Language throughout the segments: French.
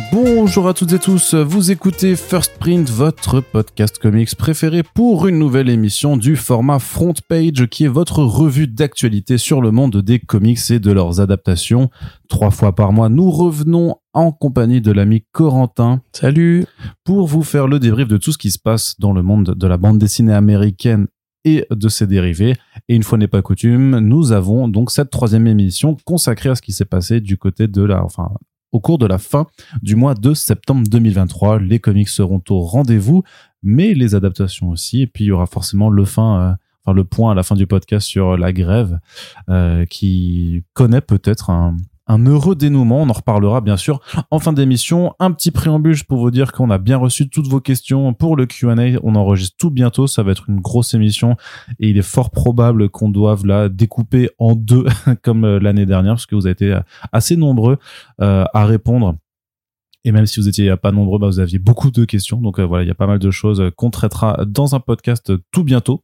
Bonjour à toutes et tous, vous écoutez First Print, votre podcast comics préféré pour une nouvelle émission du format Front Page qui est votre revue d'actualité sur le monde des comics et de leurs adaptations. 3 fois par mois, nous revenons en compagnie de l'ami Corentin. Salut! Pour vous faire le débrief de tout ce qui se passe dans le monde de la bande dessinée américaine et de ses dérivés. Et une fois n'est pas coutume, nous avons donc cette 3e émission consacrée à ce qui s'est passé du côté de au cours de la fin du mois de septembre 2023. Les comics seront au rendez-vous, mais les adaptations aussi. Et puis il y aura forcément le point à la fin du podcast sur la grève qui connaît peut-être un heureux dénouement. On en reparlera bien sûr en fin d'émission. Un petit préambule pour vous dire qu'on a bien reçu toutes vos questions pour le Q&A. On enregistre tout bientôt. Ça va être une grosse émission et il est fort probable qu'on doive la découper en 2 comme l'année dernière parce que vous avez été assez nombreux à répondre. Et même si vous étiez pas nombreux, vous aviez beaucoup de questions. Donc voilà, il y a pas mal de choses qu'on traitera dans un podcast tout bientôt.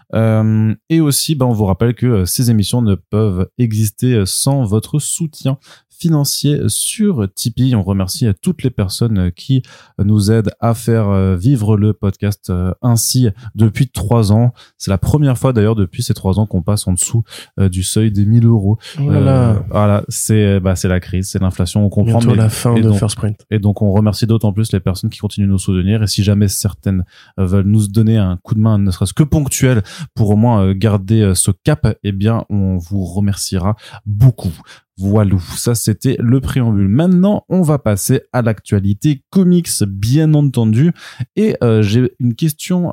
Et aussi, on vous rappelle que ces émissions ne peuvent exister sans votre soutien financier sur Tipeee. On remercie toutes les personnes qui nous aident à faire vivre le podcast ainsi depuis 3 ans. C'est la première fois d'ailleurs depuis ces 3 ans qu'on passe en dessous du seuil des 1 000 euros. Voilà, c'est la crise, c'est l'inflation, on comprend. Bientôt la fin de First Print. Et donc on remercie d'autant plus les personnes qui continuent de nous soutenir. Et si jamais certaines veulent nous donner un coup de main, ne serait-ce que ponctuel, pour au moins garder ce cap, eh bien on vous remerciera beaucoup. Voilà, ça c'était le préambule. Maintenant, on va passer à l'actualité comics, bien entendu. Et j'ai une question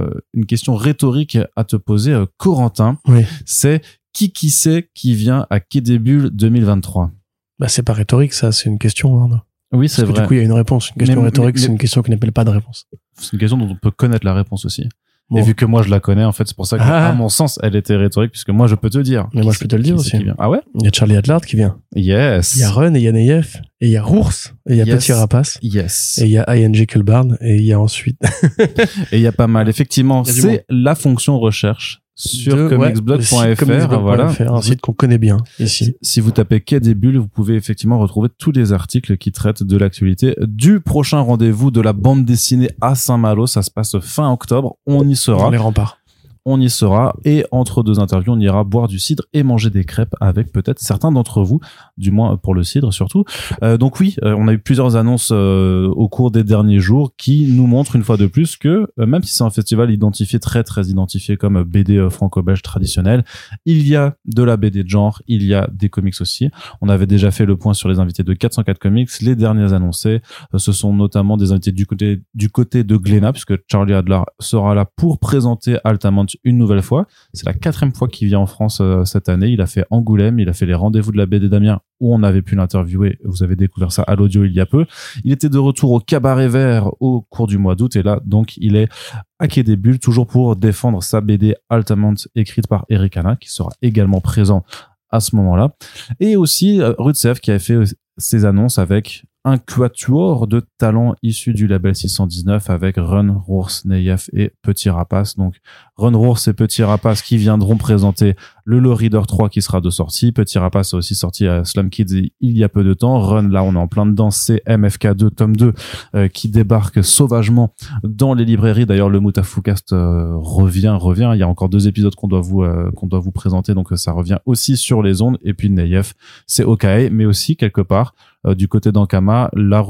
rhétorique à te poser, Corentin. Oui. C'est qui c'est qui vient à Quai des Bulles 2023 ? C'est pas rhétorique, ça, c'est une question. Hein. Oui, c'est vrai. Du coup, il y a une réponse. Une question rhétorique, c'est une question qui n'appelle pas de réponse. C'est une question dont on peut connaître la réponse aussi. Bon. Et vu que moi je la connais, en fait, c'est pour ça qu'à mon sens, elle était rhétorique, puisque moi je peux te dire. Mais moi je peux te le dire aussi. Ah ouais? Il y a Charlie Adlard qui vient. Yes. Il y a Run et il y a Neyef. Et il y a Rours. Et il y a Petit Rapace. Yes. Et il y a ING Culbarn. Et il y a ensuite. Et il y a pas mal. Effectivement, c'est la fonction recherche sur comicsblog.fr, voilà. Un site qu'on connaît bien ici. Si vous tapez Quai des Bulles, vous pouvez effectivement retrouver tous les articles qui traitent de l'actualité du prochain rendez-vous de la bande dessinée à Saint-Malo. Ça se passe fin octobre. On y sera. Dans les remparts. On y sera, et entre 2 interviews, on ira boire du cidre et manger des crêpes avec peut-être certains d'entre vous, du moins pour le cidre surtout. Donc oui, on a eu plusieurs annonces au cours des derniers jours qui nous montrent une fois de plus que même si c'est un festival identifié, très très identifié comme BD franco-belge traditionnel, il y a de la BD de genre, il y a des comics aussi. On avait déjà fait le point sur les invités de 404 Comics. Les derniers annoncés, ce sont notamment des invités du côté de Glénat, puisque Charlie Adler sera là pour présenter Altamont une nouvelle fois. C'est la 4e fois qu'il vient en France cette année. Il a fait Angoulême, il a fait les rendez-vous de la BD d'Amiens où on avait pu l'interviewer. Vous avez découvert ça à l'audio il y a peu. Il était de retour au Cabaret Vert au cours du mois d'août et là, donc, il est à Quai des Bulles, toujours pour défendre sa BD Altamont écrite par Eric Hanna, qui sera également présent à ce moment-là. Et aussi Rutsev qui a fait ses annonces avec un quatuor de talents issus du label 619 avec Run, Rours, Neyef et Petit Rapace. Donc Run, Rours et Petit Rapace qui viendront présenter le Low Reader 3 qui sera de sortie. Petit Rapace a aussi sorti à Slum Kids il y a peu de temps. Run, là on est en plein dedans, c'est MFK2 tome 2 qui débarque sauvagement dans les librairies. D'ailleurs le Moutafoukast revient. Il y a encore 2 épisodes qu'on doit vous présenter, donc ça revient aussi sur les ondes. Et puis Neyef, c'est Okae, mais aussi quelque part du côté d'Ankama,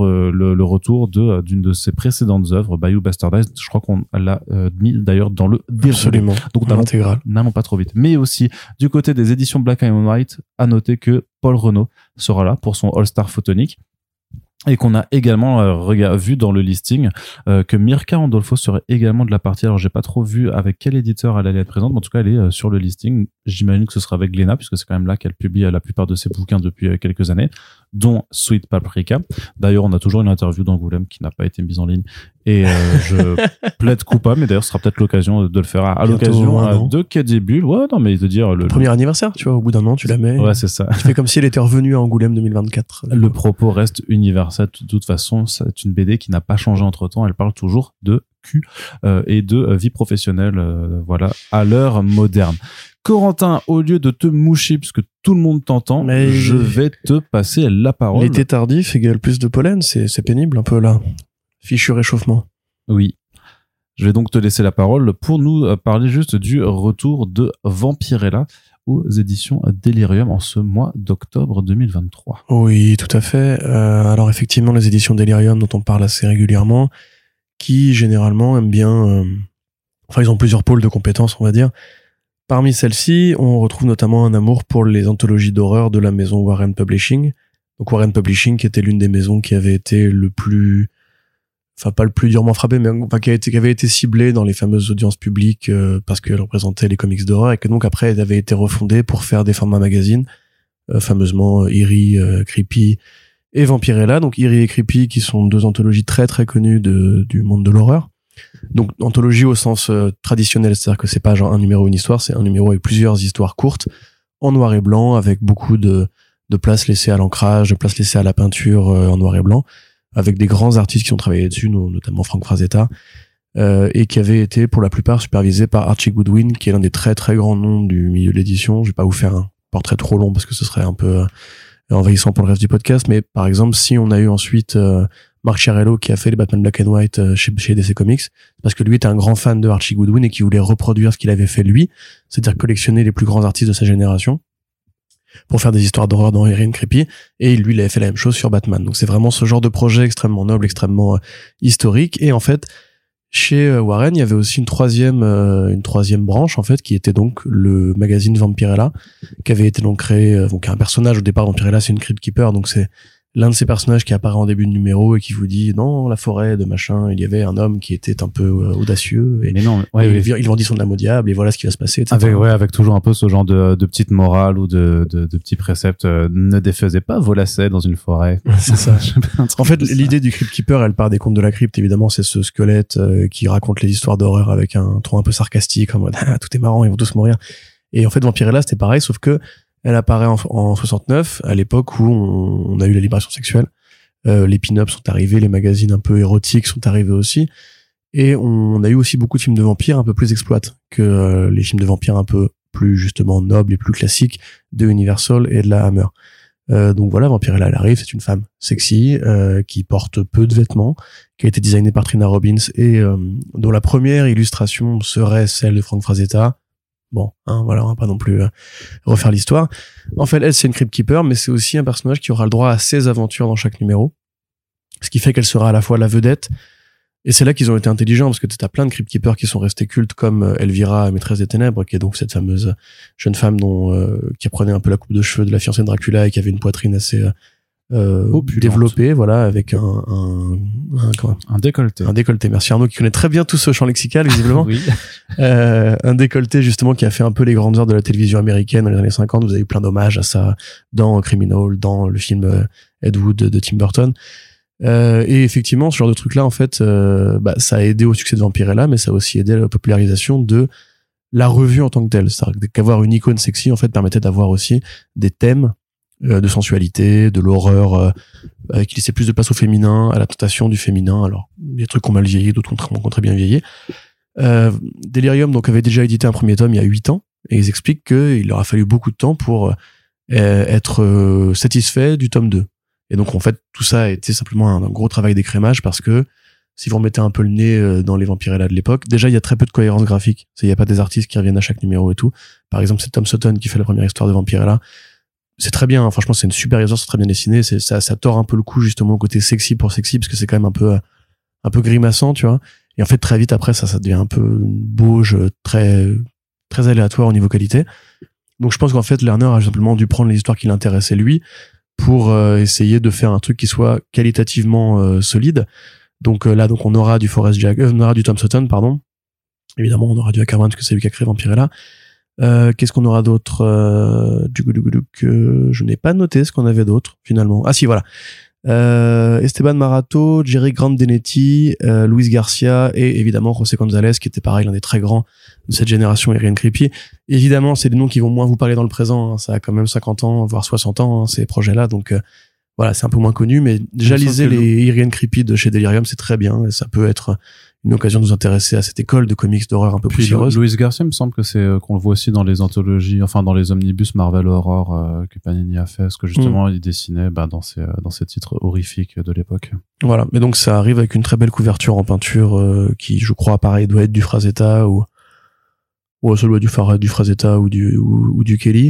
le retour d'une de ses précédentes œuvres, Bayou Bastardized. Je crois qu'on l'a mis d'ailleurs dans le déroulé. Absolument. Donc n'allons pas trop vite. Mais aussi du côté des éditions Black and White, à noter que Paul Renaud sera là pour son All-Star Photonique. Et qu'on a également vu dans le listing que Mirka Andolfo serait également de la partie. Alors j'ai pas trop vu avec quel éditeur elle allait être présente, mais en tout cas elle est sur le listing. J'imagine que ce sera avec Glénat, puisque c'est quand même là qu'elle publie la plupart de ses bouquins depuis quelques années, dont Sweet Paprika. D'ailleurs on a toujours une interview d'Angoulême qui n'a pas été mise en ligne et je plaide coupable, mais d'ailleurs ce sera peut-être l'occasion de le faire à l'occasion de Quai des Bulles. Ouais, non mais de dire le premier anniversaire, tu vois, au bout d'un an tu la mets. Ouais, c'est ça. Tu fais comme si elle était revenue à Angoulême 2024. Le propos reste universel. De toute façon, c'est une BD qui n'a pas changé entre temps. Elle parle toujours de cul et de vie professionnelle, voilà, à l'heure moderne. Corentin, au lieu de te moucher puisque tout le monde t'entend, mais je vais te passer la parole. L'été tardif égale plus de pollen, c'est pénible un peu là. Fichu réchauffement. Oui. Je vais donc te laisser la parole pour nous parler juste du retour de Vampirella aux éditions Delirium en ce mois d'octobre 2023. Oui, tout à fait. Alors effectivement, les éditions Delirium dont on parle assez régulièrement, qui généralement aiment bien... Enfin, ils ont plusieurs pôles de compétences, on va dire. Parmi celles-ci, on retrouve notamment un amour pour les anthologies d'horreur de la maison Warren Publishing. Donc Warren Publishing, qui était l'une des maisons qui avait été le plus... Enfin, pas le plus durement frappé, mais enfin, qui avait été ciblée dans les fameuses audiences publiques parce qu'elle représentait les comics d'horreur et que donc après, elle avait été refondée pour faire des formats magazines, fameusement Eerie, Creepy et Vampirella. Donc Eerie et Creepy, qui sont deux anthologies très très connues du monde de l'horreur. Donc anthologie au sens traditionnel, c'est-à-dire que c'est pas genre un numéro une histoire, c'est un numéro avec plusieurs histoires courtes en noir et blanc avec beaucoup de place laissée à l'ancrage, de place laissée à la peinture en noir et blanc, avec des grands artistes qui ont travaillé dessus, notamment Frank Frazetta, et qui avaient été pour la plupart supervisés par Archie Goodwin, qui est l'un des très très grands noms du milieu de l'édition. Je vais pas vous faire un portrait trop long parce que ce serait un peu envahissant pour le reste du podcast, mais par exemple, si on a eu ensuite Mark Chiarello qui a fait les Batman Black and White chez DC Comics, parce que lui était un grand fan de Archie Goodwin et qui voulait reproduire ce qu'il avait fait lui, c'est-à-dire collectionner les plus grands artistes de sa génération pour faire des histoires d'horreur dans Eerie and Creepy, et lui il avait fait la même chose sur Batman. Donc c'est vraiment ce genre de projet extrêmement noble, extrêmement historique. Et en fait, chez Warren, il y avait aussi une troisième branche en fait, qui était donc le magazine Vampirella, qui avait été donc créé. Donc un personnage au départ, Vampirella, c'est une Crypt Keeper, donc c'est l'un de ces personnages qui apparaît en début de numéro et qui vous dit dans la forêt de machin, il y avait un homme qui était un peu audacieux et, mais non, il vendit son âme au diable et voilà ce qui va se passer, etc. Avec toujours un peu ce genre de petite morale ou de petits préceptes. Ne défaisez pas vos lacets dans une forêt. C'est ça. En fait, l'idée du Crypt Keeper, elle part des contes de la crypte, évidemment, c'est ce squelette qui raconte les histoires d'horreur avec un ton un peu sarcastique, en mode tout est marrant, ils vont tous mourir. Et en fait, Vampirella, c'était pareil, sauf que elle apparaît en 69, à l'époque où on a eu la libération sexuelle. Les pin-ups sont arrivés, les magazines un peu érotiques sont arrivés aussi. Et on a eu aussi beaucoup de films de vampires un peu plus exploités que les films de vampires un peu plus justement nobles et plus classiques de Universal et de la Hammer. Donc voilà, Vampirella, elle arrive, c'est une femme sexy, qui porte peu de vêtements, qui a été designée par Trina Robbins et dont la première illustration serait celle de Frank Frazetta. Bon, voilà, on va pas non plus refaire l'histoire. En fait, elle, c'est une Crypt Keeper, mais c'est aussi un personnage qui aura le droit à 16 aventures dans chaque numéro. Ce qui fait qu'elle sera à la fois la vedette, et c'est là qu'ils ont été intelligents, parce que t'as plein de Crypt Keepers qui sont restés cultes, comme Elvira, maîtresse des ténèbres, qui est donc cette fameuse jeune femme qui prenait un peu la coupe de cheveux de la fiancée de Dracula et qui avait une poitrine assez développé, voilà, avec un décolleté. Un décolleté. Merci Arnaud qui connaît très bien tout ce champ lexical, visiblement. Oui. Un décolleté, justement, qui a fait un peu les grandes heures de la télévision américaine dans les années 50. Vous avez eu plein d'hommages à ça dans Criminal, dans le film Ed Wood de Tim Burton. Et effectivement, ce genre de truc-là, en fait, ça a aidé au succès de Vampirella, mais ça a aussi aidé à la popularisation de la revue en tant que telle. C'est-à-dire qu'avoir une icône sexy, en fait, permettait d'avoir aussi des thèmes de sensualité, de l'horreur, qui laissait plus de place au féminin, à la tentation du féminin. Alors, des trucs qui ont mal vieilli, d'autres qui ont très bien vieilli. Delirium, donc, avait déjà édité un premier tome il y a 8 ans, et ils expliquent qu'il leur a fallu beaucoup de temps pour être satisfait du tome 2. Et donc, en fait, tout ça a été simplement un gros travail d'écrémage, parce que si vous remettez un peu le nez dans les Vampirella de l'époque, déjà, il y a très peu de cohérence graphique. Il n'y a pas des artistes qui reviennent à chaque numéro et tout. Par exemple, c'est Tom Sutton qui fait la première histoire de Vampirella. C'est très bien, hein. Franchement, c'est une super histoire, c'est très bien dessiné. Ça tord un peu le coup, justement, au côté sexy pour sexy, parce que c'est quand même un peu grimaçant, tu vois. Et en fait, très vite après, ça devient un peu une bauge très, très aléatoire au niveau qualité. Donc, je pense qu'en fait, Lerner a simplement dû prendre les histoires qui l'intéressaient lui pour essayer de faire un truc qui soit qualitativement solide. Donc là, on aura du on aura du Tom Sutton, pardon. Évidemment, on aura du Ackerman, parce que c'est lui qui a créé Vampirella. Qu'est-ce qu'on aura d'autre je n'ai pas noté ce qu'on avait d'autre finalement. Ah si, voilà. Esteban Marato, Jerry Grandenetti, Luis Garcia et évidemment José González, qui était pareil l'un des très grands de cette génération Eerie and Creepy. Évidemment, c'est des noms qui vont moins vous parler dans le présent, hein. Ça a quand même 50 ans, voire 60 ans, hein, ces projets-là, donc voilà, c'est un peu moins connu, mais déjà lisez les Eerie and Creepy de chez Delirium, c'est très bien, et ça peut être une occasion de nous intéresser à cette école de comics d'horreur un peu Puis poussiéreuse. Luis Garcia, il me semble que c'est qu'on le voit aussi dans les anthologies, enfin dans les omnibus Marvel Horror que Panini a fait, parce que justement il dessinait dans ces titres horrifiques de l'époque. Voilà, mais donc ça arrive avec une très belle couverture en peinture qui, je crois, pareil, doit être du Frazetta ou ça doit être du Frazetta ou du Kelly.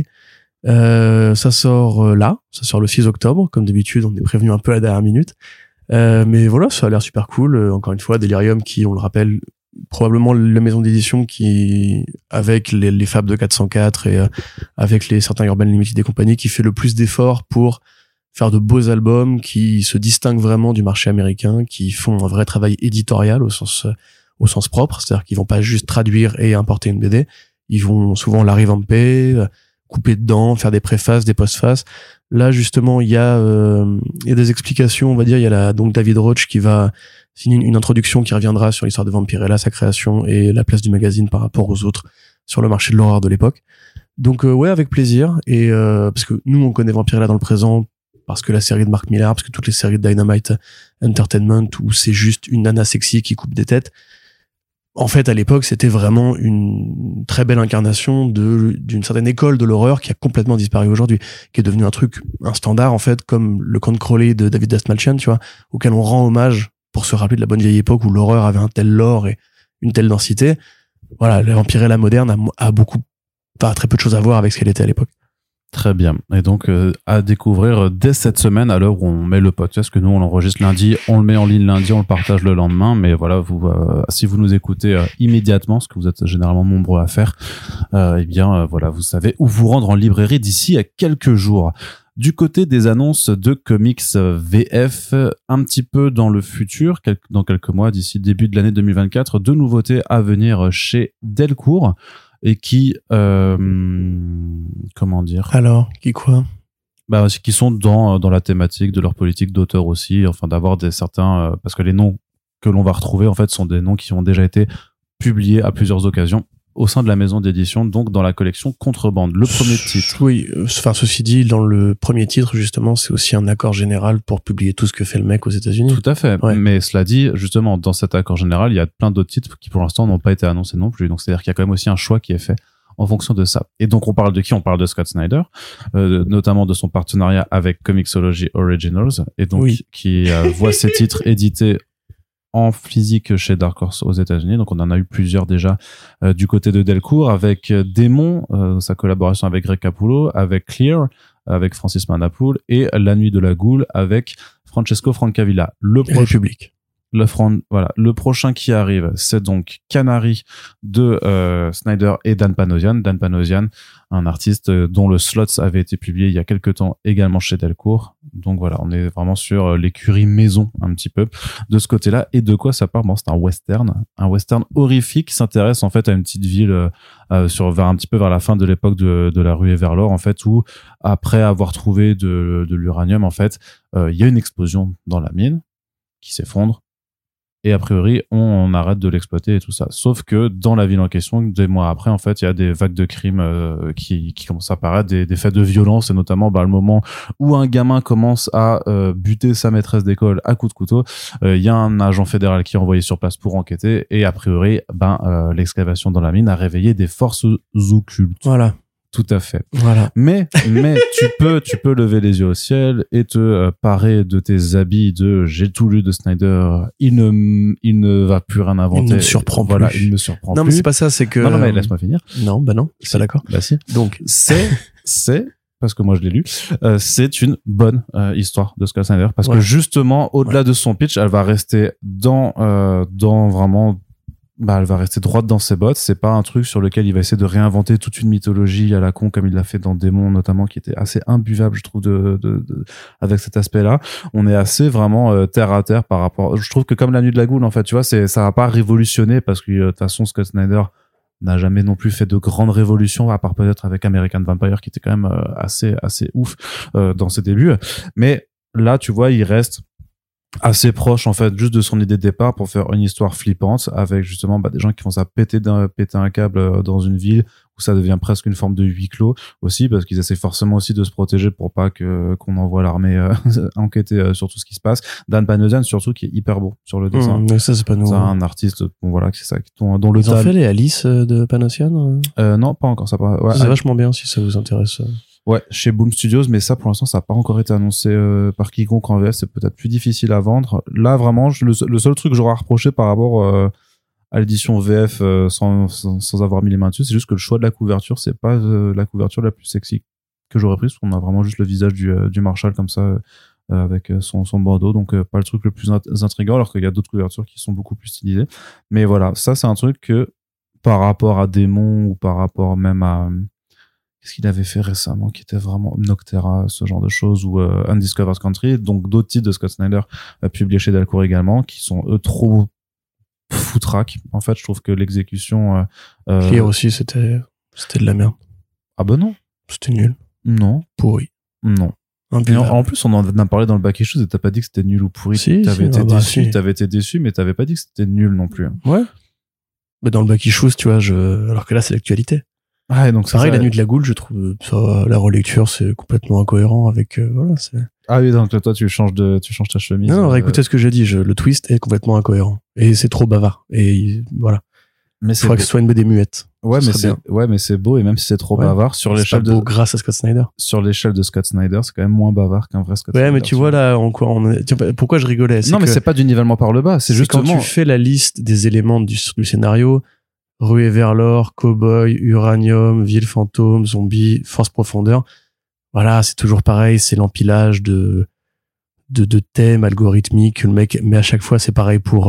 Ça sort ça sort le 6 octobre, comme d'habitude, on est prévenu un peu à la dernière minute. Mais voilà, ça a l'air super cool. Encore une fois, Delirium qui, on le rappelle, probablement la maison d'édition qui, avec les Fab de 404 et avec certains Urban Limited et compagnie, qui fait le plus d'efforts pour faire de beaux albums qui se distinguent vraiment du marché américain, qui font un vrai travail éditorial au sens propre, c'est-à-dire qu'ils vont pas juste traduire et importer une BD, ils vont souvent la revamper, couper dedans, faire des préfaces, des postfaces. Là, justement, il y a des explications, on va dire. Il y a donc David Roach qui va signer une introduction qui reviendra sur l'histoire de Vampirella, sa création et la place du magazine par rapport aux autres sur le marché de l'horreur de l'époque. Donc, ouais, avec plaisir. Et parce que nous, on connaît Vampirella dans le présent parce que la série de Mark Millar, parce que toutes les séries de Dynamite Entertainment où c'est juste une nana sexy qui coupe des têtes. En fait, à l'époque, c'était vraiment une très belle incarnation d'une certaine école de l'horreur qui a complètement disparu aujourd'hui, qui est devenu un standard, en fait, comme le Count Crowley de David Dastmalchian, tu vois, auquel on rend hommage pour se rappeler de la bonne vieille époque où l'horreur avait un tel lore et une telle densité. Voilà, la Vampirella moderne a très peu de choses à voir avec ce qu'elle était à l'époque. Très bien. Et donc, à découvrir dès cette semaine, à l'heure où on met le podcast, que nous, on l'enregistre lundi, on le met en ligne lundi, on le partage le lendemain. Mais voilà, si vous nous écoutez immédiatement, ce que vous êtes généralement nombreux à faire, voilà, vous savez où vous rendre en librairie d'ici à quelques jours. Du côté des annonces de comics VF, un petit peu dans le futur, dans quelques mois, d'ici début de l'année 2024, deux nouveautés à venir chez Delcourt. Et qui comment dire, alors qui quoi, qui sont dans la thématique de leur politique d'auteur aussi, enfin d'avoir certains parce que les noms que l'on va retrouver en fait sont des noms qui ont déjà été publiés à plusieurs occasions au sein de la maison d'édition, donc dans la collection Contrebande. Le premier titre. Oui, enfin, ceci dit, dans le premier titre, justement, c'est aussi un accord général pour publier tout ce que fait le mec aux États-Unis. Tout à fait. Ouais. Mais cela dit, justement, dans cet accord général, il y a plein d'autres titres qui, pour l'instant, n'ont pas été annoncés non plus. Donc, c'est-à-dire qu'il y a quand même aussi un choix qui est fait en fonction de ça. Et donc, on parle de qui? On parle de Scott Snyder, notamment de son partenariat avec Comixology Originals, et donc, qui voit ses titres édités en physique chez Dark Horse aux États-Unis. Donc on en a eu plusieurs déjà du côté de Delcourt, avec Démon, sa collaboration avec Greg Capullo, avec Clear, avec Francis Manapoul, et La Nuit de la Goule avec Francesco Francavilla. République. Le prochain qui arrive, c'est donc Canary de Snyder et Dan Panosian. Dan Panosian, un artiste dont le Slots avait été publié il y a quelques temps également chez Delcourt. Donc voilà, on est vraiment sur l'écurie maison un petit peu de ce côté-là. Et de quoi ça parle? Bon, c'est un western horrifique qui s'intéresse en fait à une petite ville vers un petit peu vers la fin de l'époque de la ruée vers l'or, en fait, où après avoir trouvé de l'uranium, en fait, il y a une explosion dans la mine qui s'effondre. Et a priori, on arrête de l'exploiter et tout ça. Sauf que dans la ville en question, des mois après, en fait, il y a des vagues de crimes qui commencent à apparaître, des faits de violence, et notamment le moment où un gamin commence à buter sa maîtresse d'école à coups de couteau. Il y a un agent fédéral qui est envoyé sur place pour enquêter, et a priori, l'excavation dans la mine a réveillé des forces occultes. Voilà. Tout à fait. Voilà. Mais tu peux lever les yeux au ciel et te parer de tes habits de j'ai tout lu de Snyder. Il ne va plus rien inventer. Il ne me surprend plus. Voilà, il ne me surprend plus. Non, mais c'est pas ça, c'est que... Non, mais laisse-moi finir. Non, non, c'est pas d'accord. Bah si. Donc, c'est parce que moi je l'ai lu, c'est une bonne histoire de Scott Snyder, parce que justement, au-delà de son pitch, elle va rester dans vraiment... elle va rester droite dans ses bottes. C'est pas un truc sur lequel il va essayer de réinventer toute une mythologie à la con comme il l'a fait dans Démon notamment, qui était assez imbuvable, je trouve, avec cet aspect-là. On est assez vraiment terre à terre par rapport. Je trouve que comme La Nuit de la Goule, en fait, tu vois, ça va pas révolutionner, parce que de toute façon Scott Snyder n'a jamais non plus fait de grandes révolutions, à part peut-être avec American Vampire, qui était quand même assez ouf dans ses débuts. Mais là, tu vois, il reste assez proche en fait juste de son idée de départ pour faire une histoire flippante avec justement des gens qui font ça péter un câble dans une ville où ça devient presque une forme de huis clos aussi parce qu'ils essaient forcément aussi de se protéger pour pas qu'on envoie l'armée enquêter sur tout ce qui se passe. Dan Panosian surtout qui est hyper beau sur le dessin. Mais ça c'est pas nouveau. C'est un artiste bon voilà c'est ça dont le Ils ont fait les Alice de Panosian non pas encore ça pas ouais, c'est vachement bien si ça vous intéresse. Ouais, chez Boom Studios, mais ça pour l'instant ça n'a pas encore été annoncé par quiconque en VF, c'est peut-être plus difficile à vendre. Là vraiment, le seul truc que j'aurais à reprocher par rapport à l'édition VF sans avoir mis les mains dessus, c'est juste que le choix de la couverture, c'est pas la couverture la plus sexy que j'aurais prise, parce qu'on a vraiment juste le visage du Marshall comme ça avec son bandeau, donc pas le truc le plus intriguant, alors qu'il y a d'autres couvertures qui sont beaucoup plus stylisées. Mais voilà, ça c'est un truc que par rapport à Démon ou par rapport même à qu'est-ce qu'il avait fait récemment qui était vraiment Noctera, ce genre de choses, ou Undiscovered Country, donc d'autres titres de Scott Snyder publiés chez Delcourt également, qui sont eux trop foutraques. En fait, je trouve que l'exécution Clear aussi, c'était de la merde. Ah ben non. C'était nul. Non. Pourri. Non. En plus, on en a parlé dans le Back Issues et t'as pas dit que c'était nul ou pourri. Si, t'avais été déçu, si. t'avais été déçu, mais t'avais pas dit que c'était nul non plus. Ouais. Mais dans le Back Issues, tu vois, alors que là, c'est l'actualité. Ah, donc pareil, La Nuit de la Goule, je trouve ça, la relecture, c'est complètement incohérent avec, voilà, c'est. Ah oui, donc toi, tu changes ta chemise. Non, écoutez ce que j'ai dit, le twist est complètement incohérent. Et c'est trop bavard. Et voilà. Mais il faudrait que ce soit une BD muette. Ouais, mais c'est beau, et même si c'est trop bavard, sur l'échelle de. Grâce à Scott Snyder. Sur l'échelle de Scott Snyder, c'est quand même moins bavard qu'un vrai Scott Snyder. Ouais, mais tu vois là, pourquoi je rigolais? Non, mais c'est pas du nivellement par le bas, c'est justement. Quand tu fais la liste des éléments du scénario, Ruée vers l'or, Cowboy, Uranium, Ville fantôme, Zombie, Force profondeur. Voilà, c'est toujours pareil, c'est l'empilage de thèmes algorithmiques que le mec, mais à chaque fois c'est pareil pour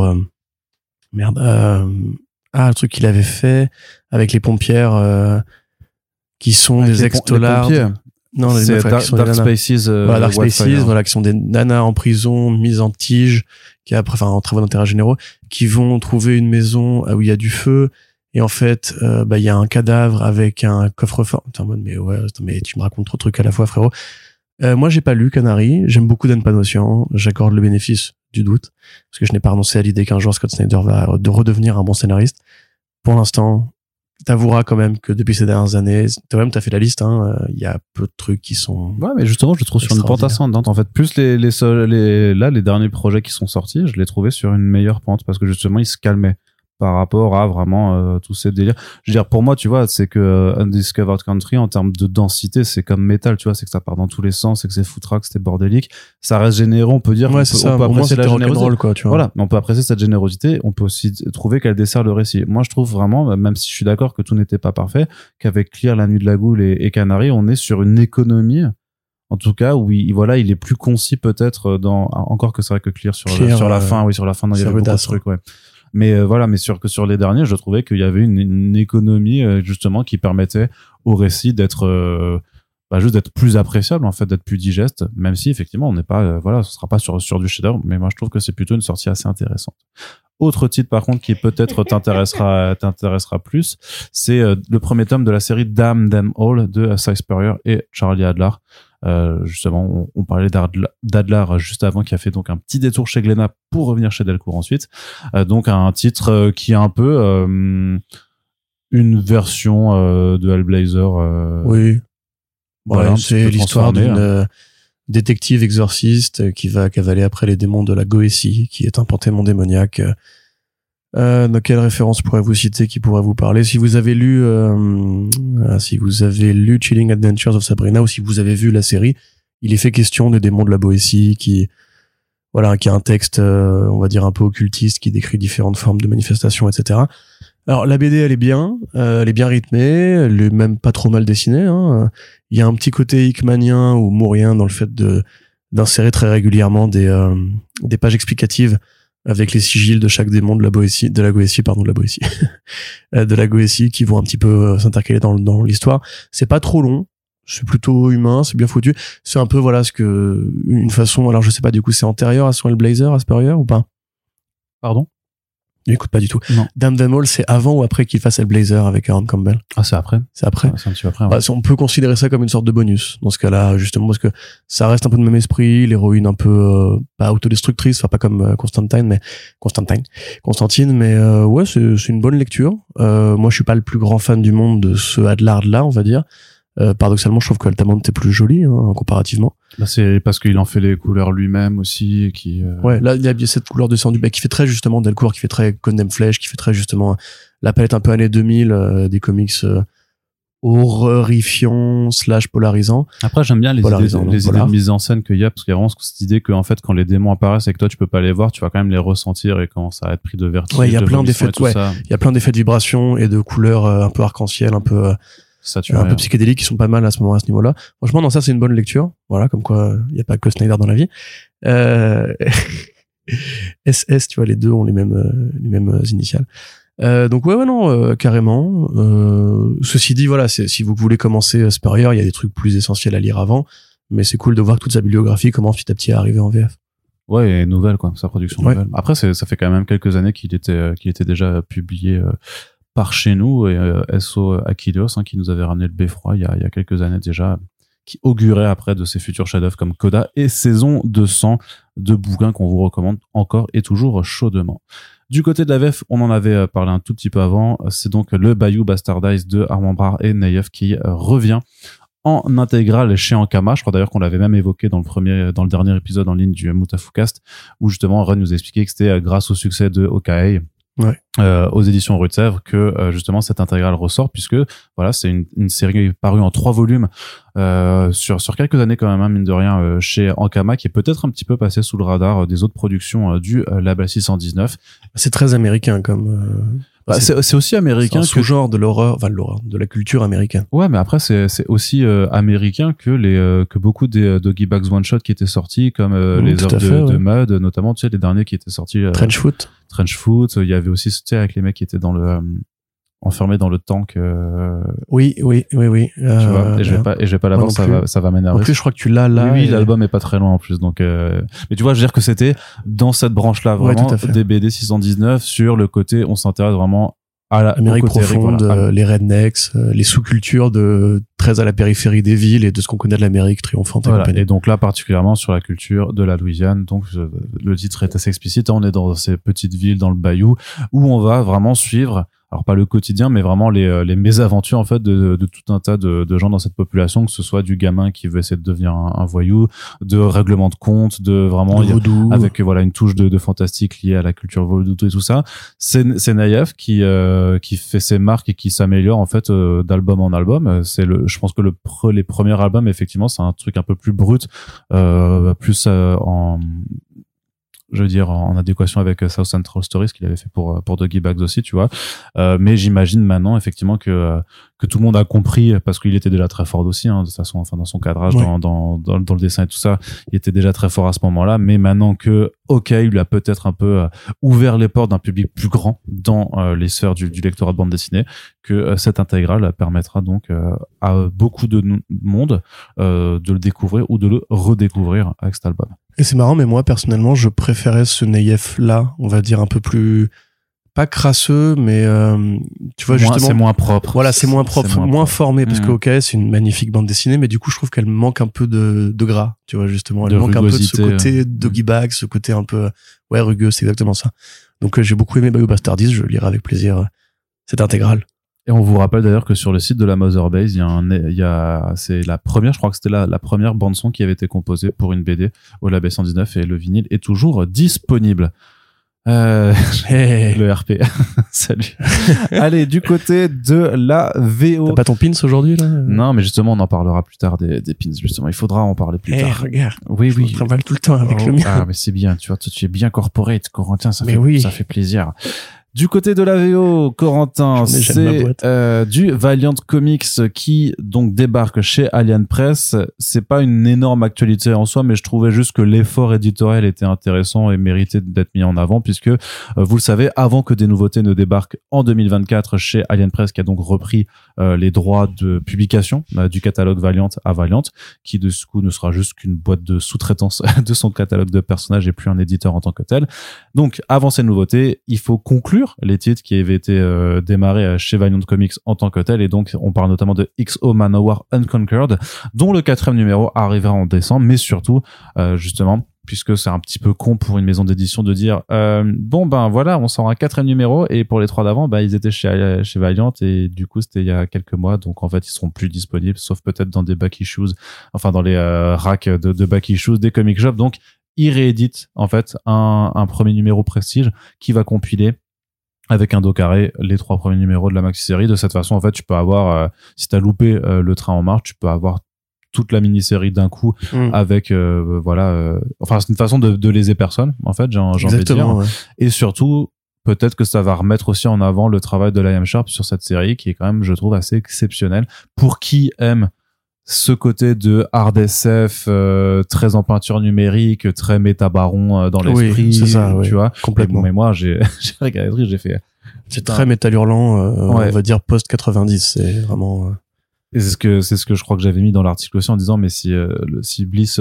le truc qu'il avait fait avec les pompières qui sont des ex-tolards. Non, c'est Dark Spaces. Voilà, Dark Spaces, voilà, qui sont des nanas en prison, mises en tige, en travaux d'intérêt généraux, qui vont trouver une maison où il y a du feu. Et en fait, il y a un cadavre avec un coffre-fort. T'es en mode, mais tu me racontes trop de trucs à la fois, frérot. Moi, j'ai pas lu Canary. J'aime beaucoup Dan Panosian. J'accorde le bénéfice du doute. Parce que je n'ai pas renoncé à l'idée qu'un jour Scott Snyder va redevenir un bon scénariste. Pour l'instant, t'avoueras quand même que depuis ces dernières années, toi-même, t'as fait la liste, il y a peu de trucs qui sont. Ouais, mais justement, je le trouve sur une pente ascendante. En fait, plus les derniers projets qui sont sortis, je l'ai trouvé sur une meilleure pente parce que justement, il se calmait par rapport à vraiment tous ces délires. Je veux dire, pour moi, tu vois, c'est que Undiscovered Country, en termes de densité, c'est comme Metal, tu vois, c'est que ça part dans tous les sens, c'est que c'est foutraque, c'est bordélique. Ça reste généreux, on peut dire. Ouais, on peut apprécier la générosité. Quoi, tu vois. Voilà, mais on peut apprécier cette générosité. On peut aussi trouver qu'elle dessert le récit. Moi, je trouve vraiment, même si je suis d'accord que tout n'était pas parfait, qu'avec Clear, La Nuit de la Goule et Canary, on est sur une économie. En tout cas, oui, voilà, il est plus concis peut-être encore que c'est vrai que Clear sur la fin, il y avait beaucoup de trucs, ouais. Mais voilà, mais sur les derniers, je trouvais qu'il y avait une économie justement qui permettait au récit d'être juste d'être plus appréciable en fait, d'être plus digeste, même si effectivement on n'est pas ce sera pas sur du chef-d'œuvre, mais moi je trouve que c'est plutôt une sortie assez intéressante. Autre titre par contre qui peut-être t'intéressera plus, c'est le premier tome de la série Damn Them All de Cy Spurrier et Charlie Adler. Justement, on parlait d'Adler juste avant, qui a fait donc un petit détour chez Glénat pour revenir chez Delcourt ensuite. Donc un titre qui est un peu une version de Hellblazer. Oui. Voilà, c'est l'histoire d'une détective exorciste qui va cavaler après les démons de la Goétie, qui est un panthéon démoniaque. De quelle référence pourrais-vous citer qui pourrait vous parler? Si vous avez lu Chilling Adventures of Sabrina, ou si vous avez vu la série, il est fait question des démons de la Boétie qui a un texte, on va dire un peu occultiste, qui décrit différentes formes de manifestations, etc. Alors la BD, elle est bien rythmée, elle est même pas trop mal dessinée. Il y a un petit côté hickmanien ou mourien dans le fait d'insérer très régulièrement des pages explicatives avec les sigils de chaque démon de la Goétie, qui vont un petit peu s'intercaler dans l'histoire. C'est pas trop long, c'est plutôt humain, c'est bien foutu. C'est un peu une façon. Alors je sais pas, du coup c'est antérieur à son Hellblazer, à Spurrier ou pas? Pardon? Il écoute pas du tout. Non. Damn Them All, c'est avant ou après qu'il fasse Hellblazer avec Aaron Campbell? Ah, c'est après. C'est après. C'est un petit peu après. Ouais. Bah, on peut considérer ça comme une sorte de bonus dans ce cas-là, justement, parce que ça reste un peu de même esprit, l'héroïne un peu pas autodestructrice, enfin pas comme Constantine, mais ouais, c'est une bonne lecture. Moi, je suis pas le plus grand fan du monde de ce Adlard là, on va dire. Paradoxalement, je trouve que Altamont est plus joli comparativement. Bah, c'est parce qu'il en fait les couleurs lui-même aussi, et qui. Ouais, là il y a cette couleur de sang du bec qui fait très justement Delcourt, qui fait très Condemned Flesh, qui fait très justement la palette un peu années 2000 des comics horrifiants / polarisants. Après, j'aime bien les idées de mise en scène qu'il y a, parce qu'il y a vraiment cette idée que en fait, quand les démons apparaissent et que toi tu peux pas les voir, tu vas quand même les ressentir et commencer à être pris de vertige. Ouais, il y a plein d'effets. Ouais, il y a plein d'effets de vibration et de couleurs un peu arc-en-ciel, un peu psychédéliques qui sont pas mal à ce niveau-là. Franchement, non, ça c'est une bonne lecture. Voilà, comme quoi il y a pas que Snyder dans la vie. SS, tu vois, les deux ont les mêmes initiales. Donc ouais, non, carrément. Ceci dit, voilà, si vous voulez commencer Spurrier, il y a des trucs plus essentiels à lire avant, mais c'est cool de voir que toute sa biographie commence petit à petit à arriver en VF. Ouais, et nouvelle, quoi, sa production nouvelle. Après, ça fait quand même quelques années qu'il était déjà publié par chez nous, et SO Aquilos, qui nous avait ramené le Beffroi il y a quelques années déjà, qui augurait après de ses futurs chefs-d'œuvre comme Coda et Saison de sang, de bouquins qu'on vous recommande encore et toujours chaudement. Du côté de la VF, on en avait parlé un tout petit peu avant, c'est donc le Bayou Bastardized de Armand Brard et Naïef qui revient en intégrale chez Ankama. Je crois d'ailleurs qu'on l'avait même évoqué dans le dernier épisode en ligne du Mutafukast, où justement Ren nous expliquait que c'était grâce au succès de Okaei, aux éditions Rue de Sèvres, que justement cette intégrale ressort, puisque voilà, c'est une série parue en 3 volumes sur quelques années quand même, mine de rien, chez Ankama, qui est peut-être un petit peu passé sous le radar des autres productions du label 619. C'est très américain comme c'est aussi américain, c'est un sous-genre de l'horreur, enfin de l'horreur, de la culture américaine. Ouais, mais après c'est aussi américain que beaucoup des Doggy Bags One Shot qui étaient sortis, comme les œuvres de Mud, notamment, tu sais, les derniers qui étaient sortis. Trench Foot, il y avait aussi, tu sais, avec les mecs qui étaient dans le enfermés dans le tank. Oui. Tu vois, et je vais pas l'avoir, ça va m'énerver. En plus, je crois que tu l'as là. Oui, l'album est pas très loin en plus, donc. Mais tu vois, je veux dire que c'était dans cette branche-là vraiment des BD 619 sur le côté, on s'intéresse vraiment à l'Amérique profonde, les rednecks, les sous-cultures très à la périphérie des villes et de ce qu'on connaît de l'Amérique triomphante. Et donc là, particulièrement sur la culture de la Louisiane. Donc, le titre est assez explicite. On est dans ces petites villes dans le bayou où on va vraiment suivre, alors pas le quotidien, mais vraiment les mésaventures en fait de tout un tas de gens dans cette population, que ce soit du gamin qui veut essayer de devenir un voyou, de règlement de compte, de vraiment vaudou, avec voilà une touche de fantastique liée à la culture vaudou et tout ça. C'est Naïef qui fait ses marques et qui s'améliore en fait d'album en album. Je pense que les premiers albums, effectivement, c'est un truc un peu plus brut, plus je veux dire en adéquation avec South Central Stories qu'il avait fait pour Doggy Bags aussi, tu vois. Mais j'imagine maintenant effectivement que tout le monde a compris, parce qu'il était déjà très fort aussi, de toute façon, enfin dans son cadrage, dans le dessin et tout ça, il était déjà très fort à ce moment-là. Mais maintenant que il lui a peut-être un peu ouvert les portes d'un public plus grand dans les sphères du lectorat de bande dessinée, que cette intégrale permettra donc à beaucoup de monde de le découvrir ou de le redécouvrir avec cet album. Et c'est marrant, mais moi personnellement je préférais ce Naïef là, on va dire un peu plus, pas crasseux, mais tu vois, justement c'est moins propre. Voilà, c'est moins propre, moins formé, parce que OK, c'est une magnifique bande dessinée, mais du coup je trouve qu'elle manque un peu de gras, tu vois, justement, elle manque un peu de ce côté Doggy Bag, ce côté un peu rugueux, c'est exactement ça. Donc j'ai beaucoup aimé Bayou Bastardized, je lirai avec plaisir cette intégrale. Et on vous rappelle d'ailleurs que sur le site de la Mother Base, c'est la première, je crois que c'était la première bande son qui avait été composée pour une BD au Label 119, et le vinyle est toujours disponible. Le RP. Salut. Allez, du côté de la VO. T'as pas ton pins aujourd'hui, là? Non, mais justement, on en parlera plus tard des pins, justement. Il faudra en parler plus tard. Regarde. Oui. Je travaille tout le temps avec le mien. Ah, mais c'est bien. Tu vois, tu es bien corporate, Corentin. Ça fait plaisir. Du côté de la VO, Corentin, c'est du Valiant Comics qui donc débarque chez Alien Press. C'est pas une énorme actualité en soi, mais je trouvais juste que l'effort éditorial était intéressant et méritait d'être mis en avant, puisque vous le savez, avant que des nouveautés ne débarquent en 2024 chez Alien Press, qui a donc repris les droits de publication du catalogue Valiant à Valiant, qui de ce coup ne sera juste qu'une boîte de sous-traitance de son catalogue de personnages et plus un éditeur en tant que tel. Donc avant ces nouveautés, il faut conclure les titres qui avaient été démarrés chez Valiant Comics en tant que tel, et donc on parle notamment de XO Manowar Unconquered, dont le 4e numéro arrivera en décembre, mais surtout justement, puisque c'est un petit peu con pour une maison d'édition de dire bon ben voilà, on sort un 4e numéro, et pour les 3 d'avant ils étaient chez Valiant, et du coup c'était il y a quelques mois, donc en fait ils seront plus disponibles, sauf peut-être dans des back issues, enfin dans les racks de back issues des comic shops. Donc ils rééditent en fait un premier numéro Prestige qui va compiler avec un dos carré les 3 premiers numéros de la maxi-série. De cette façon, en fait, tu peux avoir, si t'as loupé le train en marche, tu peux avoir toute la mini-série d'un coup avec, enfin, c'est une façon de léser personne, en fait, j'ai envie de dire. Ouais. Et surtout, peut-être que ça va remettre aussi en avant le travail de Liam Sharp sur cette série, qui est quand même, je trouve, assez exceptionnel. Pour qui aime ce côté de hard SF très en peinture numérique, très méta-baron dans l'esprit, oui, c'est ça, tu vois, complètement. Mais moi j'ai regardé le truc, j'ai fait c'est très métal hurlant, on va dire post 90, c'est vraiment et c'est ce que je crois que j'avais mis dans l'article aussi, en disant mais si Bliss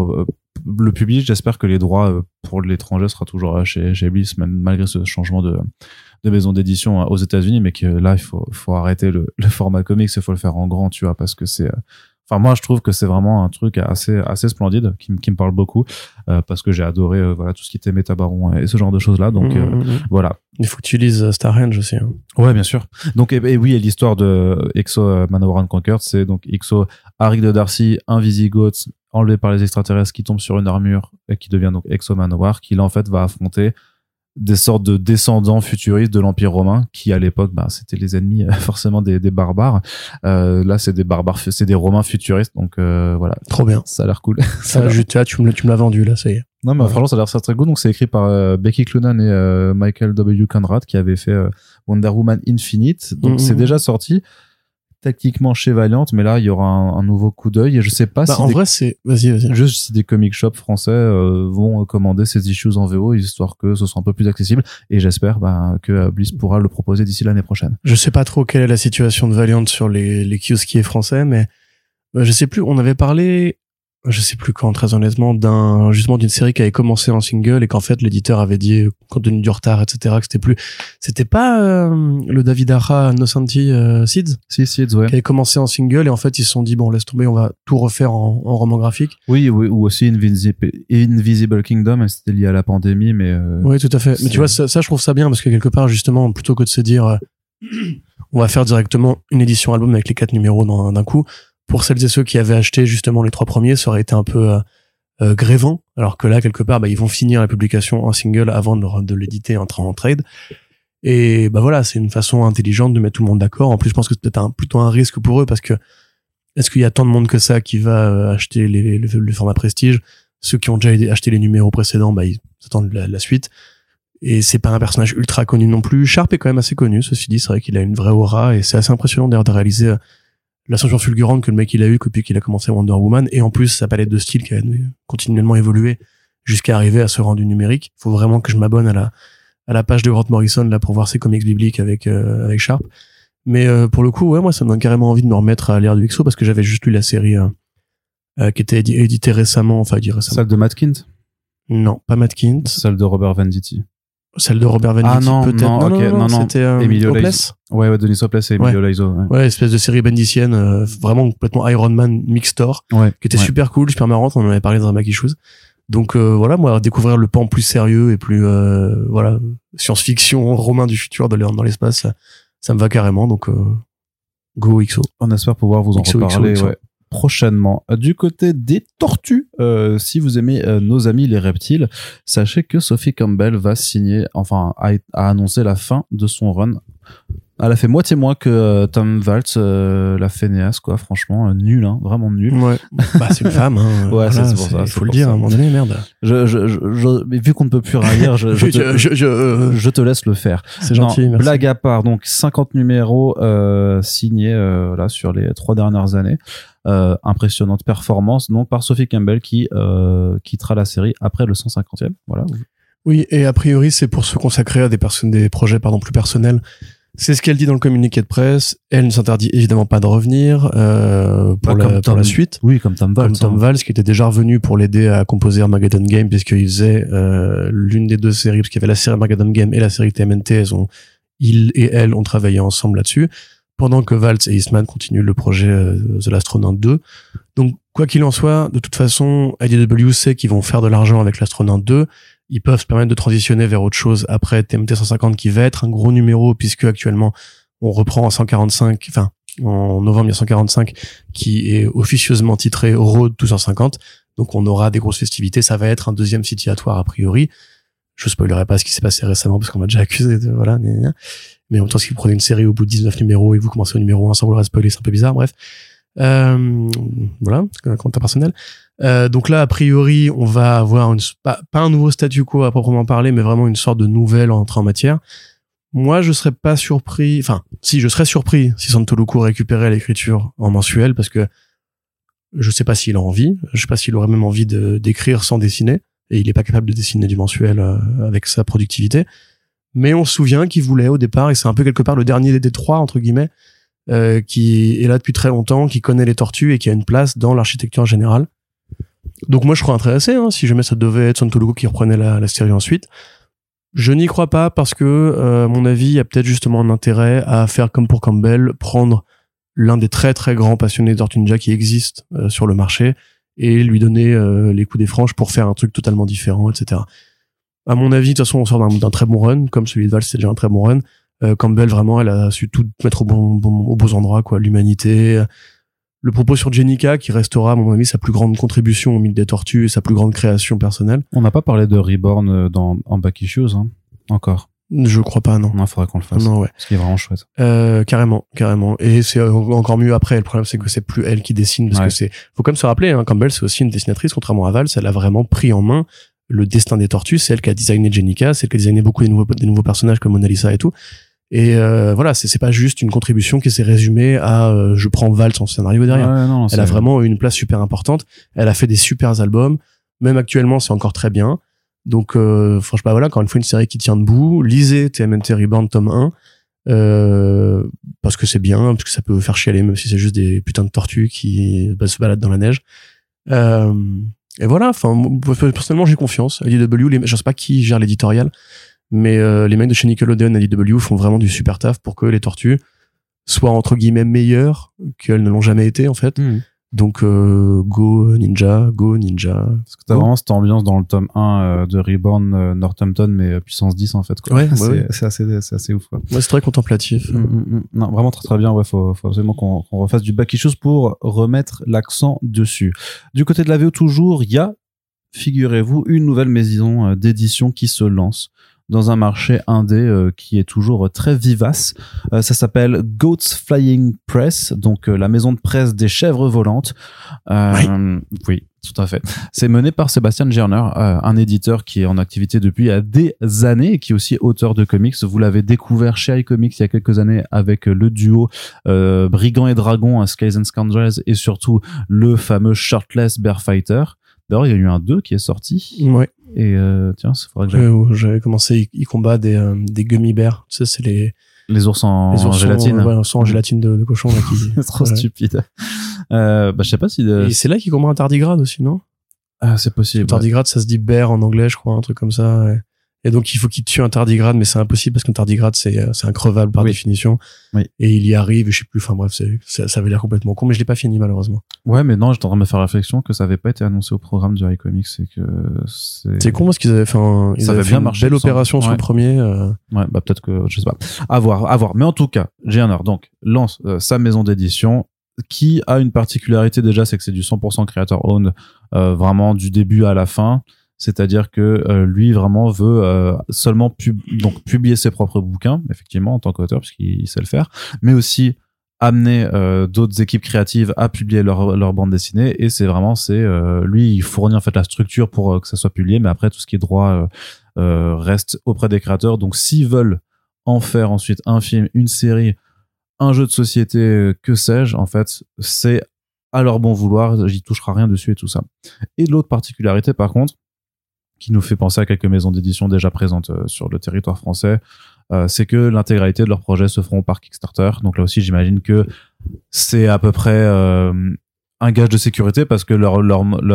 le publie, j'espère que les droits pour l'étranger sera toujours chez Bliss, même malgré ce changement de maison d'édition aux États-Unis, mais que là il faut arrêter le format comics, il faut le faire en grand, tu vois, parce que c'est enfin moi je trouve que c'est vraiment un truc assez splendide qui me parle beaucoup, parce que j'ai adoré voilà tout ce qui était Métabaron et ce genre de choses là, donc voilà. Il faut que tu lises Starhenge aussi, hein. Ouais, bien sûr. Donc et oui, et l'histoire de XO Manowar Unconquered, c'est donc XO, Arik de Darcy, un Visigoth enlevé par les extraterrestres, qui tombe sur une armure et qui devient donc XO Manowar, qui là en fait va affronter des sortes de descendants futuristes de l'Empire romain, qui à l'époque c'était les ennemis forcément des barbares. Là c'est des barbares, c'est des romains futuristes, donc voilà. Trop bien, ça a l'air cool. Tu me l'as vendu là, ça y est. Non mais franchement ça a l'air très cool. Donc c'est écrit par Becky Cloonan et Michael W. Conrad, qui avait fait Wonder Woman Infinite, donc c'est déjà sorti techniquement chez Valiant, mais là il y aura un nouveau coup d'œil, et je sais pas si en vrai c'est juste si des comic shops français vont commander ces issues en VO, histoire que ce soit un peu plus accessible, et j'espère que Bliss pourra le proposer d'ici l'année prochaine. Je sais pas trop quelle est la situation de Valiant sur les kiosquiers français, mais je sais plus, on avait parlé, je sais plus quand, très honnêtement, d'une série qui avait commencé en single, et qu'en fait l'éditeur avait dit, compte tenu du retard, etc., que c'était pas le David Aja Nosanti Seeds, Seeds, ouais, qui avait commencé en single, et en fait ils se sont dit bon, laisse tomber, on va tout refaire en roman graphique. Oui, ou aussi Invisible Kingdom, c'était lié à la pandémie, mais oui, tout à fait. Mais tu vois, ça je trouve ça bien, parce que quelque part justement, plutôt que de se dire on va faire directement une édition album avec les 4 numéros d'un coup, pour celles et ceux qui avaient acheté justement les 3 premiers, ça aurait été un peu grévant, alors que là quelque part ils vont finir la publication en single avant de l'éditer en trade, et voilà, c'est une façon intelligente de mettre tout le monde d'accord. En plus je pense que c'est peut-être plutôt un risque pour eux, parce que est-ce qu'il y a tant de monde que ça qui va acheter le format Prestige? Ceux qui ont déjà acheté les numéros précédents, ils attendent la suite, et c'est pas un personnage ultra connu non plus. Sharp est quand même assez connu, ceci dit, c'est vrai qu'il a une vraie aura, et c'est assez impressionnant d'ailleurs de réaliser l'ascension fulgurante que le mec il a eu depuis qu'il a commencé Wonder Woman, et en plus sa palette de style qui a continuellement évolué jusqu'à arriver à ce rendu numérique. Faut vraiment que je m'abonne à la page de Grant Morrison là pour voir ses comics bibliques avec Sharp. Mais pour le coup, ouais, moi ça me donne carrément envie de me remettre à l'ère du XO, parce que j'avais juste lu la série qui était éditée récemment, Celle de Matt Kindt? Non, pas Matt Kindt. Celle de Robert Venditti. Celle de Robert Venditti, peut-être. Non, c'était Hopeless. Ouais, Denis Hopeless et Emilio Laizo. Ouais, espèce de série bendicienne, vraiment complètement Iron Man mixtor, qui était super cool, super marrante, on en avait parlé dans Back Issues. Donc voilà, moi découvrir le pan plus sérieux et plus science-fiction, romain du futur dans l'espace, ça me va carrément. Donc go XO. On espère pouvoir vous en reparler. XO. Ouais. Prochainement. Du côté des tortues, si vous aimez nos amis les reptiles, sachez que Sophie Campbell va signer, a annoncé la fin de son run Elle a fait moitié moins que Tom Waltz, la Phineas, quoi. Franchement, nul, hein, vraiment nul. Ouais. Bah, c'est une femme, hein. Ouais, Voilà, c'est pour ça. Il faut le dire, à un moment donné, merde. Mais vu qu'on ne peut plus railler, je te laisse le faire. C'est gentil, merci. Blague à part, donc 50 numéros signés là sur les 3 dernières années. Impressionnante performance donc par Sophie Campbell qui quittera la série après le 150e. Voilà. Oui, et a priori, c'est pour se consacrer à des projets plus personnels. C'est ce qu'elle dit dans le communiqué de presse. Elle ne s'interdit évidemment pas de revenir pour la suite. Oui, comme Tom Waltz. Comme Tom Waltz, qui était déjà revenu pour l'aider à composer Armageddon Game, puisqu'il faisait l'une des deux séries, parce qu'il y avait la série Armageddon Game et la série TMNT. Il et elle ont travaillé ensemble là-dessus, pendant que Waltz et Eastman continuent le projet The Astronaut 2. Donc, quoi qu'il en soit, de toute façon, IDW sait qu'ils vont faire de l'argent avec l'Astronaut 2. Ils peuvent se permettre de transitionner vers autre chose après TMT 150 qui va être un gros numéro puisque actuellement on reprend en 145, enfin en novembre 1945 qui est officieusement titré Road to 150. Donc on aura des grosses festivités. Ça va être un deuxième sitiatoire a priori. Je spoilerai pas ce qui s'est passé récemment parce qu'on m'a déjà accusé de voilà. Mais en même temps, si vous prenez une série au bout de 19 numéros et vous commencez au numéro 1 sans vouloir spoiler, c'est un peu bizarre. Bref. Voilà, c'est un commentaire personnel. Donc là, a priori, on va avoir pas un nouveau statu quo à proprement parler, mais vraiment une sorte de nouvelle entrée en matière. Moi, je serais pas surpris, enfin, si, je serais surpris si Santoluku récupérait l'écriture en mensuel, parce que je sais pas s'il a envie, je sais pas s'il aurait même envie d'écrire sans dessiner, et il est pas capable de dessiner du mensuel avec sa productivité. Mais on se souvient qu'il voulait au départ, et c'est un peu quelque part le dernier des trois, entre guillemets, qui est là depuis très longtemps, qui connaît les tortues et qui a une place dans l'architecture générale. Donc moi je serais intéressé si jamais ça devait être Santoluku qui reprenait la série ensuite. Je n'y crois pas parce que à mon avis il y a peut-être justement un intérêt à faire comme pour Campbell, prendre l'un des très très grands passionnés de Tortue Ninja qui existe sur le marché et lui donner les coups des franges pour faire un truc totalement différent, etc. À mon avis de toute façon on sort d'un très bon run, comme celui de Val c'était déjà un très bon run. Campbell vraiment elle a su tout mettre aux beaux endroits, quoi, l'humanité, le propos sur Jennika qui restera à mon avis sa plus grande contribution au mythe des tortues et sa plus grande création personnelle. On n'a pas parlé de Reborn en Back Issues encore. Je crois pas, non. Non, faudrait qu'on le fasse. Non, ouais. Parce qu'il est vraiment chouette. Carrément. Et c'est encore mieux après. Le problème, c'est que c'est plus elle qui dessine, parce que faut quand même se rappeler, Campbell, c'est aussi une dessinatrice, contrairement à Val, elle a vraiment pris en main le destin des tortues. C'est elle qui a designé Jennika, c'est elle qui a designé beaucoup des nouveaux personnages comme Mona Lisa et tout. Et voilà, c'est pas juste une contribution qui s'est résumée à je prends Val son scénario derrière. Ouais, non, elle a vraiment une place super importante. Elle a fait des super albums. Même actuellement, c'est encore très bien. Donc franchement, voilà, encore une fois, une série qui tient debout. Lisez TMNT Reborn tome 1 parce que c'est bien, parce que ça peut faire chialer même si c'est juste des putains de tortues qui se baladent dans la neige. Et voilà, enfin personnellement j'ai confiance. IDW, je sais pas qui gère l'éditorial, mais les mecs de chez Nickelodeon et IDW font vraiment du super taf pour que les tortues soient entre guillemets meilleures qu'elles ne l'ont jamais été en fait. Donc go Ninja. Parce que t'as vraiment cette ambiance dans le tome 1 de Reborn Northampton, mais puissance 10 en fait, quoi. Ouais, c'est assez ouf, quoi. Ouais, c'est très contemplatif. Non, vraiment très très bien. Ouais, faut absolument qu'on refasse du back issues pour remettre l'accent dessus. Du côté de la VO toujours, il y a, figurez-vous, une nouvelle maison d'édition qui se lance dans un marché indé qui est toujours très vivace. Ça s'appelle Goats Flying Press, donc la maison de presse des chèvres volantes. Oui, tout à fait. C'est mené par Sébastien Gerner, un éditeur qui est en activité depuis des années et qui est aussi auteur de comics. Vous l'avez découvert chez iComics il y a quelques années avec le duo Brigands et Dragons, Skies and Scoundrels, et surtout le fameux Shirtless Bear Fighter. D'ailleurs, il y a eu un 2 qui est sorti. Ouais. Et tiens, il faudrait que j'avais commencé il combat des gummy bears, tu sais, c'est les ours en gélatine. Ouais, en gélatine de cochon là, qui c'est trop stupide. Je sais pas si et c'est là qu'il combat un tardigrade aussi, non? Ah, c'est possible. Tardigrade, ça se dit bear en anglais, je crois, un truc comme ça. Ouais. Et donc il faut qu'il tue un tardigrade, mais c'est impossible parce qu'un tardigrade c'est increvable par définition. Oui. Et il y arrive, je sais plus, enfin bref, ça avait l'air complètement con, mais je l'ai pas fini malheureusement. Ouais, mais non, j'étais en train de me faire réflexion que ça avait pas été annoncé au programme du iComics et que c'est con parce qu'ils avaient fait bien marché, belle opération sur le premier. Ouais, bah peut-être que je sais pas. À voir. Mais en tout cas, Gerner donc lance sa maison d'édition qui a une particularité déjà, c'est que c'est du 100% creator owned, vraiment du début à la fin. c'est-à-dire que lui vraiment veut seulement publier ses propres bouquins, effectivement en tant qu'auteur puisqu'il sait le faire, mais aussi amener d'autres équipes créatives à publier leur bande dessinée, et lui il fournit en fait la structure pour que ça soit publié, mais après tout ce qui est droit reste auprès des créateurs. Donc s'ils veulent en faire ensuite un film, une série, un jeu de société, que sais-je, en fait c'est à leur bon vouloir, j'y touchera rien dessus et tout ça. Et l'autre particularité par contre qui nous fait penser à quelques maisons d'édition déjà présentes sur le territoire français, c'est que l'intégralité de leurs projets se feront par Kickstarter. Donc là aussi, j'imagine que c'est à peu près un gage de sécurité, parce que leur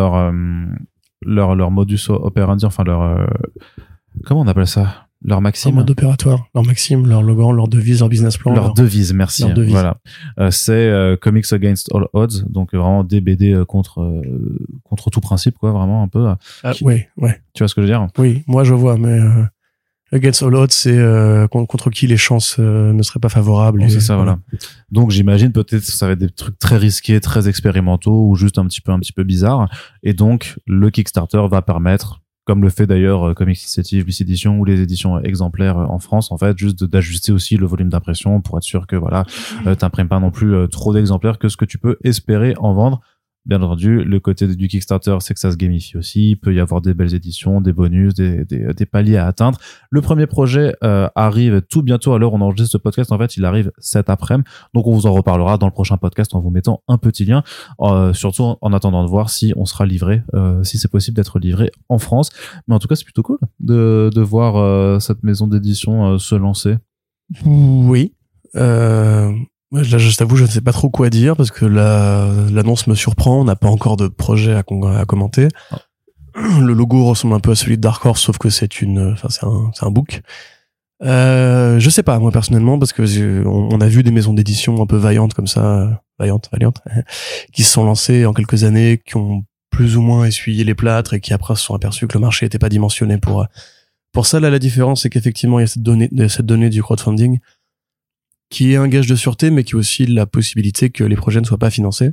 modus operandi, enfin comment on appelle ça, leur maxime, leur mode opératoire, leur maxime, leur logan, leur devise, leur business plan, leur devise, merci. Leur devise. Voilà, c'est Comics Against All Odds, donc vraiment des BD contre tout principe, quoi, vraiment un peu. Ouais. Tu vois ce que je veux dire? Oui, moi je vois, mais Against All Odds, c'est contre qui les chances ne seraient pas favorables. C'est ça, voilà. Donc j'imagine peut-être que ça va être des trucs très risqués, très expérimentaux, ou juste un petit peu bizarres. Et donc le Kickstarter va permettre, comme le fait d'ailleurs Comics Initiative, Bliss Edition ou les éditions exemplaires en France, en fait, juste d'ajuster aussi le volume d'impression pour être sûr que voilà, t'imprimes pas non plus trop d'exemplaires que ce que tu peux espérer en vendre. Bien entendu, le côté du Kickstarter, c'est que ça se gamifie aussi. Il peut y avoir des belles éditions, des bonus, des paliers à atteindre. Le premier projet arrive tout bientôt. À l'heure où on enregistre ce podcast, en fait, il arrive cet après-midi. Donc, on vous en reparlera dans le prochain podcast en vous mettant un petit lien. Surtout en attendant de voir si on sera livré, si c'est possible d'être livré en France. Mais en tout cas, c'est plutôt cool de voir cette maison d'édition se lancer. Oui. Là, je t'avoue, je ne sais pas trop quoi dire parce que l'annonce me surprend. On n'a pas encore de projet à commenter. Le logo ressemble un peu à celui de Dark Horse, sauf que c'est un book. Je sais pas, moi personnellement, parce que on a vu des maisons d'édition un peu vaillantes comme ça, vaillantes, qui se sont lancées en quelques années, qui ont plus ou moins essuyé les plâtres et qui après se sont aperçus que le marché était pas dimensionné pour ça. Là, la différence, c'est qu'effectivement, il y a cette donnée du crowdfunding, qui est un gage de sûreté, mais qui est aussi la possibilité que les projets ne soient pas financés,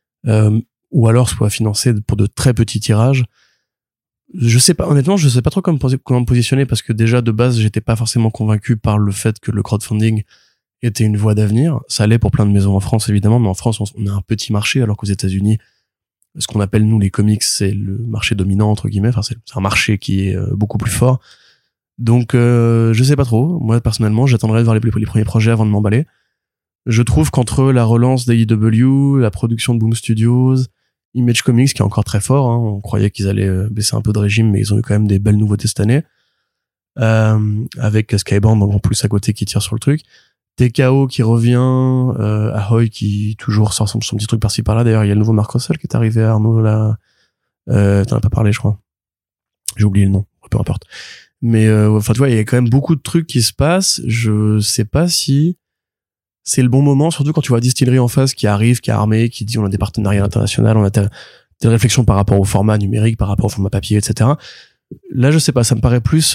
ou alors soient financés pour de très petits tirages. Je sais pas, honnêtement, je sais pas trop comment me positionner, parce que déjà, de base, j'étais pas forcément convaincu par le fait que le crowdfunding était une voie d'avenir. Ça allait pour plein de maisons en France, évidemment, mais en France, on a un petit marché, alors qu'aux États-Unis, ce qu'on appelle, nous, les comics, c'est le marché dominant, entre guillemets. Enfin, c'est un marché qui est beaucoup plus fort. Donc, je sais pas trop. Moi, personnellement, j'attendrai de voir les premiers projets avant de m'emballer. Je trouve qu'entre la relance d'AEW, la production de Boom Studios, Image Comics, qui est encore très fort, hein, on croyait qu'ils allaient baisser un peu de régime, mais ils ont eu quand même des belles nouveautés cette année. Avec Skybound en plus à côté qui tire sur le truc. TKO qui revient, Ahoy qui toujours sort son petit truc par-ci par-là. D'ailleurs, il y a le nouveau Mark Russell qui est arrivé à Arnaud là. T'en as pas parlé, je crois. J'ai oublié le nom, peu importe. Mais enfin, tu vois, il y a quand même beaucoup de trucs qui se passent. Je sais pas si c'est le bon moment, surtout quand tu vois Distillery en face qui arrive, qui est armé, qui dit on a des partenariats internationaux, on a telle réflexion par rapport au format numérique, par rapport au format papier, etc. Là, je sais pas, ça me paraît plus,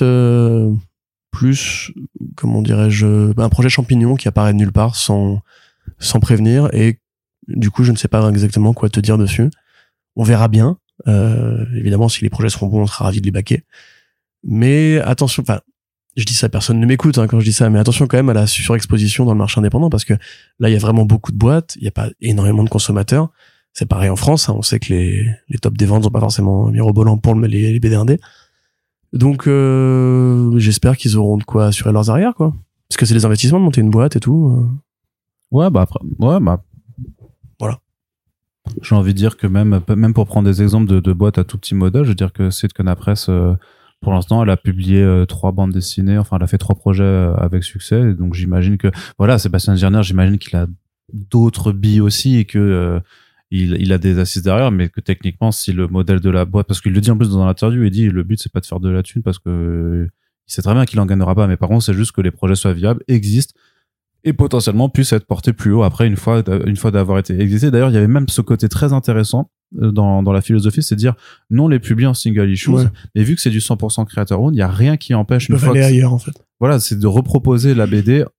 comment dirais-je, un projet champignon qui apparaît de nulle part sans prévenir, et du coup, je ne sais pas exactement quoi te dire dessus. On verra bien. Évidemment, si les projets seront bons, on sera ravis de les backer. Mais attention, enfin, je dis ça, personne ne m'écoute quand je dis ça, mais attention quand même à la surexposition dans le marché indépendant, parce que là, il y a vraiment beaucoup de boîtes, il n'y a pas énormément de consommateurs. C'est pareil en France, hein, on sait que les tops des ventes sont pas forcément mirobolants pour les BD indés. Donc, j'espère qu'ils auront de quoi assurer leurs arrières, quoi. Parce que c'est des investissements de monter une boîte et tout. Ouais, bah après, voilà. J'ai envie de dire que même pour prendre des exemples de boîtes à tout petit modèle, je veux dire que Sitcona Press, pour l'instant, elle a publié 3 bandes dessinées, enfin, elle a fait 3 projets avec succès, et donc j'imagine que, voilà, Sébastien Zierner, j'imagine qu'il a d'autres billes aussi, et que il a des assises derrière, mais que techniquement, si le modèle de la boîte, parce qu'il le dit en plus dans l'interview, il dit le but c'est pas de faire de la thune, parce que il sait très bien qu'il en gagnera pas, mais par contre c'est juste que les projets soient viables, existent, et potentiellement puissent être portés plus haut après une fois d'avoir été existé. D'ailleurs, il y avait même ce côté très intéressant dans la philosophie, c'est de dire non, les publier en single issues, ouais. Mais vu que c'est du 100% creator owned, il y a rien qui empêche, une fois aller ailleurs en fait. Voilà, c'est de reproposer la BD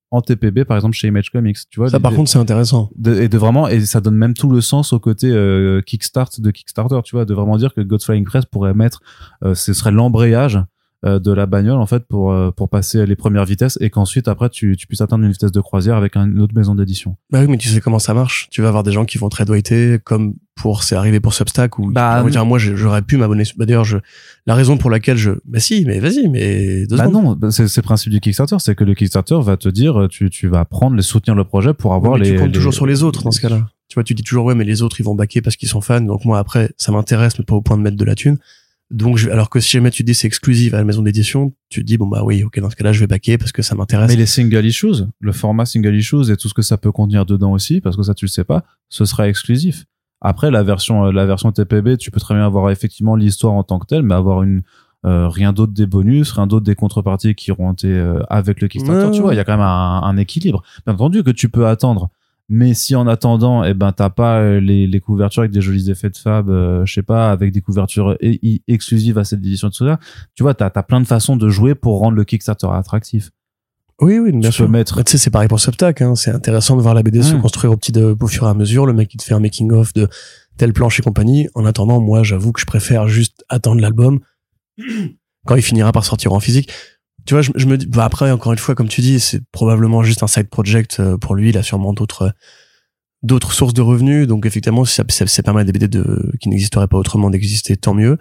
en TPB par exemple chez Image Comics, tu vois. Ça par contre c'est intéressant. Et ça donne même tout le sens au côté Kickstarter, tu vois, de vraiment dire que God's Flying Press pourrait mettre ce serait l'embrayage de la bagnole en fait pour passer les premières vitesses et qu'ensuite après tu puisses atteindre une vitesse de croisière avec une autre maison d'édition. Bah oui, mais tu sais comment ça marche. Tu vas avoir des gens qui vont te redwiter comme c'est arrivé pour Substack ou vont dire moi j'aurais pu m'abonner. Bah d'ailleurs la raison pour laquelle vas-y mais non, c'est le principe du Kickstarter, c'est que le Kickstarter va te dire tu vas prendre soutenir le projet pour avoir tu comptes toujours sur les autres dans ce cas-là. Tu vois, tu dis toujours ouais mais les autres ils vont backer parce qu'ils sont fans, donc moi après ça m'intéresse mais pas au point de mettre de la thune. Donc alors que si jamais tu dis c'est exclusif à la maison d'édition, tu te dis bon bah oui, OK, dans ce cas-là, je vais backer parce que ça m'intéresse. Mais les single issues, le format single issues et tout ce que ça peut contenir dedans aussi, parce que ça tu le sais pas, ce sera exclusif. Après la version TPB, tu peux très bien avoir effectivement l'histoire en tant que telle, mais avoir rien d'autre des bonus, rien d'autre des contreparties qui auront été avec le Kickstarter, tu vois, il y a quand même un équilibre. Bien entendu que tu peux attendre. Mais si en attendant, t'as pas les couvertures avec des jolis effets de fab, je sais pas, avec des couvertures exclusives à cette édition de cela, tu vois, t'as plein de façons de jouer pour rendre le Kickstarter attractif. Oui, bien sûr. Tu sais, c'est pareil pour Substack, hein. C'est intéressant de voir la BD se construire au fur et à mesure. Le mec, il te fait un making of de telle planche et compagnie. En attendant, moi, j'avoue que je préfère juste attendre l'album quand il finira par sortir en physique. Tu vois, je me dis, après, encore une fois, comme tu dis, c'est probablement juste un side project pour lui. Il a sûrement d'autres sources de revenus. Donc, effectivement, si ça permet à des BD qui n'existeraient pas autrement d'exister, tant mieux.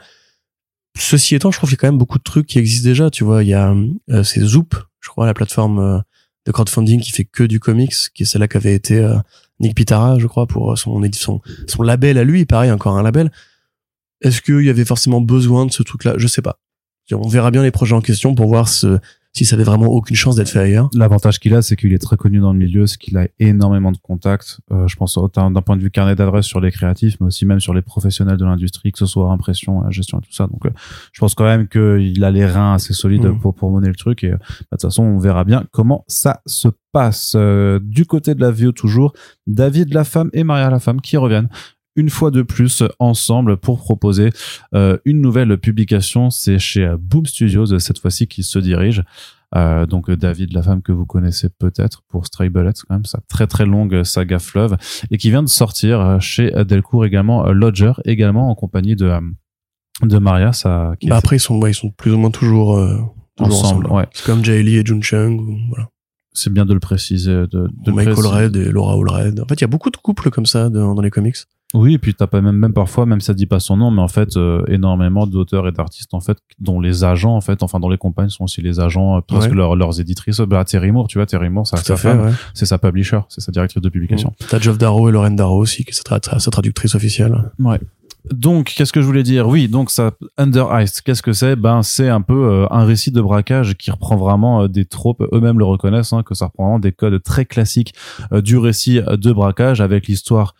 Ceci étant, je trouve qu'il y a quand même beaucoup de trucs qui existent déjà. Tu vois, il y a, c'est Zoop, je crois, la plateforme de crowdfunding qui fait que du comics, qui est celle-là qu'avait été Nick Pitara, je crois, pour son label à lui. Pareil, encore un label. Est-ce qu'il y avait forcément besoin de ce truc-là? Je sais pas. On verra bien les projets en question pour voir si ça avait vraiment aucune chance d'être fait ailleurs. L'avantage qu'il a, c'est qu'il est très connu dans le milieu, c'est qu'il a énormément de contacts. Je pense autant d'un point de vue carnet d'adresse sur les créatifs, mais aussi même sur les professionnels de l'industrie, que ce soit impression, gestion et tout ça. Donc, je pense quand même qu'il a les reins assez solides pour mener le truc. Et de toute façon, on verra bien comment ça se passe. Du côté de la VO toujours, David Lafemme et Maria Lafemme qui reviennent une fois de plus ensemble pour proposer une nouvelle publication. C'est chez Boom Studios cette fois-ci qui se dirige. Donc David Lafemme que vous connaissez peut-être pour Stray Bullets, quand même sa très très longue saga fleuve, et qui vient de sortir chez Delcourt également Lodger, également en compagnie de Maria. Après ils sont plus ou moins toujours ensemble. Ouais. C'est comme Jay Lee et Jun Chung, voilà. C'est bien de le préciser. De Michael Allred et Laura Allred. En fait, il y a beaucoup de couples comme ça dans les comics. Oui, et puis t'as pas même parfois, même ça dit pas son nom, mais en fait énormément d'auteurs et d'artistes en fait dont les agents en fait, enfin dont les compagnes sont aussi les agents, presque leurs éditrices. Terry Moore, tu vois, Terry Moore, c'est sa publisher, c'est sa directrice de publication. T'as Geoff Darrow et Lauren Darrow aussi, qui est sa traductrice officielle. Ouais. Donc, qu'est-ce que je voulais dire? Oui, donc ça, Under Ice, qu'est-ce que c'est? C'est un peu un récit de braquage qui reprend vraiment des tropes, eux-mêmes le reconnaissent, que ça reprend vraiment des codes très classiques du récit de braquage, avec l'histoire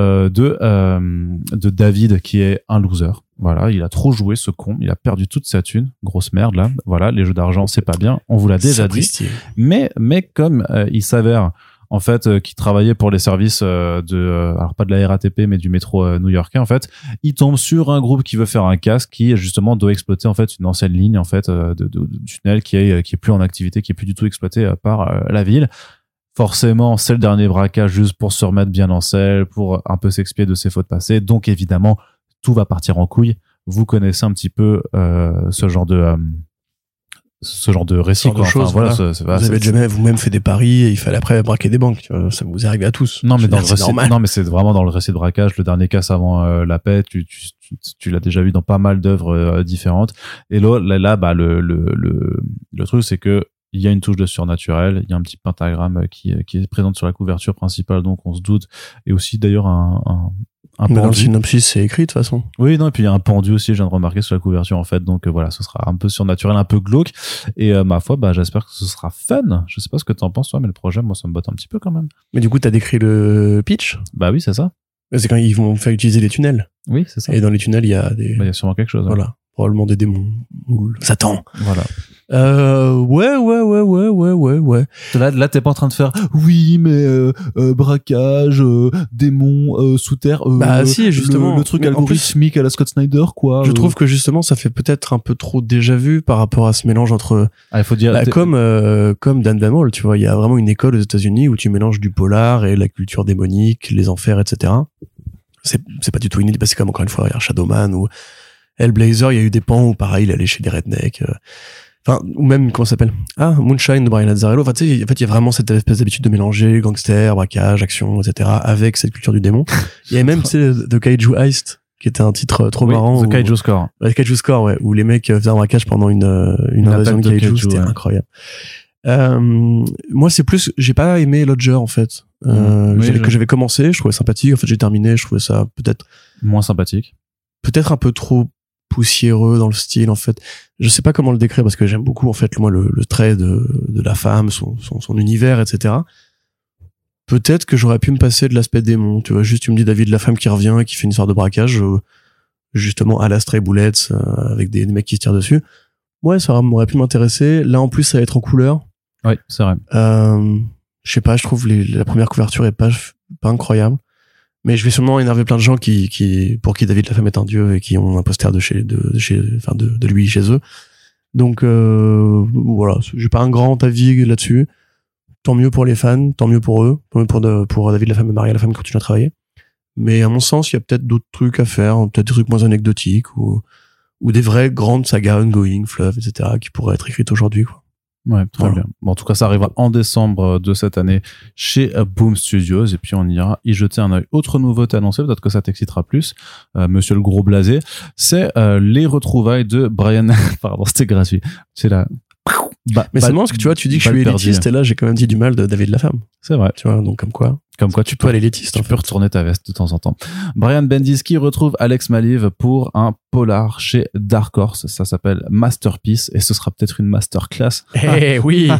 de David qui est un loser. Voilà, il a trop joué, ce con, il a perdu toute sa thune, grosse merde là. Voilà, les jeux d'argent c'est pas bien, on vous l'a déjà dit. Mais comme il s'avère en fait qui travaillait pour les services alors pas de la RATP mais du métro new-yorkais, en fait, il tombe sur un groupe qui veut faire un casque qui justement doit exploiter en fait une ancienne ligne en fait de tunnel qui est plus en activité, qui est plus du tout exploitée par la ville. Forcément, c'est le dernier braquage juste pour se remettre bien en selle, pour un peu s'expier de ses fautes passées. Donc évidemment, tout va partir en couille. Vous connaissez un petit peu ce genre de récit, quoi. Choses, voilà. Vous avez jamais vous-même fait des paris et il fallait après braquer des banques, tu vois. Ça vous est arrivé à tous. Non, mais dans le récit, non, mais c'est vraiment dans le récit de braquage, le dernier casse avant la paix, tu l'as déjà vu dans pas mal d'œuvres différentes. Et là, le truc, c'est que il y a une touche de surnaturel, il y a un petit pentagramme qui est présent sur la couverture principale, donc on se doute, et aussi d'ailleurs un mais dans le synopsis, c'est écrit de toute façon. Oui, non, et puis il y a un pendu aussi, je viens de remarquer sur la couverture en fait, donc voilà, ce sera un peu surnaturel, un peu glauque, et ma foi, j'espère que ce sera fun. Je sais pas ce que t'en penses toi, mais le projet, moi, ça me botte un petit peu quand même. Mais du coup, t'as décrit le pitch? Bah oui, c'est ça. C'est quand ils vont faire utiliser les tunnels. Oui, c'est ça. Et dans les tunnels, il y a des... il y a sûrement quelque chose. Voilà. probablement des démons ou Satan. Voilà. Ouais. Là, t'es pas en train de faire oui, mais braquage, démons sous terre. Bah si, justement. Le truc Mais en algorithmique à la Scott Snyder, quoi. Je trouve que justement, ça fait peut-être un peu trop déjà vu par rapport à ce mélange entre. Il faut dire. Comme Dan Bamall, tu vois, il y a vraiment une école aux États-Unis où tu mélanges du polar et la culture démonique, les enfers, etc. C'est pas du tout inédit, parce que comme encore une fois, il y a Shadowman ou Hellblazer, il y a eu des pans où pareil, il allait chez des rednecks. Enfin, ou même, comment ça s'appelle? Moonshine de Brian Azzarello. Enfin, tu sais, en fait, il y a vraiment cette espèce d'habitude de mélanger gangster, braquage, action, etc. avec cette culture du démon. Il y a même, tu sais, The Kaiju Heist, qui était un titre trop marrant. The Kaiju Score. Ouais, Kaiju Score, ouais, où les mecs faisaient un braquage pendant une invasion de Kaiju, c'était incroyable. Moi, c'est plus, j'ai pas aimé Lodger, en fait. Que j'avais commencé, je trouvais sympathique. En fait, j'ai terminé, je trouvais ça moins sympathique. Peut-être un peu trop poussiéreux dans le style, en fait. Je sais pas comment le décrire parce que j'aime beaucoup, en fait, moi, le trait de la femme, son univers, etc. Peut-être que j'aurais pu me passer de l'aspect démon. Tu vois, juste, tu me dis David, la femme qui revient, qui fait une histoire de braquage, justement, à la Stray Bullets, avec des mecs qui se tirent dessus. Ouais, ça m'aurait pu m'intéresser. Là, en plus, ça va être en couleur. Oui, c'est vrai. Je sais pas, je trouve la première couverture est pas incroyable. Mais je vais sûrement énerver plein de gens pour qui David la femme est un dieu et qui ont un poster de lui chez eux. Donc, voilà. J'ai pas un grand avis là-dessus. Tant mieux pour les fans, tant mieux pour eux, tant mieux pour David la femme et Maria la femme qui continuent à travailler. Mais à mon sens, il y a peut-être d'autres trucs à faire, peut-être des trucs moins anecdotiques ou des vraies grandes sagas ongoing, fleuve, etc., qui pourraient être écrites aujourd'hui, quoi. Ouais, très bien. Bon, en tout cas, ça arrivera en décembre de cette année chez Boom Studios, et puis on ira y jeter un œil. Autre nouveauté annoncée, peut-être que ça t'excitera plus, monsieur le gros blasé, c'est les retrouvailles de Brian. Pardon, c'était gratuit. C'est là. Mais c'est marrant parce que tu vois, tu dis que je suis élitiste et là j'ai quand même dit du mal de David la femme. C'est vrai. Tu vois, donc comme quoi tu peux l'élitiste. Tu peux retourner ta veste de temps en temps. Brian Bendis qui retrouve Alex Maliv pour un polar chez Dark Horse. Ça s'appelle Masterpiece et ce sera peut-être une masterclass. Eh oui.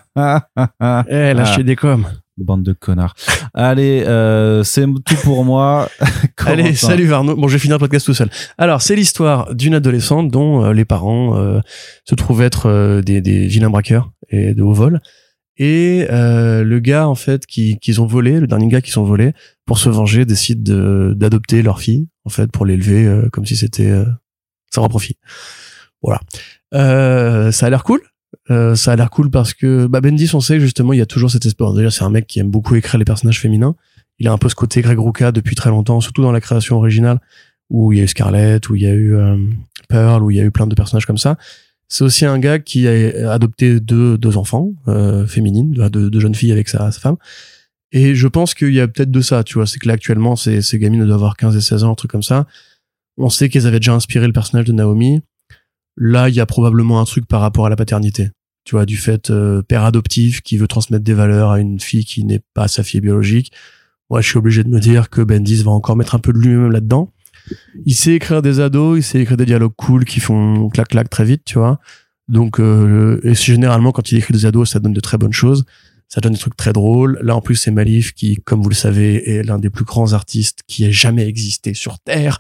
Lâchez des coms. Bande de connards. Allez, c'est tout pour moi. Allez, salut Varno. Bon, je vais finir le podcast tout seul. Alors, c'est l'histoire d'une adolescente dont les parents se trouvent être des vilains braqueurs et de haut vol. Et le gars, en fait, qu'ils ont volé, le dernier gars qu'ils ont volé, pour se venger, décide d'adopter leur fille, en fait, pour l'élever comme si c'était sa propre fille. Voilà. Ça a l'air cool. Ça a l'air cool parce que Bendis, on sait justement, il y a toujours cette espèce. Déjà, c'est un mec qui aime beaucoup écrire les personnages féminins. Il a un peu ce côté Greg Rucka depuis très longtemps, surtout dans la création originale, où il y a eu Scarlett, où il y a eu Pearl, où il y a eu plein de personnages comme ça. C'est aussi un gars qui a adopté deux enfants féminines, deux jeunes filles avec sa femme. Et je pense qu'il y a peut-être de ça, tu vois. C'est que là, actuellement, ces gamines doivent avoir 15 et 16 ans, un truc comme ça. On sait qu'elles avaient déjà inspiré le personnage de Naomi. Là, il y a probablement un truc par rapport à la paternité. Tu vois, du fait père adoptif qui veut transmettre des valeurs à une fille qui n'est pas sa fille biologique. Moi, je suis obligé de me dire que Bendis va encore mettre un peu de lui-même là-dedans. Il sait écrire des ados, il sait écrire des dialogues cool qui font clac-clac très vite, tu vois. Donc, et généralement, quand il écrit des ados, ça donne de très bonnes choses. Ça donne des trucs très drôles. Là, en plus, c'est Maliv qui, comme vous le savez, est l'un des plus grands artistes qui ait jamais existé sur Terre.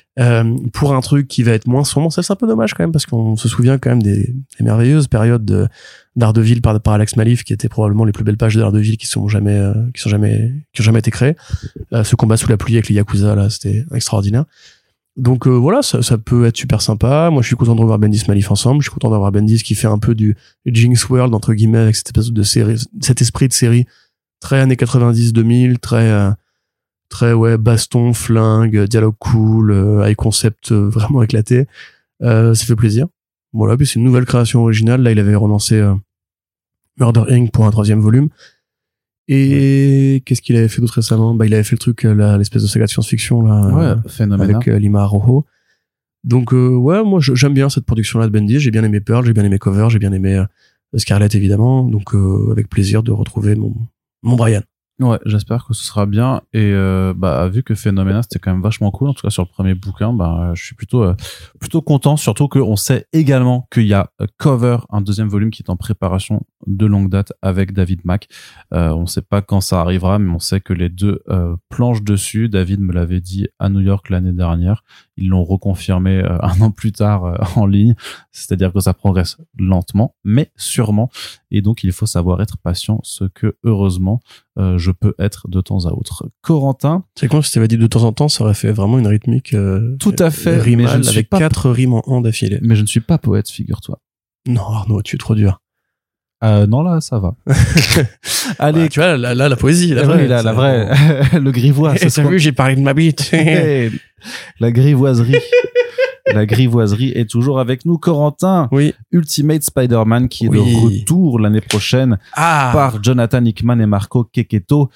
Pour un truc qui va être moins sombre, ça c'est un peu dommage quand même parce qu'on se souvient quand même des merveilleuses périodes d'Ardeville par Alex Maliv qui étaient probablement les plus belles pages d'Ardeville qui ont jamais été créées. Ce combat sous la pluie avec les Yakuza là, c'était extraordinaire. Donc voilà, ça peut être super sympa. Moi, je suis content de revoir Bendis Maliv ensemble. Je suis content d'avoir Bendis qui fait un peu du Jinx World entre guillemets avec cette espèce de série, cet esprit de série très années 90-2000, très ouais, baston, flingue, dialogue cool, avec concept vraiment éclaté. Ça fait plaisir. Voilà, puis c'est une nouvelle création originale. Là, il avait relancé Murder Inc. pour un 3e volume. Et qu'est-ce qu'il avait fait d'autre récemment? Il avait fait le truc, l'espèce de saga de science-fiction là, phénoménal. avec Lima Rojo. Donc ouais, moi j'aime bien cette production-là de Bendis. J'ai bien aimé Pearl, j'ai bien aimé Cover, j'ai bien aimé Scarlett évidemment. Donc avec plaisir de retrouver mon Brian. Ouais, j'espère que ce sera bien et vu que Phénoménal c'était quand même vachement cool en tout cas sur le premier bouquin, je suis plutôt content, surtout qu'on sait également qu'il y a Cover, un 2e volume qui est en préparation de longue date avec David Mack. On sait pas quand ça arrivera, mais on sait que les deux planchent dessus. David me l'avait dit à New York l'année dernière. Ils l'ont reconfirmé un an plus tard en ligne. C'est-à-dire que ça progresse lentement, mais sûrement. Et donc, il faut savoir être patient, ce que, heureusement, je peux être de temps à autre. Corentin. C'est con, si tu avais dit de temps en temps, ça aurait fait vraiment une rythmique. Tout à fait. Rimale, avec 4 rimes en an d'affilée. Mais je ne suis pas poète, figure-toi. Non, Arnaud, tu es trop dur. Non, là, ça va. Allez. Ouais, tu vois, là, la poésie, la vraie. La vraie. Le grivois. Et t'as vu, j'ai parlé de ma bite. La grivoiserie. La grivoiserie est toujours avec nous. Corentin. Oui. Ultimate Spider-Man qui est de retour l'année prochaine par Jonathan Hickman et Marco Checchetto.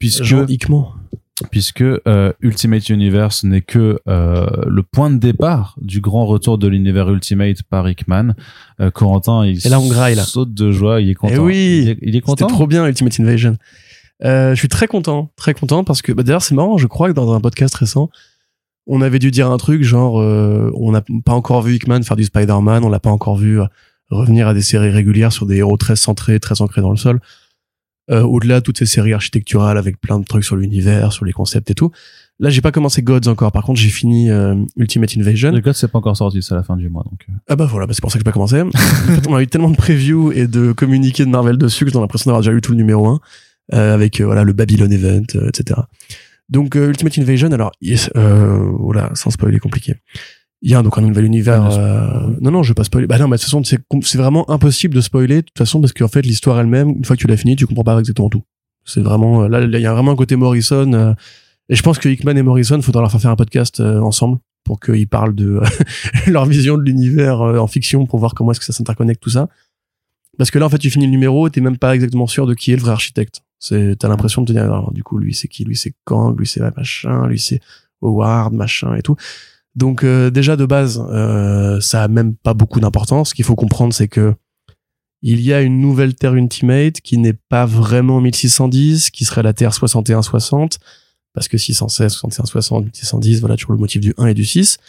Puisque Ultimate Universe n'est que le point de départ du grand retour de l'univers Ultimate par Hickman. Corentin, il saute de joie, il est content. Et oui, il est content. C'était trop bien Ultimate Invasion. Je suis très content parce que d'ailleurs c'est marrant, je crois que dans un podcast récent, on avait dû dire un truc genre on n'a pas encore vu Hickman faire du Spider-Man, on l'a pas encore vu revenir à des séries régulières sur des héros très centrés, très ancrés dans le sol. Au-delà de toutes ces séries architecturales avec plein de trucs sur l'univers, sur les concepts et tout. Là, j'ai pas commencé Gods encore. Par contre, j'ai fini Ultimate Invasion. Le Gods, c'est pas encore sorti, c'est à la fin du mois, donc. Ah bah voilà, c'est pour ça que j'ai pas commencé. En fait, on a eu tellement de previews et de communiqués de Marvel dessus que j'ai l'impression d'avoir déjà eu tout le numéro 1 avec voilà le Babylon Event, etc. Donc Ultimate Invasion, alors voilà, sans spoiler, compliqué. Il y a donc un nouvel univers. Non, je vais pas spoiler. Bah non, mais de toute façon, c'est vraiment impossible de spoiler de toute façon parce qu'en fait, l'histoire elle-même, une fois que tu l'as fini, tu comprends pas exactement tout. C'est vraiment là, il y a vraiment un côté Morrison. Et je pense que Hickman et Morrison, faudra leur faire un podcast ensemble pour qu'ils parlent de leur vision de l'univers en fiction pour voir comment est-ce que ça s'interconnecte tout ça. Parce que là, en fait, tu finis le numéro, t'es même pas exactement sûr de qui est le vrai architecte. T'as l'impression de te dire, alors, du coup, lui c'est qui, lui c'est Kang, lui c'est machin, lui c'est Howard, machin et tout. Donc déjà de base, ça a même pas beaucoup d'importance. Ce qu'il faut comprendre, c'est que il y a une nouvelle Terre Ultimate qui n'est pas vraiment 1610, qui serait la Terre 6160, parce que 616, 6160, 1610, voilà toujours le motif du 1 et du 6.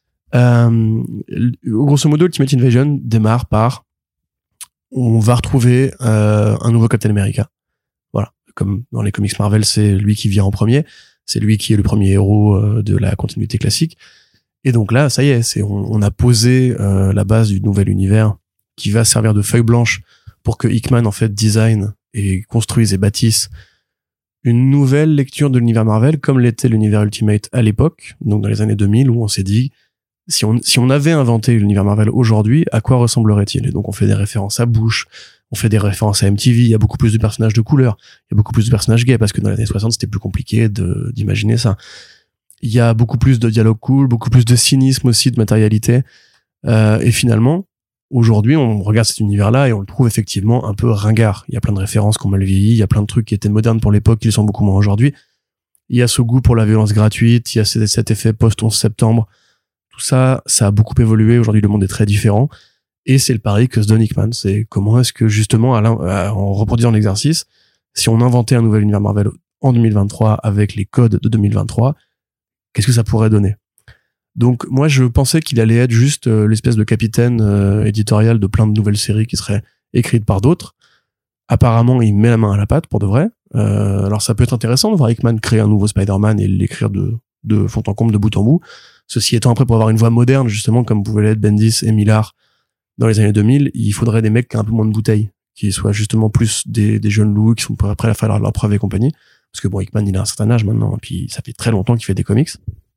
Grosso modo, Ultimate Invasion démarre par on va retrouver un nouveau Captain America. Voilà, comme dans les comics Marvel, c'est lui qui vient en premier, c'est lui qui est le premier héros de la continuité classique. Et donc là, ça y est, on a posé la base du nouvel univers qui va servir de feuille blanche pour que Hickman en fait design et construise et bâtisse une nouvelle lecture de l'univers Marvel comme l'était l'univers Ultimate à l'époque, donc dans les années 2000 où on s'est dit si on avait inventé l'univers Marvel aujourd'hui, à quoi ressemblerait-il? Et donc on fait des références à Bush, on fait des références à MTV, il y a beaucoup plus de personnages de couleur, il y a beaucoup plus de personnages gays parce que dans les années 60 c'était plus compliqué d'imaginer ça. Il y a beaucoup plus de dialogue cool, beaucoup plus de cynisme aussi, de matérialité. Et finalement, aujourd'hui, on regarde cet univers-là et on le trouve effectivement un peu ringard. Il y a plein de références qu'on mal vieilli, il y a plein de trucs qui étaient modernes pour l'époque, qui le sont beaucoup moins aujourd'hui. Il y a ce goût pour la violence gratuite, il y a cet effet post-11 septembre. Tout ça, ça a beaucoup évolué. Aujourd'hui, le monde est très différent. Et c'est le pari que se donne Hickman. C'est comment est-ce que justement, en reproduisant l'exercice, si on inventait un nouvel univers Marvel en 2023 avec les codes de 2023, qu'est-ce que ça pourrait donner? Donc moi je pensais qu'il allait être juste l'espèce de capitaine éditorial de plein de nouvelles séries qui seraient écrites par d'autres. Apparemment il met la main à la pâte pour de vrai. Alors ça peut être intéressant de voir Hickman créer un nouveau Spider-Man et l'écrire de fond en comble, de bout en bout. Ceci étant, après, pour avoir une voix moderne justement comme pouvaient l'être Bendis et Millar dans les années 2000, il faudrait des mecs qui ont un peu moins de bouteilles, qui soient justement plus des jeunes loups qui sont prêts à faire leur preuve et compagnie. Parce que bon, Hickman, il a un certain âge maintenant, et puis ça fait très longtemps qu'il fait des comics.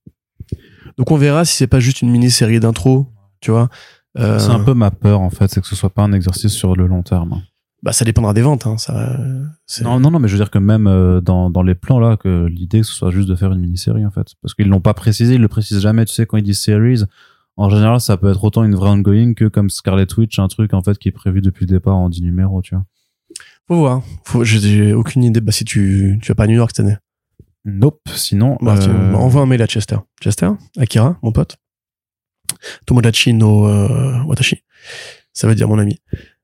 Donc on verra si c'est pas juste une mini-série d'intro, tu vois. C'est un peu ma peur, en fait, c'est que ce soit pas un exercice sur le long terme. Bah, ça dépendra des ventes, hein, Non, mais je veux dire que même dans les plans, là, que l'idée, que ce soit juste de faire une mini-série, en fait. Parce qu'ils l'ont pas précisé, ils le précisent jamais, tu sais, quand ils disent series, en général, ça peut être autant une vraie ongoing que comme Scarlet Witch, un truc, en fait, qui est prévu depuis le départ en 10 numéros, tu vois. Faut voir. J'ai aucune idée. Bah, si tu vas pas à New York cette année. Nope. Sinon, envoie un mail à Chester. Chester, Akira, mon pote. Tomodachi no Watashi. Ça veut dire mon ami.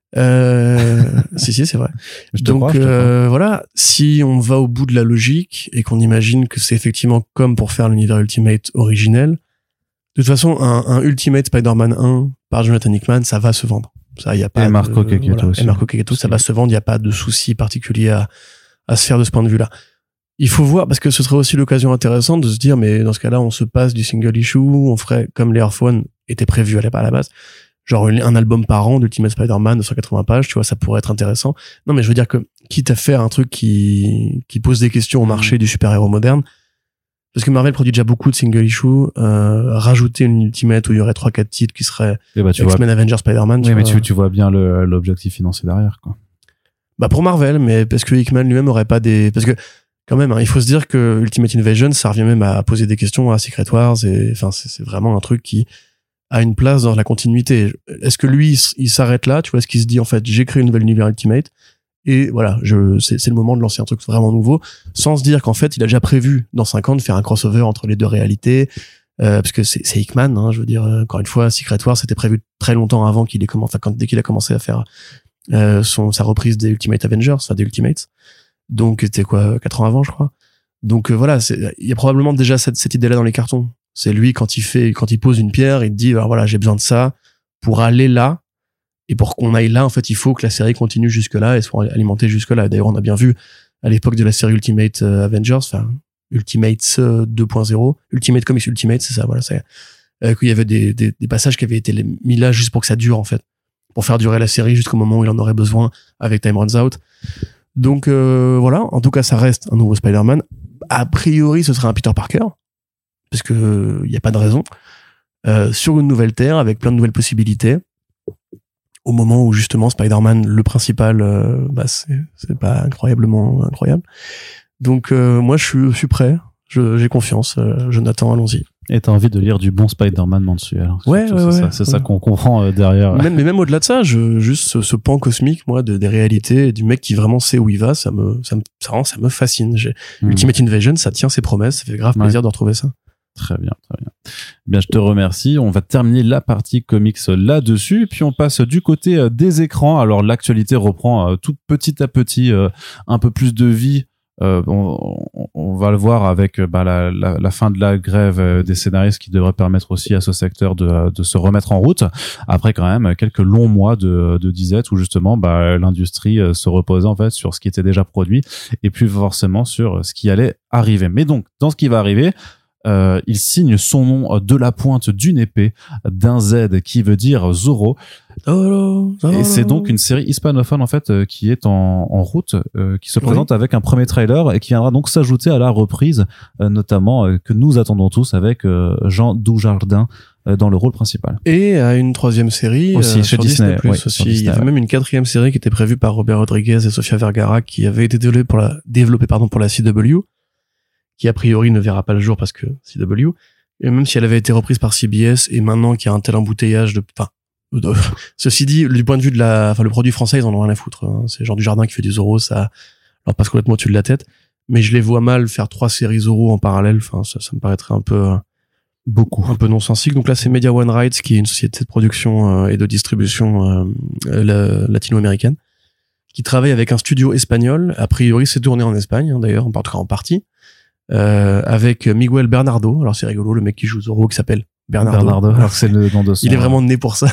Si, c'est vrai. Donc, voilà. Si on va au bout de la logique et qu'on imagine que c'est effectivement comme pour faire l'univers Ultimate originel, de toute façon, un Ultimate Spider-Man 1 par Jonathan Hickman, ça va se vendre. Ça, il y a pas. Et Marco Kakato aussi. Et Marco Kakato, ça va se vendre. Il y a pas de souci particulier à se faire de ce point de vue-là. Il faut voir, parce que ce serait aussi l'occasion intéressante de se dire, mais dans ce cas-là, on se passe du single issue, on ferait comme les Earth One était prévu à la base, genre un album par an d'Ultimate Spider-Man de 180 pages, tu vois, ça pourrait être intéressant. Non, mais je veux dire que, quitte à faire un truc qui pose des questions au marché du super-héros moderne, parce que Marvel produit déjà beaucoup de single issue, rajouter une Ultimate où il y aurait 3-4 titres qui seraient X-Men, Avengers, Spider-Man. Oui, mais tu vois bien l'objectif financier derrière, quoi. Bah, pour Marvel, mais parce que Hickman lui-même aurait pas parce que, quand même, hein, il faut se dire que Ultimate Invasion, ça revient même à poser des questions à Secret Wars, et enfin, c'est vraiment un truc qui a une place dans la continuité. Est-ce que lui, il s'arrête là, tu vois, est-ce qu'il se dit, en fait, j'ai créé une nouvelle univers Ultimate, et voilà, c'est le moment de lancer un truc vraiment nouveau, sans se dire qu'en fait, il a déjà prévu, dans 5 ans, de faire un crossover entre les deux réalités, parce que c'est Hickman, hein, je veux dire, encore une fois, Secret Wars, c'était prévu très longtemps avant qu'il ait commencé, enfin, dès qu'il a commencé à faire, sa reprise des Ultimate Avengers, enfin, des Ultimates. Donc c'était quoi, 4 ans avant, je crois. Donc voilà, il y a probablement déjà cette idée-là dans les cartons. C'est lui quand il pose une pierre, il te dit alors voilà, j'ai besoin de ça pour aller là, et pour qu'on aille là, en fait, il faut que la série continue jusque là et soit alimentée jusque là. D'ailleurs, on a bien vu à l'époque de la série Ultimate Avengers, enfin Ultimate 2.0, Ultimate Comics Ultimate, c'est ça, voilà, c'est qu'il y avait des passages qui avaient été mis là juste pour que ça dure, en fait, pour faire durer la série jusqu'au moment où il en aurait besoin avec Time Runs Out. Donc voilà, en tout cas, ça reste un nouveau Spider-Man. A priori, ce serait un Peter Parker, parce que il y a pas de raison. Sur une nouvelle Terre, avec plein de nouvelles possibilités. Au moment où justement Spider-Man, le principal, c'est pas incroyablement incroyable. Donc moi, je suis prêt. J'ai confiance. Jonathan, allons-y. Et t'as envie de lire du bon Spider-Man mensuel. Ouais. C'est ça qu'on comprend derrière. Mais même au-delà de ça, juste ce pan cosmique, moi, des réalités, du mec qui vraiment sait où il va, ça me fascine. Ultimate Invasion, ça tient ses promesses, ça fait grave plaisir de retrouver ça. Très bien. Bien, je te remercie. On va terminer la partie comics là-dessus, puis on passe du côté des écrans. Alors l'actualité reprend tout petit à petit un peu plus de vie. On va le voir avec la fin de la grève des scénaristes qui devrait permettre aussi à ce secteur de se remettre en route après quand même quelques longs mois de disette où justement l'industrie se reposait en fait sur ce qui était déjà produit et plus forcément sur ce qui allait arriver. Mais donc dans ce qui va arriver, il signe son nom de la pointe d'une épée, d'un Z qui veut dire Zorro. Et c'est donc une série hispanophone en fait qui est en route, qui se présente avec un premier trailer et qui viendra donc s'ajouter à la reprise, notamment que nous attendons tous avec Jean Dujardin dans le rôle principal. Et à une troisième série aussi chez Disney. Aussi. Il y avait même une 4e série qui était prévue par Robert Rodriguez et Sofia Vergara qui avait été développée pour la CW, qui a priori ne verra pas le jour parce que CW, et même si elle avait été reprise par CBS et maintenant qu'il y a un tel embouteillage ceci dit, du point de vue le produit français, ils en ont rien à foutre, hein. C'est genre du jardin qui fait du Zorro, ça leur passe complètement au-dessus de la tête, mais je les vois mal faire 3 séries Zorro en parallèle, enfin, ça me paraîtrait un peu non-sensique. Donc là, c'est Media One Rights, qui est une société de production et de distribution latino-américaine, qui travaille avec un studio espagnol. A priori, c'est tourné en Espagne, hein, d'ailleurs, en tout cas en partie. Avec Miguel Bernardo. Alors c'est rigolo, le mec qui joue Zorro qui s'appelle Bernardo. Alors c'est le nom de son. Il est vraiment né pour ça.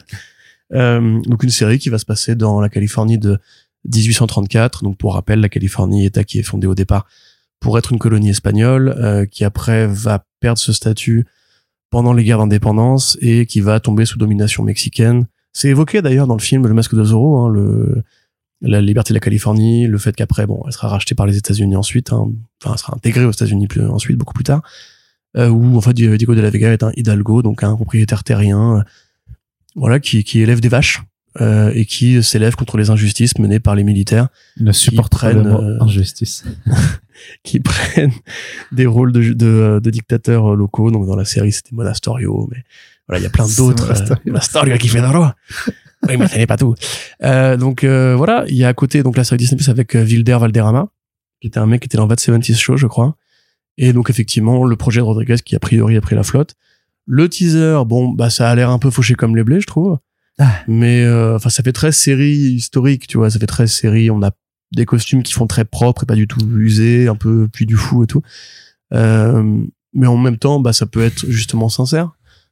Donc une série qui va se passer dans la Californie de 1834. Donc pour rappel, la Californie, État qui est fondé au départ pour être une colonie espagnole, qui après va perdre ce statut pendant les guerres d'indépendance et qui va tomber sous domination mexicaine. C'est évoqué d'ailleurs dans le film Le Masque de Zorro, hein, la liberté de la Californie, le fait qu'après, elle sera rachetée par les États-Unis ensuite, hein, enfin, elle sera intégrée aux États-Unis ensuite, beaucoup plus tard, où en fait Diego de la Vega est un hidalgo, donc un propriétaire terrien, voilà, qui élève des vaches et qui s'élève contre les injustices menées par les militaires. Il ne supporte pas le mot injustice. Qui prennent des rôles de dictateurs locaux. Donc dans la série c'était Monasterio, mais voilà, il y a plein d'autres. Monasterio qui fait d'oro. Oui, mais ça n'est pas tout. Donc voilà, il y a à côté donc la série Disney Plus avec Wilder Valderrama, qui était un mec qui était dans That 70's Show, je crois. Et donc effectivement, le projet de Rodriguez qui a priori a pris la flotte. Le teaser, ça a l'air un peu fauché comme les blés, je trouve. Mais enfin, ça fait très série historique, tu vois. Ça fait très série. On a des costumes qui font très propres et pas du tout usés, un peu puis du fou et tout. Mais en même temps, ça peut être justement sincère.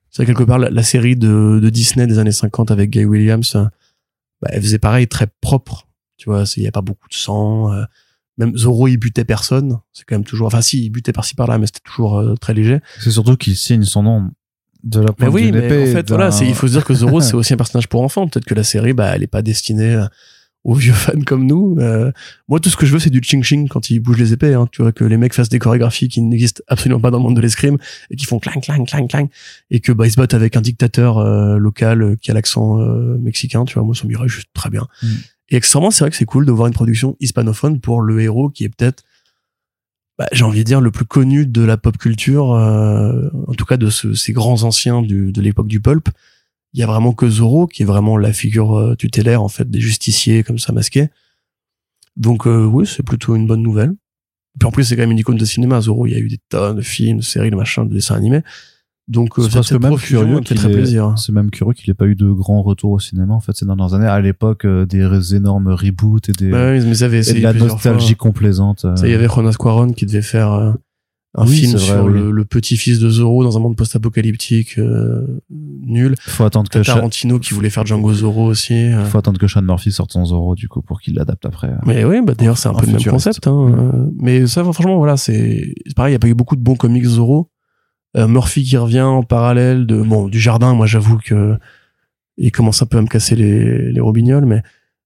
C'est quelque part la série de Disney des années 50 avec Guy Williams, elle faisait pareil, très propre. Tu vois, il y a pas beaucoup de sang. Même Zorro, il butait personne. C'est quand même toujours, enfin si, il butait par-ci par-là, mais c'était toujours très léger. C'est surtout qu'il signe son nom de la pointe d'une épée. Mais en fait, voilà, il faut se dire que Zorro, c'est aussi un personnage pour enfants. Peut-être que la série, elle est pas destinée aux vieux fans comme nous. Moi, tout ce que je veux, c'est du ching-ching quand ils bougent les épées. Hein. Tu vois, que les mecs fassent des chorégraphies qui n'existent absolument pas dans le monde de l'escrime et qui font clang, clang, clang, clang. Et que ils se battent avec un dictateur local qui a l'accent mexicain. Tu vois, moi, ça m'irait juste très bien. Et accessoirement, c'est vrai que c'est cool de voir une production hispanophone pour le héros qui est peut-être, j'ai envie de dire, le plus connu de la pop culture, en tout cas de ces grands anciens de l'époque du pulp. Il y a vraiment que Zorro qui est vraiment la figure tutélaire en fait des justiciers comme ça masqués. Donc oui, c'est plutôt une bonne nouvelle. Et puis en plus, c'est quand même une icône de cinéma. Zorro, il y a eu des tonnes de films, de séries, de machins, de dessins animés. Donc c'est presque même curieux qu'il très plaisir. C'est même curieux qu'il ait pas eu de grands retours au cinéma en fait ces dernières années. À l'époque, des énormes reboots et des mais de la nostalgie complaisante. Ça, il y avait Jonas Cuarón qui devait faire un film sur le petit-fils de Zorro dans un monde post-apocalyptique nul. Faut attendre que Tarantino qui voulait faire Django Zorro aussi. Faut attendre que Sean Murphy sorte son Zorro du coup pour qu'il l'adapte après. Mais oui, d'ailleurs c'est un peu le même concept. Hein. Mais ça, franchement, voilà, c'est pareil. Il y a pas eu beaucoup de bons comics Zorro. Murphy qui revient en parallèle du Jardin. Moi, j'avoue que il commence un peu à me casser les robignoles, mais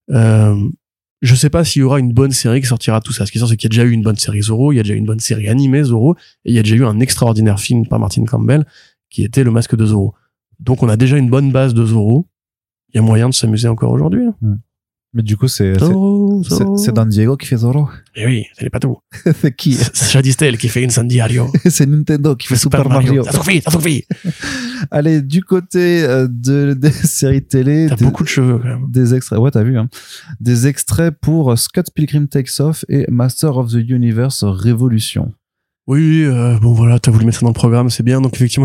je sais pas s'il y aura une bonne série qui sortira tout ça. Ce qui est sûr, c'est qu'il y a déjà eu une bonne série Zorro, il y a déjà eu une bonne série animée Zorro, et il y a déjà eu un extraordinaire film par Martin Campbell, qui était Le Masque de Zorro. Donc on a déjà une bonne base de Zorro. Il y a moyen de s'amuser encore aujourd'hui. Mais du coup, c'est Don Diego qui fait Zorro. Et oui, ce n'est pas tout. C'est qui? C'est Shadistel qui fait Incendiario. C'est Nintendo qui fait Super Mario. Ça suffit. Allez, du côté des séries télé. T'as beaucoup de cheveux, quand même. Des extraits. Ouais, t'as vu, hein. Des extraits pour Scott Pilgrim Takes Off et Master of the Universe Révolution. Oui, bon voilà, t'as voulu mettre ça dans le programme, c'est bien. Donc effectivement,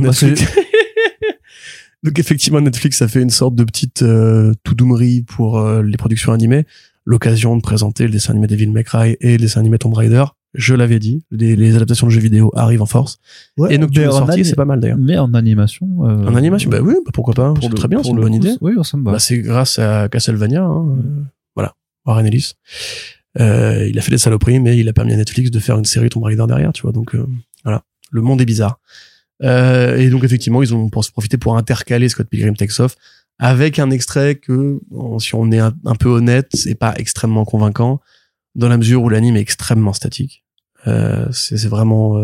Netflix a fait une sorte de petite toudoumerie pour les productions animées. L'occasion de présenter le dessin animé Devil May Cry et le dessin animé Tomb Raider. Je l'avais dit, les adaptations de jeux vidéo arrivent en force. Ouais, et Nocturne est sorti, c'est pas mal d'ailleurs. Mais en animation. En animation, oui, pourquoi pas. C'est très bien, c'est une bonne idée. Oui, ça me va. C'est grâce à Castlevania, voilà, Warren Ellis. Il a fait des saloperies, mais il a permis à Netflix de faire une série Tomb Raider derrière, tu vois. Donc voilà, le monde est bizarre. Et donc effectivement, ils ont profité pour intercaler Scott Pilgrim Takes Off avec un extrait que, si on est un peu honnête, c'est pas extrêmement convaincant dans la mesure où l'anime est extrêmement statique. C'est vraiment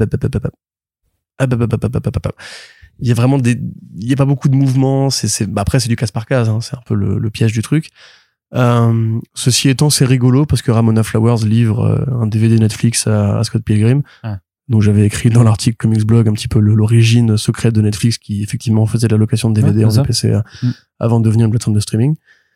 il y a vraiment il y a pas beaucoup de mouvements. Après c'est du case par case, hein, c'est un peu le piège du truc. Ceci étant, c'est rigolo parce que Ramona Flowers livre un DVD Netflix à Scott Pilgrim. Donc j'avais écrit dans l'article Comics Blog un petit peu l'origine secrète de Netflix qui effectivement faisait de la location de DVD en VPC avant de devenir une plateforme de streaming.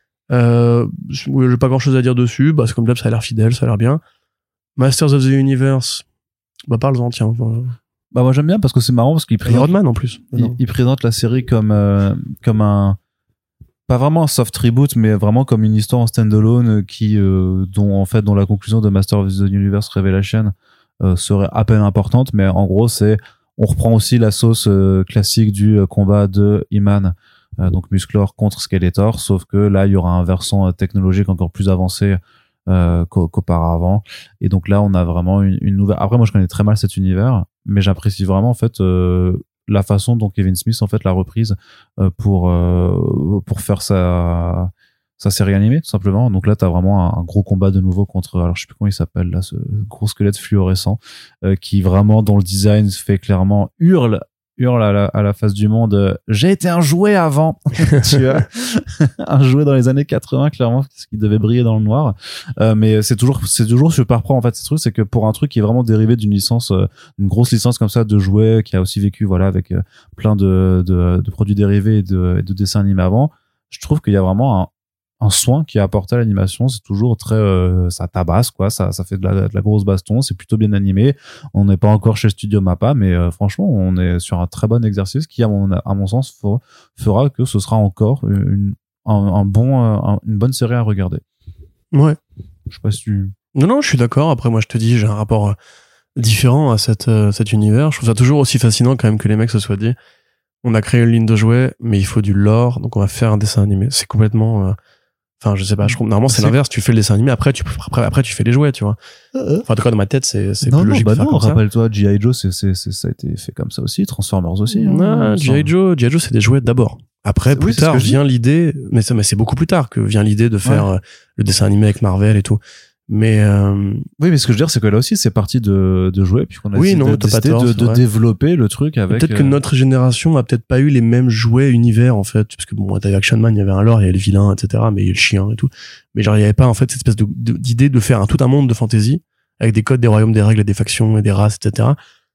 J'ai pas grand chose à dire dessus, c'est comme d'hab, ça a l'air fidèle, ça a l'air bien. Masters of the Universe, parle-en, tiens. Moi j'aime bien parce que c'est marrant parce qu'il présente Rodman en plus. Il présente la série comme un, pas vraiment un soft reboot, mais vraiment comme une histoire en standalone dont la conclusion de Masters of the Universe Revelation serait à peine importante, mais en gros on reprend aussi la sauce classique du combat de He-Man, donc Musclor contre Skeletor, sauf que là il y aura un versant technologique encore plus avancé qu'auparavant, et donc là on a vraiment une nouvelle. Après moi je connais très mal cet univers, mais j'apprécie vraiment en fait la façon dont Kevin Smith en fait l'a reprise pour faire sa série animée tout simplement. Donc là t'as vraiment un gros combat de nouveau contre, alors je sais plus comment il s'appelle là, ce gros squelette fluorescent qui vraiment dans le design fait clairement hurle à la face du monde, j'ai été un jouet avant. Tu vois, un jouet dans les années 80 clairement, ce qui devait briller dans le noir, mais c'est toujours super pro en fait. Ce truc, c'est que pour un truc qui est vraiment dérivé d'une licence, une grosse licence comme ça de jouets, qui a aussi vécu avec plein de produits dérivés et de dessins animés avant, je trouve qu'il y a vraiment un soin qui est apporté à l'animation. C'est toujours très ça tabasse quoi, ça fait de la grosse baston, c'est plutôt bien animé. On n'est pas encore chez Studio Mappa, mais franchement on est sur un très bon exercice qui à mon sens fera que ce sera encore une bonne série à regarder. Ouais, je sais pas si tu... Non, je suis d'accord. Après moi je te dis, j'ai un rapport différent à cet univers. Je trouve ça toujours aussi fascinant quand même que les mecs se soient dit, on a créé une ligne de jouets, mais il faut du lore, donc on va faire un dessin animé. C'est complètement, enfin, je sais pas, normalement, c'est l'inverse, tu fais le dessin animé, après, tu fais les jouets, tu vois. Enfin, en tout cas, dans ma tête, c'est plus logique de faire comme ça. Rappelle-toi, G.I. Joe, ça a été fait comme ça aussi, Transformers aussi. Non, G.I. Joe, c'est des jouets d'abord. Après, plus tard, vient l'idée, mais c'est beaucoup plus tard que vient l'idée de faire le dessin animé avec Marvel et tout. Mais oui, mais ce que je veux dire, c'est que là aussi, c'est parti de jouer, puis qu'on a décidé de développer le truc avec. Peut-être que notre génération a peut-être pas eu les mêmes jouets univers, en fait, parce que bon, t'avais Action Man, il y avait un lore, il y avait le vilain, etc., mais il y avait le chien et tout. Mais genre, il y avait pas, en fait, cette espèce d'idée de faire tout un monde de fantasy, avec des codes, des royaumes, des règles, des factions et des races, etc.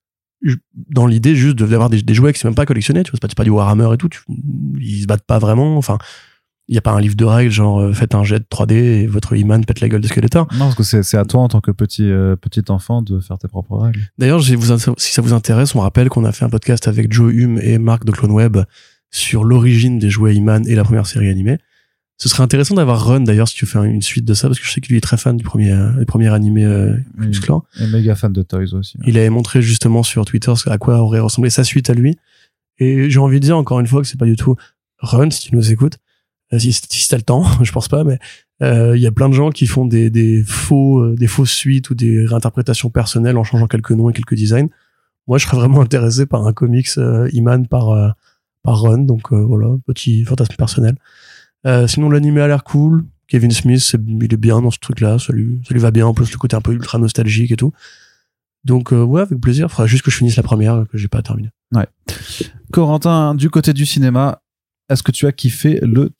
Dans l'idée juste d'avoir des jouets qui sont même pas collectionnés, tu vois, c'est pas du Warhammer et tout, ils se battent pas vraiment, enfin. Il y a pas un livre de règles genre faites un jet de 3D et votre He-Man pète la gueule de Skeletor. Non, parce que c'est à toi en tant que petit enfant de faire tes propres règles. D'ailleurs, si ça vous intéresse, on rappelle qu'on a fait un podcast avec Joe Hume et Marc de CloneWeb sur l'origine des jouets He-Man et la première série animée. Ce serait intéressant d'avoir Run d'ailleurs si tu fais une suite de ça, parce que je sais qu'il est très fan du premier animé Clan. Et méga fan de Toys aussi. Il avait montré justement sur Twitter à quoi aurait ressemblé sa suite à lui. Et j'ai envie de dire encore une fois que c'est pas du tout Run si tu nous écoutes. Si t'as le temps, je pense pas, mais il y a plein de gens qui font des fausses suites ou des réinterprétations personnelles en changeant quelques noms et quelques designs. Moi, je serais vraiment intéressé par un comics He-Man par Run, donc voilà, petit fantasme personnel. Sinon, l'animé a l'air cool. Kevin Smith, il est bien dans ce truc-là, ça lui va bien, en plus le côté un peu ultra nostalgique et tout. Donc ouais, avec plaisir. Faudra juste que je finisse la première, que j'ai pas terminé. Ouais. Corentin, du côté du cinéma, est-ce que tu as kiffé le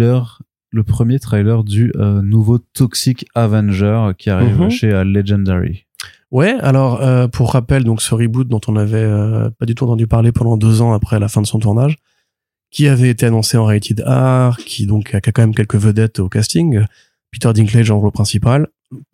premier trailer du nouveau Toxic Avenger qui arrive chez Legendary? Ouais, alors pour rappel, donc ce reboot dont on avait pas du tout entendu parler pendant 2 ans après la fin de son tournage, qui avait été annoncé en Rated R, qui donc a quand même quelques vedettes au casting, Peter Dinklage en rôle principal,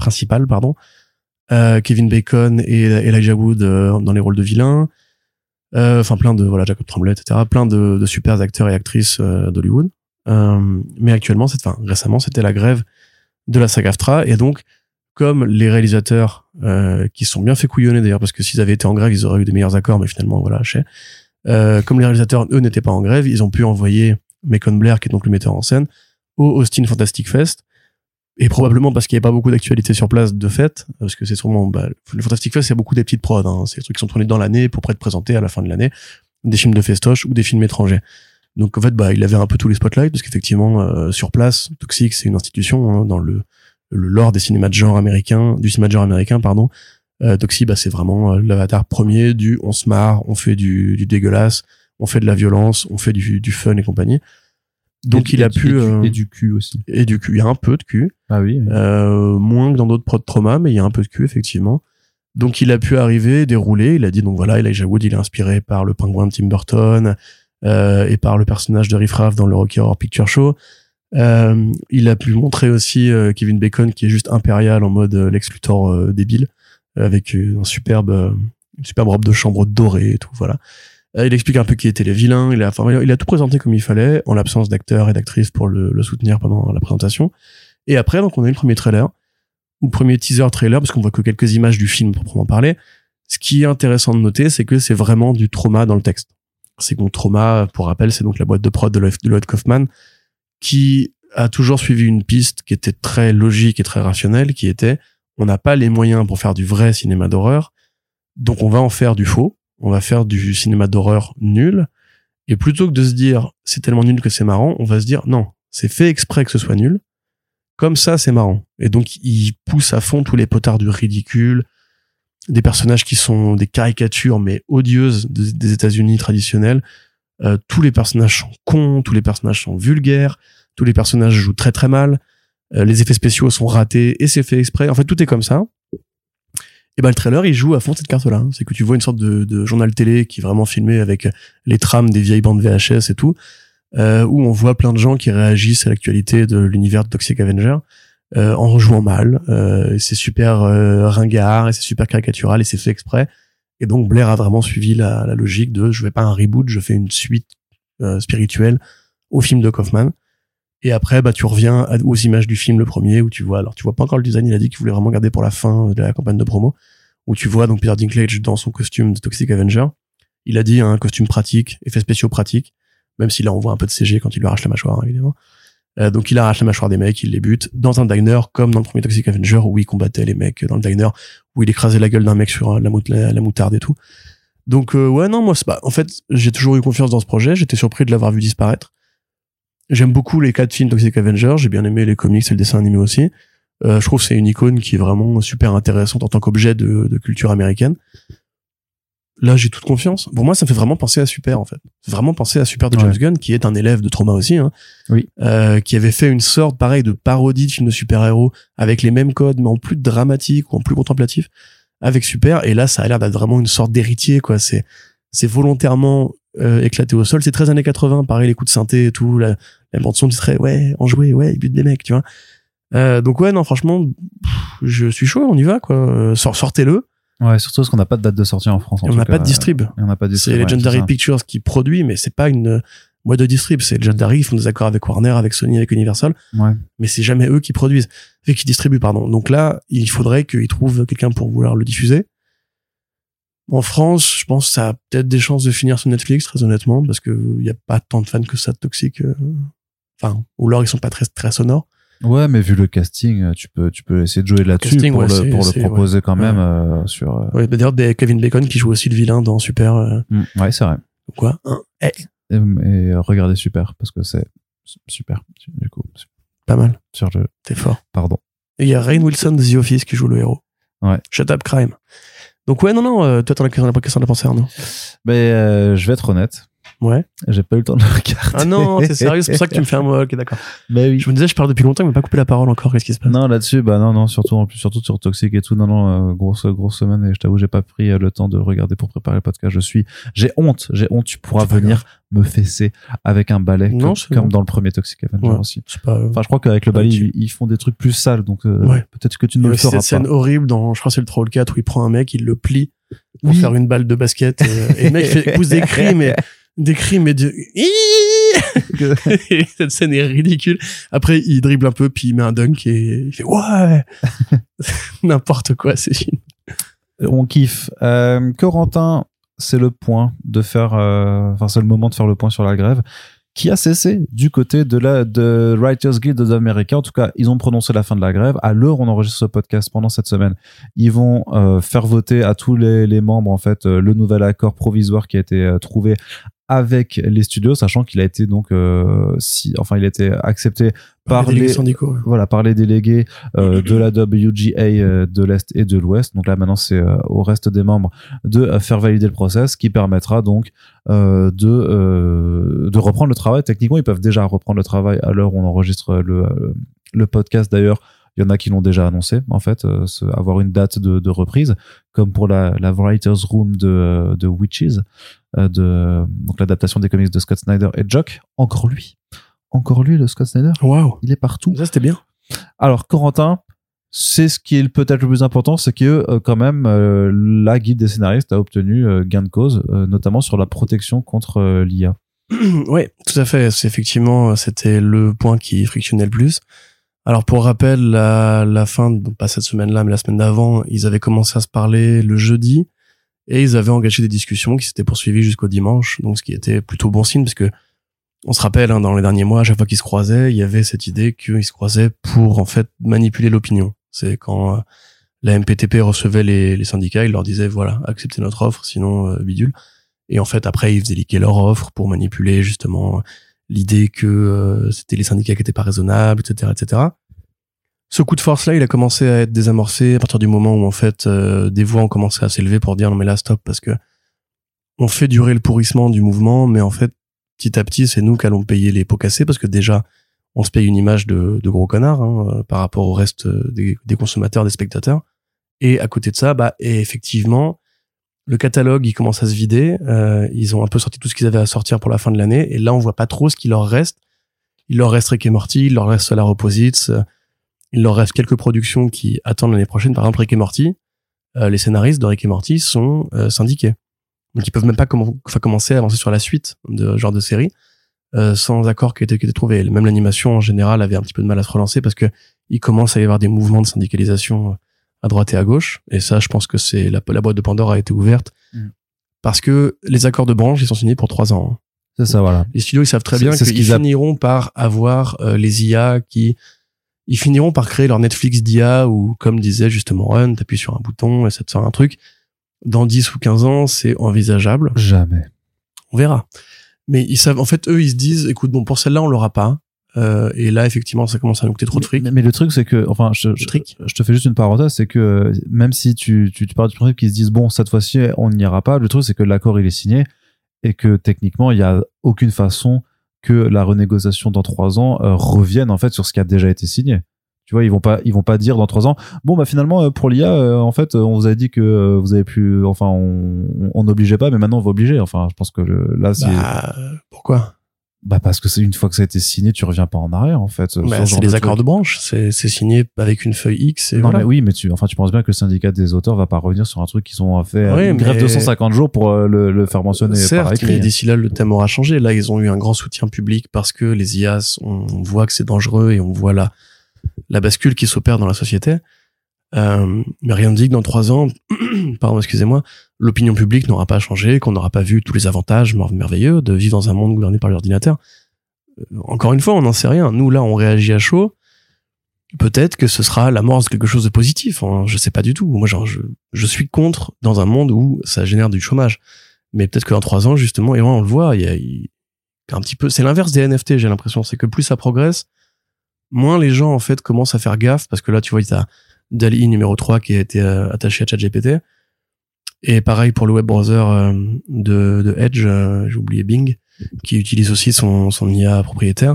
Kevin Bacon et Elijah Wood dans les rôles de vilains. Enfin plein de Jacob Tremblay, etc., plein de super acteurs et actrices d'Hollywood, mais récemment c'était la grève de la SAG-AFTRA, et donc comme les réalisateurs qui sont bien fait couillonner d'ailleurs, parce que s'ils avaient été en grève ils auraient eu des meilleurs accords, mais finalement voilà, comme les réalisateurs eux n'étaient pas en grève, ils ont pu envoyer Macon Blair, qui est donc le metteur en scène, au Austin Fantastic Fest. Et probablement parce qu'il n'y avait pas beaucoup d'actualité sur place de fait, parce que c'est sûrement, le Fantastic Fest, il y a beaucoup des petites prods, hein. C'est des trucs qui sont tournés dans l'année pour être présentés à la fin de l'année, des films de festoche ou des films étrangers. Donc en fait, il avait un peu tous les spotlights, parce qu'effectivement, sur place, Toxic, c'est une institution, hein, dans le lore du cinéma de genre américain, pardon. Toxic, c'est vraiment l'avatar premier du on se marre, on fait du dégueulasse, on fait de la violence, on fait du fun et compagnie. Donc il a pu et du cul aussi. Et du cul, il y a un peu de cul. Ah oui. Moins que dans d'autres prods de trauma, mais il y a un peu de cul effectivement. Donc il a pu arriver, dérouler, il a dit donc voilà, Elijah Wood, il est inspiré par le pingouin de Tim Burton et par le personnage de Riff Raff dans le Rocky Horror Picture Show. Il a pu montrer aussi Kevin Bacon qui est juste impérial en mode Lex Luthor débile, avec une superbe robe de chambre dorée et tout, voilà. Il explique un peu qui étaient les vilains, il a tout présenté comme il fallait, en l'absence d'acteurs et d'actrices pour le soutenir pendant la présentation. Et après, donc, on a eu le premier trailer, ou le premier teaser trailer, parce qu'on voit que quelques images du film proprement parler. Ce qui est intéressant de noter, c'est que c'est vraiment du trauma dans le texte. C'est que Trauma, pour rappel, c'est donc la boîte de prod de Lloyd Kaufman, qui a toujours suivi une piste qui était très logique et très rationnelle, qui était, on n'a pas les moyens pour faire du vrai cinéma d'horreur, donc on va en faire du faux. On va faire du cinéma d'horreur nul, et plutôt que de se dire c'est tellement nul que c'est marrant, on va se dire non, c'est fait exprès que ce soit nul, comme ça c'est marrant. Et donc il pousse à fond tous les potards du ridicule, des personnages qui sont des caricatures mais odieuses des États-Unis traditionnels. Tous les personnages sont cons, tous les personnages sont vulgaires, tous les personnages jouent très très mal, les effets spéciaux sont ratés et c'est fait exprès. En fait tout est comme ça. Et le trailer, il joue à fond cette carte-là. C'est que tu vois une sorte de journal télé qui est vraiment filmé avec les trames des vieilles bandes VHS et tout, où on voit plein de gens qui réagissent à l'actualité de l'univers de Toxic Avenger, en jouant mal. Et c'est super ringard, et c'est super caricatural, et c'est fait exprès. Et donc Blair a vraiment suivi la logique de je fais pas un reboot, je fais une suite spirituelle au film de Kaufman. Et après, tu reviens aux images du film, le premier, où tu vois pas encore le design, il a dit qu'il voulait vraiment garder pour la fin de la campagne de promo, où tu vois donc Peter Dinklage dans son costume de Toxic Avenger, Il a dit un costume pratique, effets spéciaux pratiques, même s'il envoie un peu de CG quand il lui arrache la mâchoire, hein, évidemment. Donc il arrache la mâchoire des mecs, il les bute dans un diner, comme dans le premier Toxic Avenger, où il combattait les mecs dans le diner, où il écrasait la gueule d'un mec sur la moutarde et tout. Donc ouais, non, moi, c'est pas... En fait, j'ai toujours eu confiance dans ce projet, j'étais surpris de l'avoir vu disparaître. J'aime beaucoup les 4 films Toxic Avenger, j'ai bien aimé les comics et le dessin animé aussi. Je trouve que c'est une icône qui est vraiment super intéressante en tant qu'objet de culture américaine. Là, j'ai toute confiance. Pour moi, ça me fait vraiment penser à Super, en fait. Vraiment penser à Super de James Gunn, qui est un élève de Trauma aussi, hein. Oui. Qui avait fait une sorte, pareil, de parodie de film de super-héros, avec les mêmes codes, mais en plus dramatique ou en plus contemplatif, avec Super. Et là, ça a l'air d'être vraiment une sorte d'héritier, quoi. C'est volontairement éclaté au sol. C'est très années 80, pareil, les coups de synthé et tout, la bande son, tu serais, ouais, enjoué, ouais, il bute des mecs, tu vois. Donc ouais, non, franchement, je suis chaud, on y va, quoi. Sortez-le. Ouais, surtout parce qu'on n'a pas de date de sortie en France. Et on n'a pas de distrib. C'est Legendary Pictures qui produit, mais c'est pas une boîte de distrib. C'est Legendary, ils font des accords avec Warner, avec Sony, avec Universal. Ouais. Mais c'est jamais eux qui produisent. Qui distribuent, pardon. Donc là, il faudrait qu'ils trouvent quelqu'un pour vouloir le diffuser. En France, je pense que ça a peut-être des chances de finir sur Netflix, très honnêtement, parce que il y a pas tant de fans que ça de Toxic. Enfin, ou alors ils sont pas très, très sonores. Ouais, mais vu le casting, tu peux essayer de jouer là-dessus casting, pour ouais, le proposer quand même sur. Ouais, d'ailleurs, Kevin Bacon qui joue aussi le vilain dans Super. Ouais, c'est vrai. Quoi et regardez Super parce que c'est super. Du coup, pas mal. Sur le. T'es fort. Pardon. Et il y a Rainn Wilson de The Office qui joue le héros. Ouais. Shut Up Crime. Donc ouais, non. Toi, t'en as pas qu'est-ce qu'on a pensé, Arnaud? Mais je vais être honnête. Ouais. J'ai pas eu le temps de le regarder. Ah non, c'est sérieux, c'est pour ça que tu me fais un mot. Ok, d'accord. Bah oui. Je me disais, je parle depuis longtemps, il m'a pas coupé la parole encore. Qu'est-ce qui se passe? Non, là-dessus, bah non, surtout sur Toxic et tout. Non, grosse semaine et je t'avoue, j'ai pas pris le temps de le regarder pour préparer le podcast. j'ai honte. Tu pourras venir me fesser avec un balai comme dans le premier Toxic Avenger aussi. Enfin, je crois qu'avec le balai, ils font des trucs plus sales, donc peut-être que tu ne le feras pas. Cette scène horrible dans, je crois que c'est le Troll 4 où il prend un mec, il le plie pour faire une balle de basket et le mec pousse des cris, mais cette scène est ridicule. Après, il dribble un peu, puis il met un dunk et il fait ouais. N'importe quoi, ces films. On kiffe. Corentin, c'est le point de faire, c'est le moment de faire le point sur la grève qui a cessé du côté de Writers Guild d'Amérique. En tout cas, ils ont prononcé la fin de la grève. À l'heure où on enregistre ce podcast pendant cette semaine, ils vont faire voter à tous les membres, en fait, le nouvel accord provisoire qui a été trouvé avec les studios, sachant qu'il a été donc il a été accepté par les syndicaux. Voilà, par les délégués de la WGA de l'Est et de l'Ouest. Donc là maintenant c'est au reste des membres de faire valider le process qui permettra donc de reprendre le travail. Techniquement, ils peuvent déjà reprendre le travail à l'heure où on enregistre le podcast. D'ailleurs, il y en a qui l'ont déjà annoncé, en fait, avoir une date de reprise, comme pour la Writers Room de Witches, donc l'adaptation des comics de Scott Snyder et Jock. Encore lui, le Scott Snyder. Waouh, il est partout. Ça, c'était bien. Alors, Corentin, c'est ce qui est peut-être le plus important, c'est que quand même la guilde des scénaristes a obtenu gain de cause, notamment sur la protection contre l'IA. Ouais, tout à fait. C'était le point qui frictionnait le plus. Alors pour rappel, la fin, pas cette semaine-là, mais la semaine d'avant, ils avaient commencé à se parler le jeudi et ils avaient engagé des discussions qui s'étaient poursuivies jusqu'au dimanche, donc ce qui était plutôt bon signe parce que on se rappelle, dans les derniers mois, à chaque fois qu'ils se croisaient, il y avait cette idée qu'ils se croisaient pour en fait manipuler l'opinion. C'est quand la MPTP recevait les syndicats, ils leur disaient voilà, acceptez notre offre, sinon bidule. Et en fait après ils faisaient liquer leur offre pour manipuler justement l'idée que c'était les syndicats qui étaient pas raisonnables, etc., etc. Ce coup de force-là, il a commencé à être désamorcé à partir du moment où, en fait, des voix ont commencé à s'élever pour dire non mais là, stop, parce que on fait durer le pourrissement du mouvement, mais en fait, petit à petit, c'est nous qui allons payer les pots cassés, parce que déjà, on se paye une image de gros connard par rapport au reste des consommateurs, des spectateurs. Et à côté de ça, et effectivement, le catalogue, il commence à se vider. Ils ont un peu sorti tout ce qu'ils avaient à sortir pour la fin de l'année. Et là, on voit pas trop ce qu'il leur reste. Il leur reste Rick et Morty, il leur reste Solar Opposites, il leur reste quelques productions qui attendent l'année prochaine. Par exemple, Rick et Morty, les scénaristes de Rick et Morty sont syndiqués. Donc, ils peuvent même pas commencer à avancer sur la suite de genre de série sans accord qui était trouvé. Même l'animation, en général, avait un petit peu de mal à se relancer parce que il commence à y avoir des mouvements de syndicalisation à droite et à gauche. Et ça, je pense que la boîte de Pandore a été ouverte Parce que les accords de branche, ils sont signés pour 3 ans. C'est ça, voilà. Les studios, ils savent très bien qu'ils finiront par avoir les IA ils finiront par créer leur Netflix d'IA où, comme disait justement Run, t'appuies sur un bouton et ça te sort un truc. Dans 10 ou 15 ans, c'est envisageable. Jamais. On verra. Mais ils savent, en fait, eux, ils se disent, écoute, bon, pour celle-là, on l'aura pas. Et là, effectivement, ça commence à nous coûter trop de fric. Mais le truc, c'est que, enfin, je te fais juste une parenthèse, c'est que même si tu pars du principe qu'ils se disent, bon, cette fois-ci, on n'y ira pas, le truc, c'est que l'accord, il est signé et que techniquement, il y a aucune façon que la renégociation dans 3 ans revienne, en fait, sur ce qui a déjà été signé. Tu vois, ils vont pas dire dans 3 ans, bon, bah, finalement, pour l'IA, en fait, on vous avait dit que vous avez pu, enfin, on n'obligeait pas, mais maintenant, on va obliger. Enfin, je pense que là, c'est... Pourquoi? Bah parce que c'est une fois que ça a été signé, tu reviens pas en arrière en fait. Bah, c'est les accords de branche, c'est signé avec une feuille X. Et non voilà. Mais oui, mais tu penses bien que le syndicat des auteurs va pas revenir sur un truc qu'ils ont fait une grève de 150 jours pour le faire mentionner. Certes, par écrit. Mais d'ici là, le thème aura changé. Là, ils ont eu un grand soutien public parce que les IA, on voit que c'est dangereux et on voit la bascule qui s'opère dans la société. Mais rien ne dit que dans 3 ans, pardon, excusez-moi, l'opinion publique n'aura pas changé, qu'on n'aura pas vu tous les avantages merveilleux de vivre dans un monde gouverné par l'ordinateur. Encore une fois, on n'en sait rien. Nous, là, on réagit à chaud. Peut-être que ce sera l'amorce de quelque chose de positif. Hein. Je sais pas du tout. Moi, genre, je suis contre dans un monde où ça génère du chômage. Mais peut-être que dans 3 ans, justement, et on le voit, il y a un petit peu, c'est l'inverse des NFT, j'ai l'impression. C'est que plus ça progresse, moins les gens, en fait, commencent à faire gaffe parce que là, tu vois, il y a DALL-E numéro 3 qui a été attaché à ChatGPT. Et pareil pour le web browser de Edge, j'ai oublié Bing, qui utilise aussi son IA propriétaire.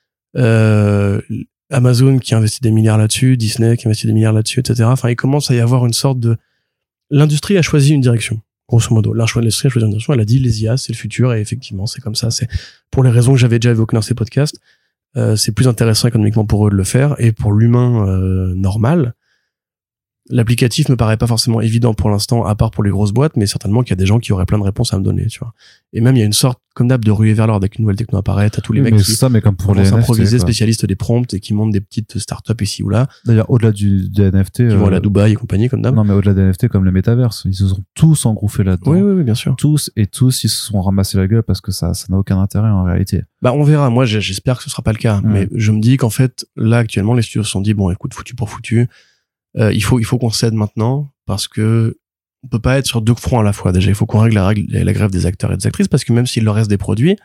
Amazon qui investit des milliards là-dessus, Disney qui investit des milliards là-dessus, etc. Enfin, il commence à y avoir une sorte de... L'industrie a choisi une direction, grosso modo. L'industrie a choisi une direction, elle a dit les IA, c'est le futur, et effectivement, c'est comme ça. C'est pour les raisons que j'avais déjà évoquées dans ces podcasts. C'est plus intéressant économiquement pour eux de le faire, et pour l'humain normal, l'applicatif me paraît pas forcément évident pour l'instant, à part pour les grosses boîtes, mais certainement qu'il y a des gens qui auraient plein de réponses à me donner, tu vois. Et même, il y a une sorte, comme d'hab, de ruée vers l'or dès qu'une nouvelle techno apparaît, à tous les mecs qui mais comme pour les improviser, spécialistes des prompts et qui montent des petites startups ici ou là. D'ailleurs, au-delà des NFT. Qui vont à Dubaï et compagnie, comme d'hab. Non, mais au-delà des NFT, comme le métaverse. Ils se sont tous engouffrés là-dedans. Oui, bien sûr. Tous, ils se sont ramassés la gueule parce que ça n'a aucun intérêt en réalité. Bah, on verra. Moi, j'espère que ce sera pas le cas. Mais je me dis qu'en fait, là, actuellement, les studios se sont dit, bon, écoute, foutu pour foutu. Il faut qu'on cède maintenant parce que on peut pas être sur 2 fronts à la fois. Déjà, il faut qu'on règle la grève des acteurs et des actrices parce que même s'il leur reste des produits,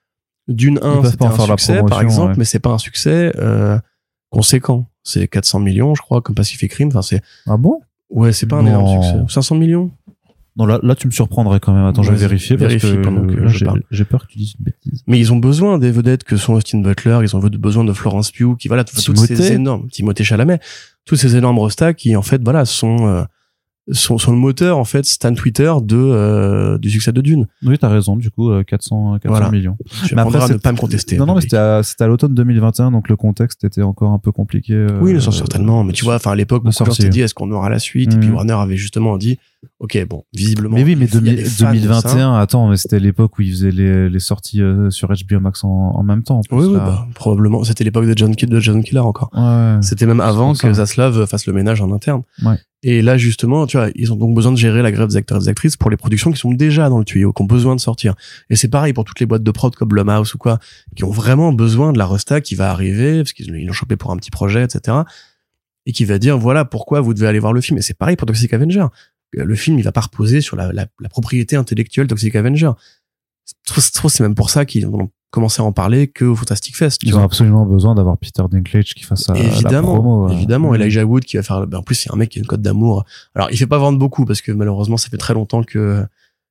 c'était un succès, par exemple, mais c'est pas un succès conséquent. C'est 400 millions, je crois, comme Pacific Rim. Enfin, c'est... Ah bon? Ouais, c'est pas un énorme succès. 500 millions? Non, là, tu me surprendrais quand même. Attends, je vais vérifier parce que pendant que je parle. J'ai peur que tu dises une bêtise. Mais ils ont besoin des vedettes que sont Austin Butler, ils ont besoin de Florence Pugh, qui, voilà, toutes ces énormes, Timothée Chalamet, tous ces énormes rostas qui, en fait, voilà, sont le moteur, en fait, Stan Twitter du succès de Dune. Oui, t'as raison, du coup, 400 voilà. millions. Mais après, ne pas me contester. Non, mais c'était à l'automne 2021, donc le contexte était encore un peu compliqué. Oui, certainement. Mais tu vois, enfin, à l'époque, beaucoup de gens s'étaient dit, est-ce qu'on aura la suite? Et puis Warner avait justement dit, ok, bon, visiblement. Mais oui, mais 2021, attends, mais c'était l'époque où ils faisaient les sorties sur HBO Max en même temps. Oui, bah, probablement. C'était l'époque de John Killer encore. Ouais. C'était même avant que Zaslav fasse le ménage en interne. Ouais. Et là, justement, tu vois, ils ont donc besoin de gérer la grève des acteurs et des actrices pour les productions qui sont déjà dans le tuyau, qui ont besoin de sortir. Et c'est pareil pour toutes les boîtes de prod comme Blumhouse ou quoi, qui ont vraiment besoin de la resta qui va arriver, parce qu'ils l'ont chopé pour un petit projet, etc. Et qui va dire, voilà pourquoi vous devez aller voir le film. Et c'est pareil pour Toxic Avenger. Le film, il va pas reposer sur la propriété intellectuelle Toxic Avenger. C'est même pour ça qu'ils ont commencé à en parler que au Fantastic Fest. Ils ont absolument besoin d'avoir Peter Dinklage qui fasse la promo. Évidemment, Elijah Wood qui va faire... En plus, c'est un mec qui a une cote d'amour. Alors, il fait pas vendre beaucoup parce que malheureusement, ça fait très longtemps que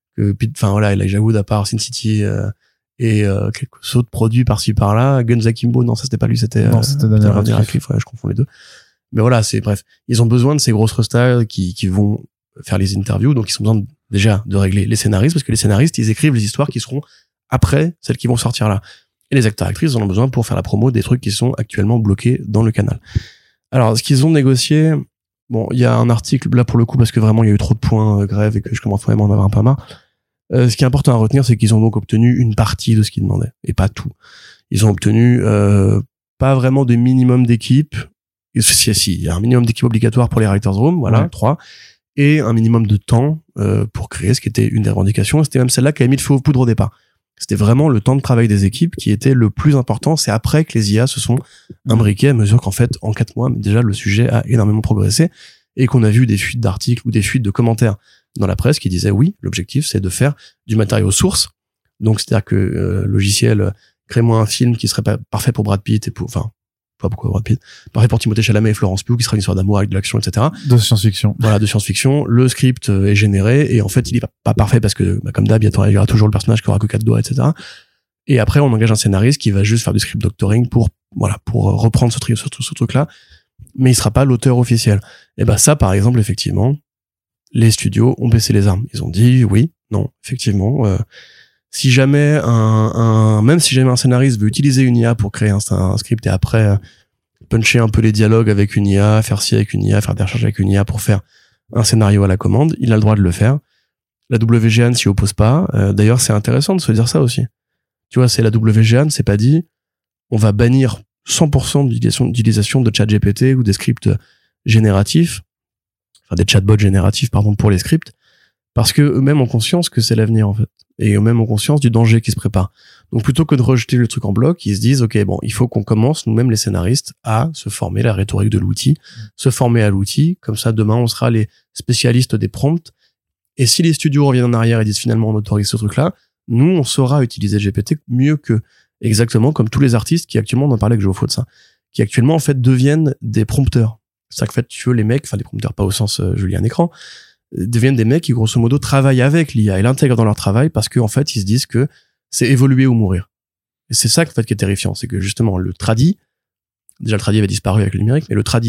Elijah Wood, à part Sin City et quelques autres produits par-ci par-là, Guns Akimbo, non, ça c'était pas lui, c'était Daniel Radcliffe, je confonds les deux. Mais voilà, bref, ils ont besoin de ces grosses stars qui vont faire les interviews, donc ils ont besoin déjà de régler les scénaristes, parce que les scénaristes, ils écrivent les histoires qui seront après celles qui vont sortir là. Et les acteurs actrices en ont besoin pour faire la promo des trucs qui sont actuellement bloqués dans le canal. Alors, ce qu'ils ont négocié, bon, il y a un article là pour le coup, parce que vraiment il y a eu trop de points grève et que je commence vraiment à en avoir un peu marre. Ce qui est important à retenir, c'est qu'ils ont donc obtenu une partie de ce qu'ils demandaient, et pas tout. Ils ont obtenu pas vraiment des minimums d'équipes. Si, il y a un minimum d'équipes obligatoire pour les Writers Room, voilà, 3. et un minimum de temps pour créer, ce qui était une des revendications. C'était même celle-là qui a mis le feu aux poudres au départ. C'était vraiment le temps de travail des équipes qui était le plus important. C'est après que les IA se sont imbriquées à mesure qu'en fait, en 4 mois, déjà, le sujet a énormément progressé et qu'on a vu des fuites d'articles ou des fuites de commentaires dans la presse qui disaient oui, l'objectif, c'est de faire du matériau source. Donc, c'est-à-dire que logiciel, crée-moi un film qui serait pas parfait pour Brad Pitt et pour, enfin, pas pourquoi Brad Pitt, parfait pour Timothée Chalamet et Florence Pugh, qui sera une histoire d'amour avec de l'action, etc. De science-fiction. Voilà, de science-fiction. Le script est généré et en fait, il est pas parfait parce que, comme d'hab, il y aura toujours le personnage qui aura que 4 doigts, etc. Et après, on engage un scénariste qui va juste faire du script doctoring pour reprendre ce truc-là. Mais il sera pas l'auteur officiel. Et ben, ça, par exemple, effectivement, les studios ont baissé les armes. Ils ont dit oui, non, effectivement, si jamais même si jamais un scénariste veut utiliser une IA pour créer un script et après puncher un peu les dialogues avec une IA, faire ci avec une IA, faire des recherches avec une IA pour faire un scénario à la commande, il a le droit de le faire. La WGA ne s'y oppose pas. D'ailleurs, c'est intéressant de se dire ça aussi. Tu vois, c'est la WGA ne s'est pas dit on va bannir 100% d'utilisation de ChatGPT ou des scripts génératifs, enfin des chatbots génératifs, pardon, pour les scripts, parce que eux-mêmes ont conscience que c'est l'avenir, en fait. Et eux-mêmes ont conscience du danger qui se prépare. Donc plutôt que de rejeter le truc en bloc, ils se disent, ok, bon, il faut qu'on commence, nous-mêmes les scénaristes, à se former la rhétorique de l'outil, se former à l'outil, comme ça demain on sera les spécialistes des prompts. Et si les studios reviennent en arrière et disent finalement on autorise ce truc-là, nous on saura utiliser GPT mieux que exactement comme tous les artistes qui actuellement, on en parlait avec Géofo de ça, qui actuellement en fait deviennent des prompteurs. C'est-à-dire que en fait, tu veux les mecs, enfin des prompteurs pas au sens je lis un écran, deviennent des mecs qui grosso modo travaillent avec l'IA et l'intègrent dans leur travail parce qu'en fait ils se disent que c'est évoluer ou mourir. Et c'est ça en fait qui est terrifiant, c'est que justement le tradi, déjà le tradi avait disparu avec le numérique, mais le tradi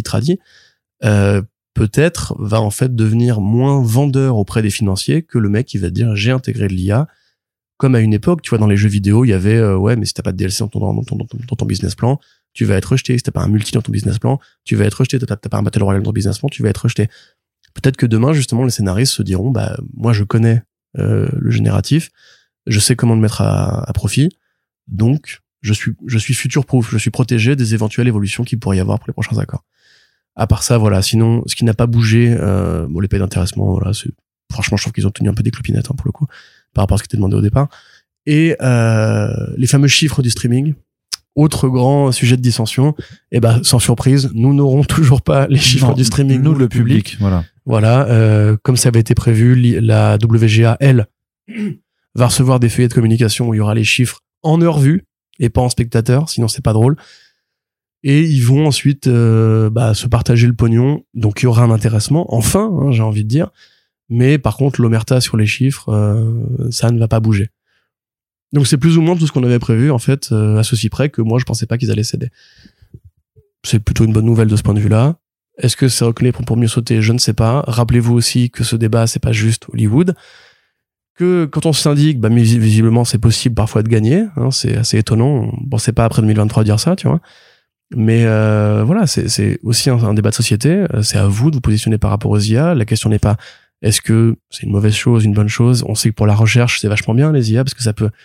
peut-être va en fait devenir moins vendeur auprès des financiers que le mec qui va te dire j'ai intégré de l'IA. Comme à une époque, tu vois, dans les jeux vidéo, il y avait ouais, mais si t'as pas de DLC dans ton business plan, tu vas être rejeté. Si t'as pas un multi dans ton business plan, tu vas être rejeté. T'as pas un battle royale dans ton business plan, tu vas être rejeté. Peut-être que demain, justement, les scénaristes se diront, bah moi je connais le génératif, je sais comment le mettre à profit, donc je suis future-proof, je suis protégé des éventuelles évolutions qu'il pourrait y avoir pour les prochains accords. À part ça, voilà. Sinon, ce qui n'a pas bougé, bon, les paies d'intéressement, voilà, franchement, je trouve qu'ils ont tenu un peu des clopinettes, hein, pour le coup, par rapport à ce qui était demandé au départ. Et les fameux chiffres du streaming, autre grand sujet de dissension, et ben sans surprise, nous n'aurons toujours pas les chiffres du streaming, nous le public, voilà, comme ça avait été prévu, la WGA, elle, va recevoir des feuillets de communication où il y aura les chiffres en heure vue et pas en spectateur, sinon c'est pas drôle. Et ils vont ensuite se partager le pognon, donc il y aura un intéressement, enfin, hein, j'ai envie de dire. Mais par contre, l'omerta sur les chiffres, ça ne va pas bouger. Donc c'est plus ou moins tout ce qu'on avait prévu, en fait, à ceci près que moi je pensais pas qu'ils allaient céder. C'est plutôt une bonne nouvelle de ce point de vue-là. Est-ce que c'est reclé pour mieux sauter? Je ne sais pas. Rappelez-vous aussi que ce débat, c'est pas juste Hollywood. Que quand on s'indique, bah visiblement c'est possible parfois de gagner, hein, c'est assez étonnant. Bon, c'est pas après 2023 dire ça, tu vois. Mais voilà, c'est aussi un débat de société. C'est à vous de vous positionner par rapport aux IA. La question n'est pas est-ce que c'est une mauvaise chose, une bonne chose. On sait que pour la recherche, c'est vachement bien les IA parce que ça peut,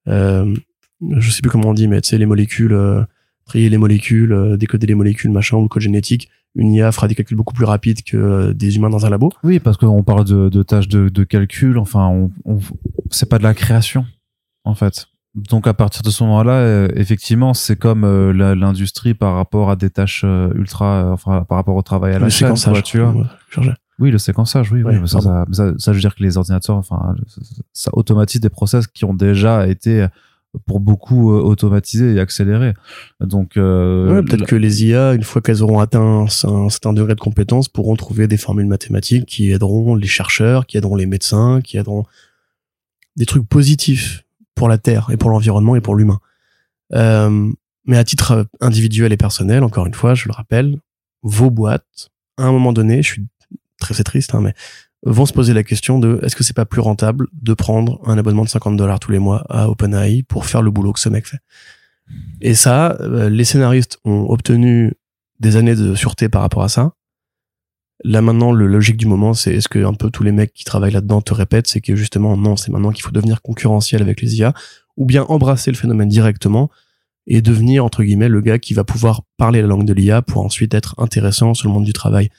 je sais plus comment on dit, mais tu sais les molécules, trier les molécules, décoder les molécules, machin, ou le code génétique. Une IA fera des calculs beaucoup plus rapides que des humains dans un labo. Oui, parce qu'on parle de tâches de calcul. Enfin, c'est pas de la création, en fait. Donc à partir de ce moment-là, effectivement, c'est comme l'industrie par rapport à des tâches par rapport au travail à la chaîne, tu vois. Oui, le séquençage, oui. Ça veut dire que les ordinateurs, ça automatise des process qui ont déjà été pour beaucoup automatisés et accélérés. Donc peut-être que les IA, une fois qu'elles auront atteint un certain degré de compétence, pourront trouver des formules mathématiques qui aideront les chercheurs, qui aideront les médecins, qui aideront des trucs positifs pour la Terre et pour l'environnement et pour l'humain. Mais à titre individuel et personnel, encore une fois, je le rappelle, vos boîtes, à un moment donné, c'est triste, hein, mais vont se poser la question de est-ce que c'est pas plus rentable de prendre un abonnement de $50 tous les mois à OpenAI pour faire le boulot que ce mec fait. Et ça, les scénaristes ont obtenu des années de sûreté par rapport à ça. Là maintenant, le logique du moment, c'est est-ce que un peu tous les mecs qui travaillent là-dedans te répètent, c'est que justement non, c'est maintenant qu'il faut devenir concurrentiel avec les IA, ou bien embrasser le phénomène directement et devenir entre guillemets le gars qui va pouvoir parler la langue de l'IA pour ensuite être intéressant sur le monde du travail.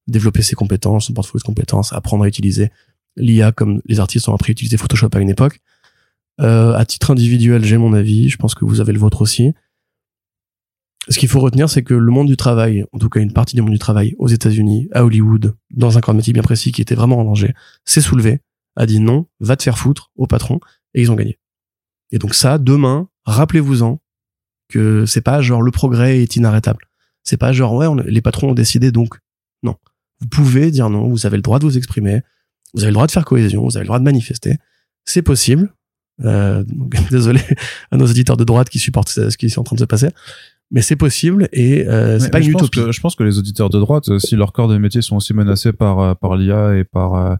développer ses compétences, son portfolio de compétences, apprendre à utiliser l'IA comme les artistes ont appris à utiliser Photoshop à une époque. À titre individuel, j'ai mon avis, je pense que vous avez le vôtre aussi. Ce qu'il faut retenir, c'est que le monde du travail, en tout cas une partie du monde du travail aux États-Unis, à Hollywood, dans un corps de métier bien précis qui était vraiment en danger, s'est soulevé, a dit non, va te faire foutre au patron, et ils ont gagné. Et donc ça, demain, rappelez-vous-en que c'est pas genre le progrès est inarrêtable. C'est pas genre ouais, les patrons ont décidé donc. Non. Vous pouvez dire non, vous avez le droit de vous exprimer, vous avez le droit de faire cohésion, vous avez le droit de manifester. C'est possible. Donc, désolé à nos auditeurs de droite qui supportent ce qui est en train de se passer. Mais c'est possible et c'est pas une utopie. Je pense que les auditeurs de droite, si leurs corps de métier sont aussi menacés par l'IA et par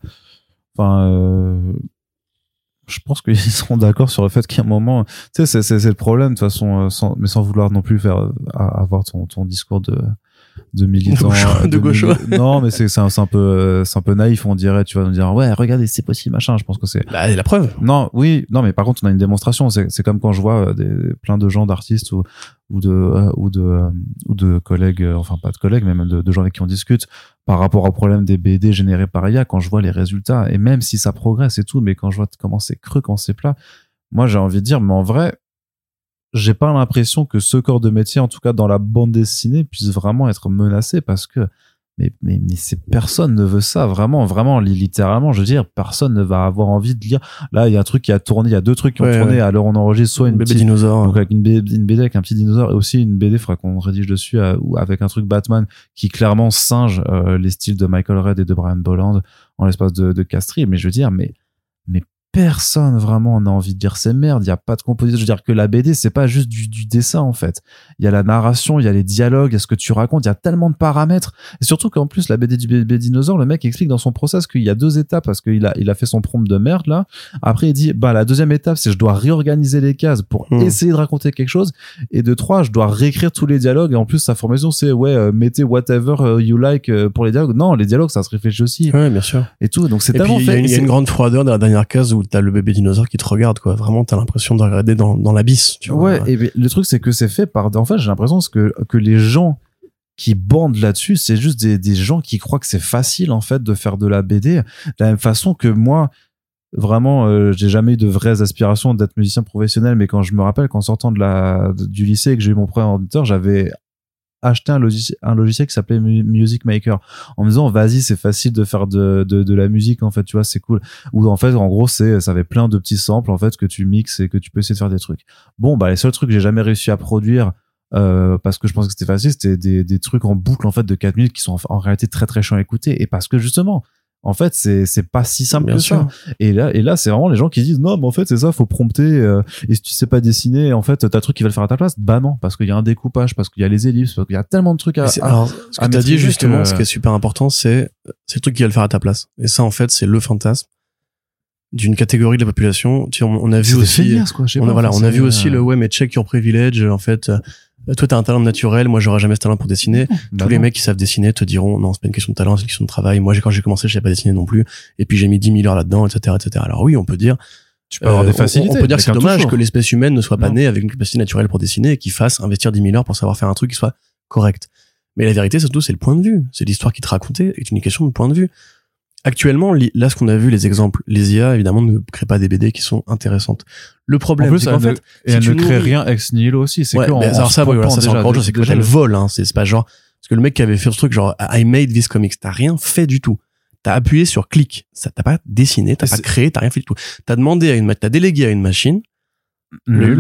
je pense qu'ils seront d'accord sur le fait qu'à un moment, tu sais, c'est le problème de toute façon, mais sans vouloir non plus avoir ton discours de militant de gaucho. Non, mais c'est un peu naïf, on dirait. Tu vas nous dire ouais, regardez, c'est possible, machin. Je pense que c'est la preuve. Non, oui, non, mais par contre, on a une démonstration. C'est comme quand je vois plein de gens, d'artistes ou de collègues, enfin pas de collègues, mais même de gens avec qui on discute par rapport au problème des BD générés par IA. Quand je vois les résultats, et même si ça progresse et tout, mais quand je vois comment c'est creux, quand c'est plat, moi j'ai envie de dire, mais en vrai, j'ai pas l'impression que ce corps de métier, en tout cas dans la bande dessinée, puisse vraiment être menacé, parce que mais personne ne veut ça, vraiment littéralement, je veux dire, personne ne va avoir envie de lire. Là, il y a un truc qui a tourné, il y a deux trucs qui ont tourné à l'heure où on enregistre, soit une bébé dinosaure, donc avec une BD avec un petit dinosaure, et aussi une BD, faudra qu'on rédige dessus, avec un truc Batman qui clairement singe les styles de Michael Red et de Brian Bolland en l'espace de Castries. Mais je veux dire, mais personne vraiment n'a envie de dire ces merdes. Il y a pas de composition. Je veux dire que la BD, c'est pas juste du dessin, en fait. Il y a la narration, il y a les dialogues, il y a ce que tu racontes, il y a tellement de paramètres. Et surtout qu'en plus, la BD du bébé dinosaure, le mec explique dans son process qu'il y a 2 étapes, parce qu'il a fait son prompt de merde, là. Après, il dit, la deuxième étape, c'est je dois réorganiser les cases pour essayer de raconter quelque chose. Et de 3, je dois réécrire tous les dialogues. Et en plus, sa formation, c'est, mettez whatever you like pour les dialogues. Non, les dialogues, ça se réfléchit aussi. Ouais, bien sûr. Et tout. Donc, c'est et tellement puis, fait. Il y a une grande froideur dans la dernière case où t'as le bébé dinosaure qui te regarde, quoi. Vraiment, t'as l'impression de regarder dans l'abysse, tu vois. Ouais, et le truc, c'est que c'est fait en fait, j'ai l'impression que les gens qui bandent là-dessus, c'est juste des gens qui croient que c'est facile, en fait, de faire de la BD. De la même façon que moi, vraiment, j'ai jamais eu de vraies aspirations d'être musicien professionnel, mais quand je me rappelle qu'en sortant du lycée et que j'ai eu mon premier ordinateur, j'avais acheté un logiciel qui s'appelait Music Maker, en me disant vas-y, c'est facile de faire de la musique, en fait, tu vois, c'est cool. Ou en fait, en gros, ça avait plein de petits samples, en fait, que tu mixes et que tu peux essayer de faire des trucs. Bon, les seuls trucs que j'ai jamais réussi à produire parce que je pense que c'était facile, c'était des trucs en boucle, en fait, de 4 minutes qui sont en réalité très très chiants à écouter, et parce que justement, en fait, c'est pas si simple que ça. Et là, c'est vraiment les gens qui disent non, mais en fait, c'est ça, faut prompter, et si tu sais pas dessiner, en fait, t'as un truc qui va le faire à ta place. Bah non, parce qu'il y a un découpage, parce qu'il y a les ellipses, parce qu'il y a tellement de trucs alors, ce que t'as dit, justement, ce qui est super important, c'est le truc qui va le faire à ta place. Et ça, en fait, c'est le fantasme d'une catégorie de la population. Tu sais, on a vu aussi, on a vu aussi le mais check your privilege, en fait. Toi, t'as un talent naturel, moi, j'aurais jamais ce talent pour dessiner. Tous les mecs qui savent dessiner te diront, non, c'est pas une question de talent, c'est une question de travail. Moi, quand j'ai commencé, je savais pas dessiner non plus. Et puis, j'ai mis 10 000 heures là-dedans, etc., etc. Alors oui, on peut dire, tu peux avoir des facilités. On peut dire que c'est dommage que l'espèce humaine ne soit pas née avec une capacité naturelle pour dessiner et qu'il fasse investir 10 000 heures pour savoir faire un truc qui soit correct. Mais la vérité, surtout, c'est le point de vue. C'est l'histoire qui te racontait, est une question de point de vue. Actuellement, là, ce qu'on a vu, les exemples, les IA, évidemment, ne créent pas des BD qui sont intéressantes. Le problème, c'est qu'en fait, elle ne crée rien ex nihilo aussi. C'est que alors ça, voilà, ça c'est encore autre chose. C'est que elle vole, hein. C'est pas genre, parce que le mec qui avait fait ce truc, genre, I made this comics, t'as rien fait du tout. T'as appuyé sur clic. Ça, t'as pas dessiné, t'as pas créé, t'as rien fait du tout. T'as demandé t'as délégué à une machine. Nul,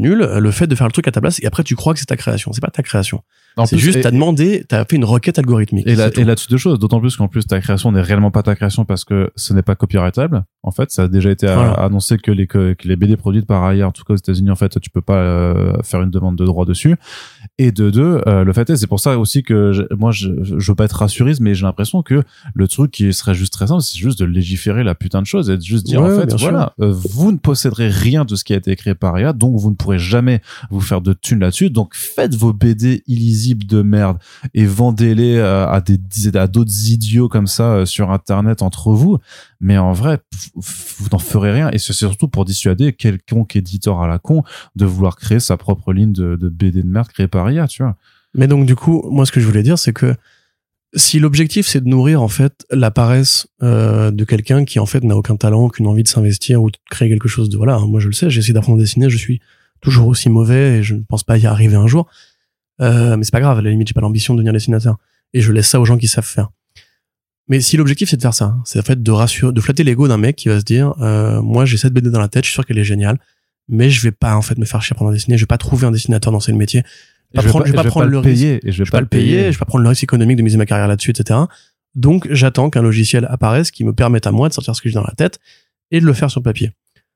le fait de faire le truc à ta place, et après tu crois que c'est ta création. C'est pas ta création. C'est juste, t'as fait une requête algorithmique. Et là-dessus deux choses, d'autant plus qu'en plus ta création n'est réellement pas ta création parce que ce n'est pas copyrightable. En fait, ça a déjà été annoncé que les BD produites par AI, en tout cas aux États-Unis, en fait, tu peux pas faire une demande de droit dessus. Et de deux, le fait est, c'est pour ça aussi que moi, je veux pas être rassuriste, mais j'ai l'impression que le truc qui serait juste très simple, c'est juste de légiférer la putain de chose et de juste dire, en fait, voilà, vous ne posséderez rien de ce qui a été créé par IA, donc vous ne pourrez jamais vous faire de thunes là-dessus. Donc faites vos BD illisibles de merde et vendez-les à d'autres idiots comme ça sur Internet entre vous. Mais en vrai, vous n'en ferez rien. Et c'est surtout pour dissuader quelconque éditeur à la con de vouloir créer sa propre ligne de BD de merde créée par IA, tu vois. Mais donc, du coup, moi, ce que je voulais dire, c'est que Si l'objectif c'est de nourrir en fait la paresse de quelqu'un qui en fait n'a aucun talent, aucune envie de s'investir ou de créer quelque chose de voilà, moi je le sais, j'ai essayé d'apprendre à dessiner, je suis toujours aussi mauvais et je ne pense pas y arriver un jour. Mais c'est pas grave, à la limite j'ai pas l'ambition de devenir dessinateur et je laisse ça aux gens qui savent faire. Mais si l'objectif c'est de faire ça, c'est en fait de flatter l'ego d'un mec qui va se dire moi j'ai cette BD dans la tête, je suis sûr qu'elle est géniale, mais je vais pas en fait me faire chier pendant dessiner, je vais pas trouver un dessinateur dans ce métier. Je vais pas prendre le risque. Je vais pas le payer. Je vais pas prendre le risque économique de miser ma carrière là-dessus, etc. Donc, j'attends qu'un logiciel apparaisse qui me permette à moi de sortir ce que j'ai dans la tête et de le faire sur papier.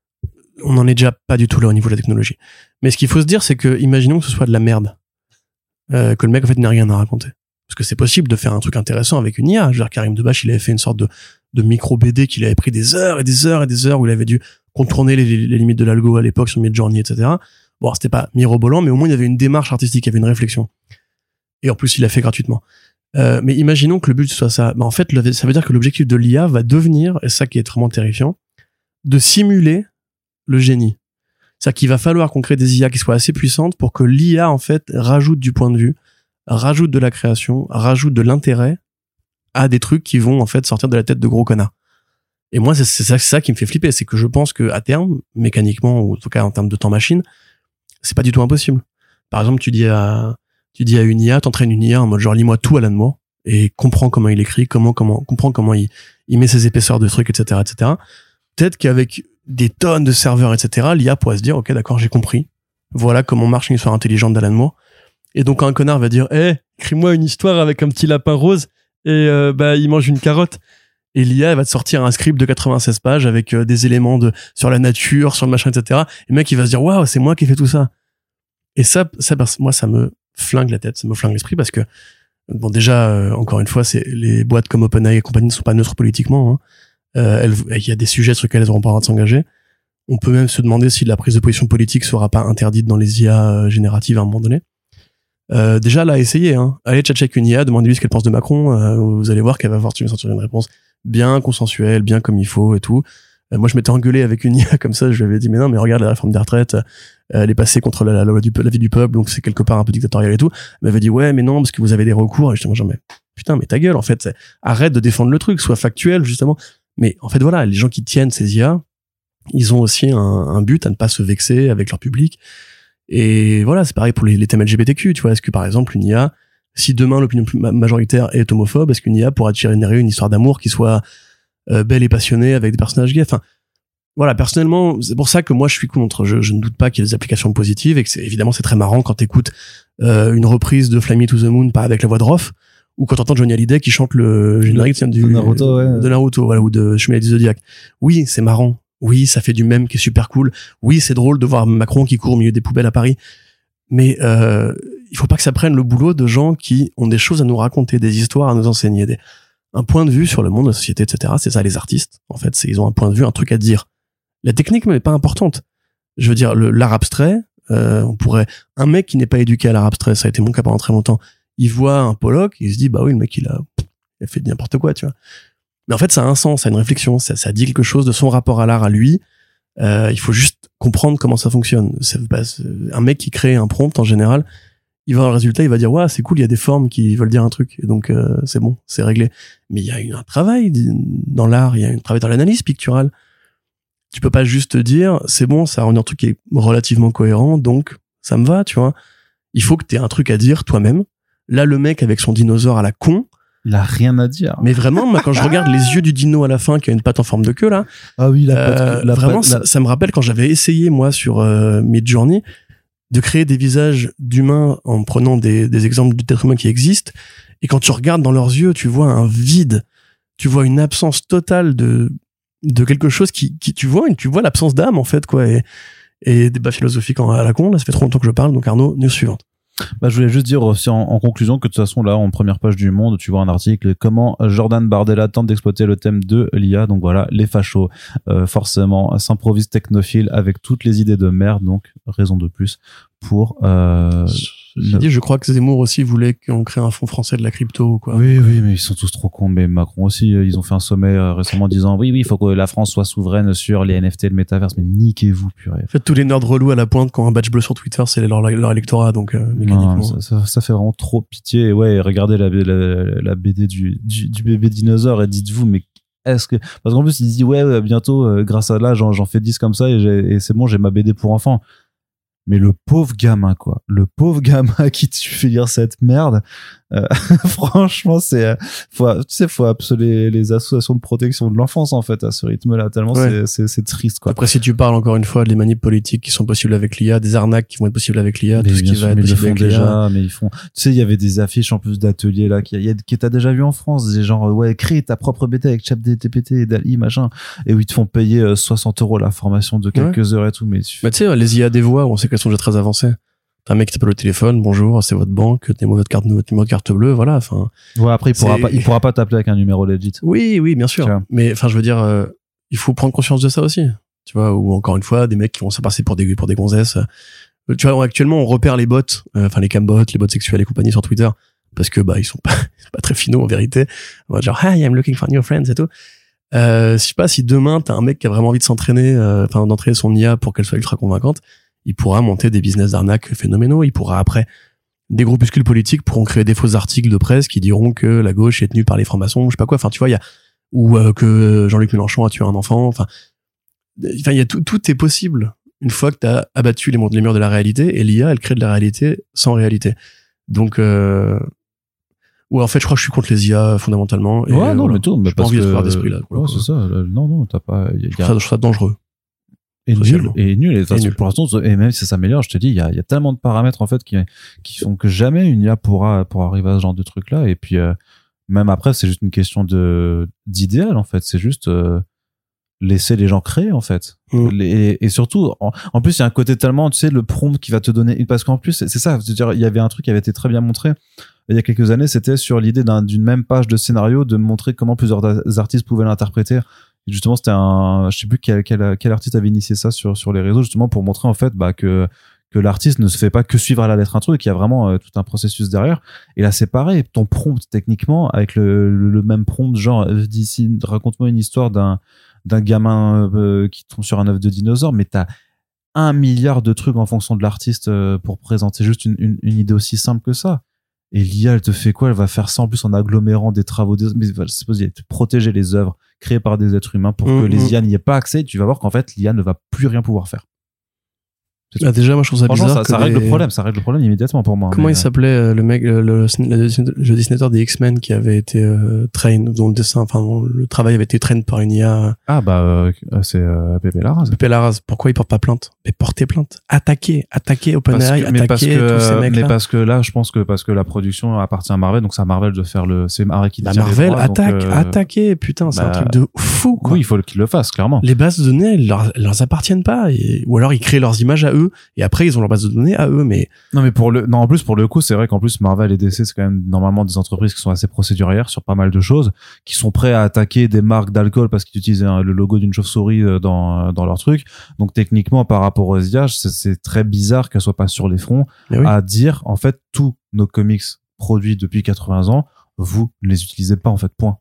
On n'en est déjà pas du tout là au niveau de la technologie. Mais ce qu'il faut se dire, c'est que, imaginons que ce soit de la merde. Que le mec, en fait, n'ait rien à raconter. Parce que c'est possible de faire un truc intéressant avec une IA. Je veux dire, Karim Debache, il avait fait une sorte de micro BD qu'il avait pris des heures et des heures et des heures où il avait dû contourner les limites de l'algo à l'époque sur Midjourney, etc. Bon, c'était pas mirobolant, mais au moins il y avait une démarche artistique, il y avait une réflexion. Et en plus, il l'a fait gratuitement. Mais imaginons que le but soit ça. En fait, ça veut dire que l'objectif de l'IA va devenir, et c'est ça qui est vraiment terrifiant, de simuler le génie. C'est-à-dire qu'il va falloir qu'on crée des IA qui soient assez puissantes pour que l'IA, en fait, rajoute du point de vue, rajoute de la création, rajoute de l'intérêt à des trucs qui vont, en fait, sortir de la tête de gros connards. Et moi, c'est ça qui me fait flipper. C'est que je pense que à terme, mécaniquement, ou en tout cas en termes de temps-machine, c'est pas du tout impossible. Par exemple, tu dis à une IA, t'entraînes une IA en mode genre lis-moi tout Alan Moore et comprends comment il écrit, comprends comment il met ses épaisseurs de trucs, etc., etc. Peut-être qu'avec des tonnes de serveurs, etc., l'IA pourrait se dire, ok, d'accord, j'ai compris. Voilà comment marche une histoire intelligente d'Alan Moore. Et donc, un connard va dire, écris-moi une histoire avec un petit lapin rose et, il mange une carotte. Et l'IA, elle va te sortir un script de 96 pages avec des éléments sur la nature, sur le machin, etc. Et le mec, il va se dire, waouh, c'est moi qui ai fait tout ça. Et ça, moi, ça me flingue la tête, ça me flingue l'esprit parce que, bon, déjà, encore une fois, les boîtes comme OpenAI et compagnie ne sont pas neutres politiquement, hein. Il y a des sujets sur lesquels elles n'auront pas le droit de s'engager. On peut même se demander si la prise de position politique sera pas interdite dans les IA génératives à un moment donné. Déjà, là, essayez, hein. Allez check une IA, demandez-lui ce qu'elle pense de Macron, vous allez voir qu'elle va avoir sortir une réponse bien consensuelle, bien comme il faut et tout. Moi, je m'étais engueulé avec une IA comme ça, je lui avais dit, mais non, mais regarde la réforme des retraites, elle est passée contre la vie du peuple, donc c'est quelque part un peu dictatorial et tout. Elle m'avait dit, ouais, mais non, parce que vous avez des recours. Et j'étais genre, mais putain, mais ta gueule, en fait, arrête de défendre le truc, sois factuel, justement. Mais en fait, voilà, les gens qui tiennent ces IA, ils ont aussi un but à ne pas se vexer avec leur public. Et voilà, c'est pareil pour les thèmes LGBTQ, tu vois. Est-ce que, par exemple, une IA, si demain l'opinion majoritaire est homophobe, est-ce qu'une IA pourra générer une histoire d'amour qui soit belle et passionnée avec des personnages gays? Enfin, voilà, personnellement, c'est pour ça que moi je suis contre. Je ne doute pas qu'il y ait des applications positives et que évidemment c'est très marrant quand t'écoutes une reprise de Fly Me to the Moon pas avec la voix de Roth ou quand t'entends Johnny Hallyday qui chante le générique de Naruto, voilà, ou de Chevalier du Zodiac. Oui, c'est marrant. Oui, ça fait du mème qui est super cool. Oui, c'est drôle de voir Macron qui court au milieu des poubelles à Paris. Mais il faut pas que ça prenne le boulot de gens qui ont des choses à nous raconter, des histoires à nous enseigner, un point de vue sur le monde, la société, etc. C'est ça les artistes. En fait, ils ont un point de vue, un truc à dire. La technique n'est pas importante. Je veux dire, l'art abstrait, un mec qui n'est pas éduqué à l'art abstrait, ça a été mon cas pendant très longtemps, il voit un Pollock, il se dit, bah oui, le mec, il a fait n'importe quoi, tu vois. Mais en fait, ça a un sens, ça a une réflexion, ça dit quelque chose de son rapport à l'art à lui. Il faut juste comprendre comment ça fonctionne. Un mec qui crée un prompt, en général, il va avoir le résultat, il va dire, ouais, c'est cool, il y a des formes qui veulent dire un truc. Et donc, c'est bon, c'est réglé. Mais il y a un travail dans l'art, il y a un travail dans l'analyse picturale. Tu peux pas juste te dire, c'est bon, ça rend un truc qui est relativement cohérent, donc ça me va, tu vois. Il faut que t'aies un truc à dire toi-même. Là, le mec avec son dinosaure à la con, il a rien à dire. Mais vraiment, moi, quand je regarde les yeux du dino à la fin, qui a une patte en forme de queue, là. Ah oui, vraiment, ça me rappelle quand j'avais essayé, moi, sur Midjourney, de créer des visages d'humains en prenant des exemples d'êtres humains qui existent. Et quand tu regardes dans leurs yeux, tu vois un vide. Tu vois une absence totale de quelque chose qui tu vois l'absence d'âme, en fait, quoi. Et débat philosophique à la con, là, ça fait trop longtemps que je parle. Donc, Arnaud, news suivante. Je voulais juste dire aussi en conclusion que de toute façon là en première page du Monde tu vois un article comment Jordan Bardella tente d'exploiter le thème de l'IA, donc voilà, les fachos forcément s'improvisent technophiles avec toutes les idées de merde, donc raison de plus pour J'ai dit, je crois que Zemmour aussi voulait qu'on crée un fonds français de la crypto, quoi. Oui, mais ils sont tous trop cons. Mais Macron aussi, ils ont fait un sommet récemment disant oui, il faut que la France soit souveraine sur les NFT, le métaverse. Mais niquez-vous, purée. En fait, tous les nerds relous à la pointe qui ont un badge bleu sur Twitter, c'est leur électorat, donc mécaniquement. Non, ça fait vraiment trop pitié. Et ouais, regardez la BD du bébé dinosaure et dites-vous, mais parce qu'en plus il dit ouais, bientôt grâce à là j'en fais 10 comme ça et c'est bon, j'ai ma BD pour enfants. Mais le pauvre gamin, quoi. Le pauvre gamin à qui tu fais lire cette merde. Franchement, faut appeler les associations de protection de l'enfance, en fait, à ce rythme-là, tellement c'est triste, quoi. Après, si tu parles encore une fois de les manips politiques qui sont possibles avec l'IA, des arnaques qui vont être possibles avec l'IA, tout ce qui va être possible avec l'IA. Mais ils font, tu sais, il y avait des affiches en plus d'ateliers, là, qui t'as déjà vu en France, des genre, ouais, crée ta propre BT avec ChatGPT et DALL-E, machin, et où ils te font payer 60 € la formation de quelques heures et tout, mais tu sais, les IA des voix, on sait qu'elles sont déjà très avancées. T'as un mec qui t'appelle au téléphone, bonjour, c'est votre banque, tenez-moi votre numéro de carte bleue, voilà, enfin. Ouais, après, il pourra pas t'appeler avec un numéro legit. Oui, bien sûr. Mais, enfin, je veux dire, il faut prendre conscience de ça aussi. Tu vois, ou encore une fois, des mecs qui vont se passer pour des gonzesses. Tu vois, actuellement, on repère les bots, les cambots, les bots sexuels et compagnie sur Twitter, parce que, ils sont pas très finaux, en vérité. Genre, hi, I'm looking for new friends et tout. Je sais pas, si demain, t'as un mec qui a vraiment envie de s'entraîner, d'entraîner son IA pour qu'elle soit ultra convaincante, il pourra monter des business d'arnaque phénoménaux. Il pourra après, des groupuscules politiques pourront créer des faux articles de presse qui diront que la gauche est tenue par les francs-maçons, je sais pas quoi. Enfin, tu vois, ou que Jean-Luc Mélenchon a tué un enfant. Enfin, il y a tout est possible une fois que t'as abattu les murs de la réalité, et l'IA, elle crée de la réalité sans réalité. Donc, en fait, je crois que je suis contre les IA fondamentalement. Et, ouais, non, mais tout, mais j'ai pas envie de faire d'esprit là. Ouais, c'est ça. Non, t'as pas. Je trouve ça dangereux. Et nul. Et pour l'instant, et même si ça s'améliore, je te dis, il y a tellement de paramètres en fait qui font que jamais une IA pourra arriver à ce genre de truc là. Et puis même après, c'est juste une question d'idéal en fait. C'est juste laisser les gens créer en fait. Et surtout, en plus, il y a un côté tellement, tu sais, le prompt qui va te donner, parce qu'en plus, c'est ça. C'est-à-dire, il y avait un truc qui avait été très bien montré il y a quelques années. C'était sur l'idée d'une même page de scénario de montrer comment plusieurs artistes pouvaient l'interpréter. Et justement, c'était je sais plus quel artiste avait initié ça sur les réseaux, justement pour montrer en fait que l'artiste ne se fait pas que suivre à la lettre un truc, qu'il y a vraiment tout un processus derrière. Et là, c'est pareil, ton prompt techniquement avec le même prompt, genre d'ici, raconte-moi une histoire d'un gamin qui tombe sur un œuf de dinosaure, mais t'as 1 milliard de trucs en fonction de l'artiste pour présenter juste une idée aussi simple que ça. Et l'IA, elle te fait quoi? Elle va faire ça en plus en agglomérant des travaux, mais c'est possible de protéger les œuvres créées par des êtres humains pour que les IA n'y aient pas accès. Tu vas voir qu'en fait, l'IA ne va plus rien pouvoir faire. Déjà, moi, je trouve ça bizarre. Ça règle le problème immédiatement pour moi. Comment il s'appelait, le mec, le dessinateur des X-Men qui avait été train, dont le dessin, dont le travail avait été train par une IA. C'est Pepe Larraz. Pepe Larraz. Pourquoi il porte pas plainte? Mais portez plainte. Attaquez OpenAI, attaquez tous ces mecs-là. Mais parce que là, je pense que parce que la production appartient à Marvel, donc c'est à Marvel de faire c'est Marvel qui détient les droits. Attaquez, putain, c'est un truc de fou, quoi. Oui, il faut qu'il le fasse, clairement. Les bases de données, elles leur appartiennent pas, ou alors ils créent leurs images à eux, et après ils ont leur base de données à eux, mais en plus pour le coup, c'est vrai qu'en plus Marvel et DC, c'est quand même normalement des entreprises qui sont assez procédurières sur pas mal de choses, qui sont prêts à attaquer des marques d'alcool parce qu'ils utilisent le logo d'une chauve-souris dans leur truc. Donc techniquement, par rapport aux IA, c'est très bizarre qu'elles soient pas sur les fronts à dire en fait tous nos comics produits depuis 80 ans, vous ne les utilisez pas en fait, point.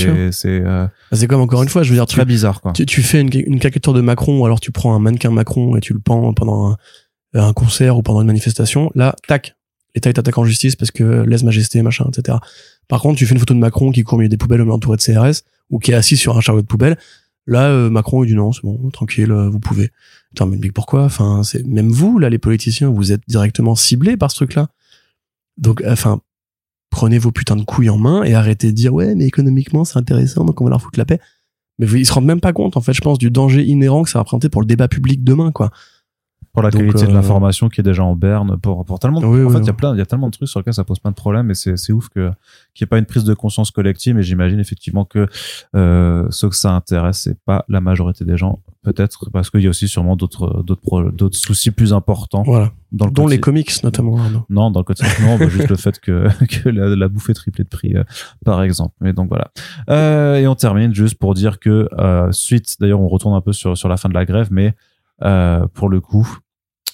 C'est comme, encore une fois, je veux dire, très bizarre, quoi. Tu fais une caricature de Macron, ou alors tu prends un mannequin Macron et tu le pends pendant un concert ou pendant une manifestation. Là, tac, l'État est attaqué en justice parce que lèse-majesté, machin, etc. Par contre, tu fais une photo de Macron qui court au milieu des poubelles entouré de CRS, ou qui est assis sur un chariot de poubelle. Là, Macron, il dit non, c'est bon, tranquille, vous pouvez. Attends, mais pourquoi? Enfin, même vous, là, les politiciens, vous êtes directement ciblés par ce truc-là. Donc, prenez vos putains de couilles en main et arrêtez de dire ouais, mais économiquement, c'est intéressant, donc on va leur foutre la paix. Mais ils se rendent même pas compte, en fait, je pense, du danger inhérent que ça va représenter pour le débat public demain, quoi. Pour la qualité de l'information qui est déjà en berne, pour tellement il y a tellement de trucs sur lesquels ça pose plein de problèmes, et c'est ouf qu'il n'y ait pas une prise de conscience collective. Et j'imagine effectivement que ceux que ça intéresse, c'est pas la majorité des gens, peut-être parce qu'il y a aussi sûrement d'autres soucis plus importants. Voilà. Dont les comics, notamment. Non, dans le côté, non, juste le fait que la bouffe est triplée de prix, par exemple. Mais donc voilà. Et on termine juste pour dire que suite, d'ailleurs, on retourne un peu sur la fin de la grève, mais pour le coup,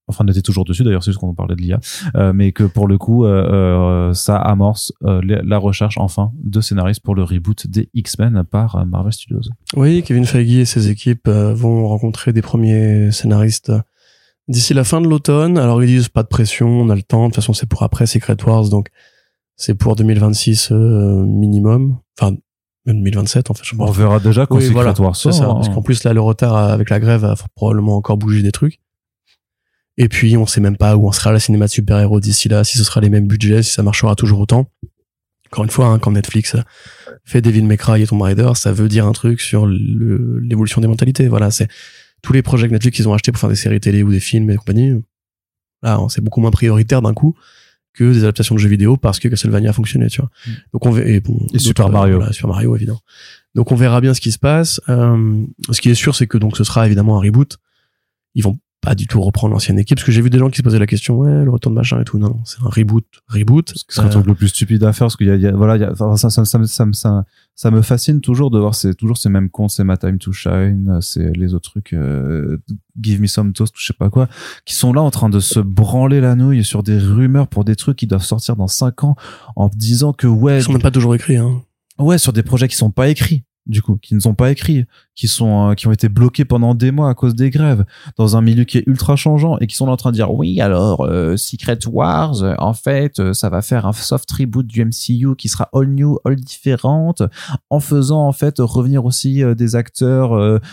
enfin on était toujours dessus d'ailleurs, c'est juste qu'on parlait de l'IA, mais que pour le coup ça amorce la recherche enfin de scénaristes pour le reboot des X-Men par Marvel Studios. Oui, Kevin Feige et ses équipes vont rencontrer des premiers scénaristes d'ici la fin de l'automne. Alors ils disent pas de pression, on a le temps, de toute façon c'est pour après Secret Wars, donc c'est pour 2026 minimum, enfin même 2027 en fait. On verra déjà quand Secret Wars sort. C'est ça, parce qu'en plus là le retard avec la grève va probablement encore bouger des trucs. Et puis on sait même pas où on sera la cinéma de super-héros d'ici là, si ce sera les mêmes budgets, si ça marchera toujours autant. Encore une fois, hein, quand Netflix fait Devil May Cry et Tomb Raider, ça veut dire un truc sur l'évolution des mentalités. Voilà, c'est tous les projets que Netflix ils ont achetés pour faire des séries télé ou des films et compagnie. Là, c'est beaucoup moins prioritaire d'un coup que des adaptations de jeux vidéo parce que Castlevania a fonctionné, tu vois. Donc et Super Mario. Voilà, Super Mario évidemment. Donc on verra bien ce qui se passe. Ce qui est sûr, c'est que donc ce sera évidemment un reboot. Ils vont pas du tout reprendre l'ancienne équipe, parce que j'ai vu des gens qui se posaient la question, ouais, le retour de machin et tout. Non, c'est un reboot. Ce serait le plus stupide à faire, parce qu'il y a voilà, ça me fascine toujours de voir toujours ces mêmes cons, c'est My Time to Shine, c'est les autres trucs, Give Me Some Toast, ou je sais pas quoi, qui sont là en train de se branler la nouille sur des rumeurs pour des trucs qui doivent sortir dans 5 ans, en disant que ouais. Ils sont même pas toujours écrits, hein. Ouais, sur des projets qui sont pas écrits. Du coup, qui ne sont pas écrits, qui ont été bloqués pendant des mois à cause des grèves, dans un milieu qui est ultra changeant, et qui sont là en train de dire oui, alors Secret Wars, en fait, ça va faire un soft reboot du MCU qui sera all new, all différente, en faisant en fait revenir aussi des acteurs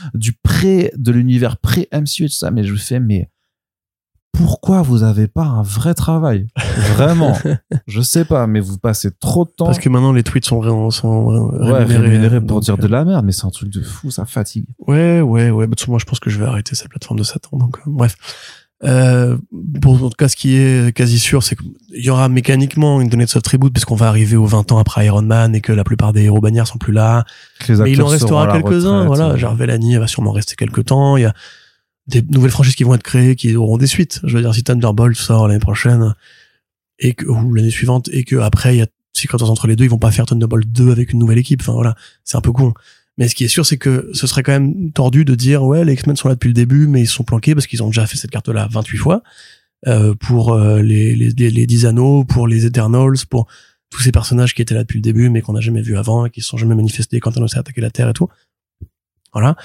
de l'univers pré-MCU et tout ça. Mais je fais, mais pourquoi vous avez pas un vrai travail? Vraiment. Je sais pas, mais vous passez trop de temps. Parce que maintenant, les tweets sont rémunérés pour dire de la merde, mais c'est un truc de fou, ça fatigue. Ouais. Bah, moi, je pense que je vais arrêter cette plateforme de Satan, donc, bref. Bon, en tout cas, ce qui est quasi sûr, c'est qu'il y aura mécaniquement une donnée de soft reboot, puisqu'on va arriver aux 20 ans après Iron Man et que la plupart des héros bannières sont plus là. Mais il en restera quelques-uns, voilà. Genre, Vellani va sûrement rester quelques temps. Il y a des nouvelles franchises qui vont être créées, qui auront des suites. Je veux dire, si Thunderbolt sort l'année prochaine, ou l'année suivante, et que après, il y a Secret Wars entre les deux, ils vont pas faire Thunderbolt 2 avec une nouvelle équipe. Enfin, voilà. C'est un peu con. Mais ce qui est sûr, c'est que ce serait quand même tordu de dire, ouais, les X-Men sont là depuis le début, mais ils sont planqués parce qu'ils ont déjà fait cette carte-là 28 fois, pour les 10 anneaux, pour les Eternals, pour tous ces personnages qui étaient là depuis le début, mais qu'on n'a jamais vus avant, et qui se sont jamais manifestés quand Thanos a attaqué la Terre et tout. Voilà.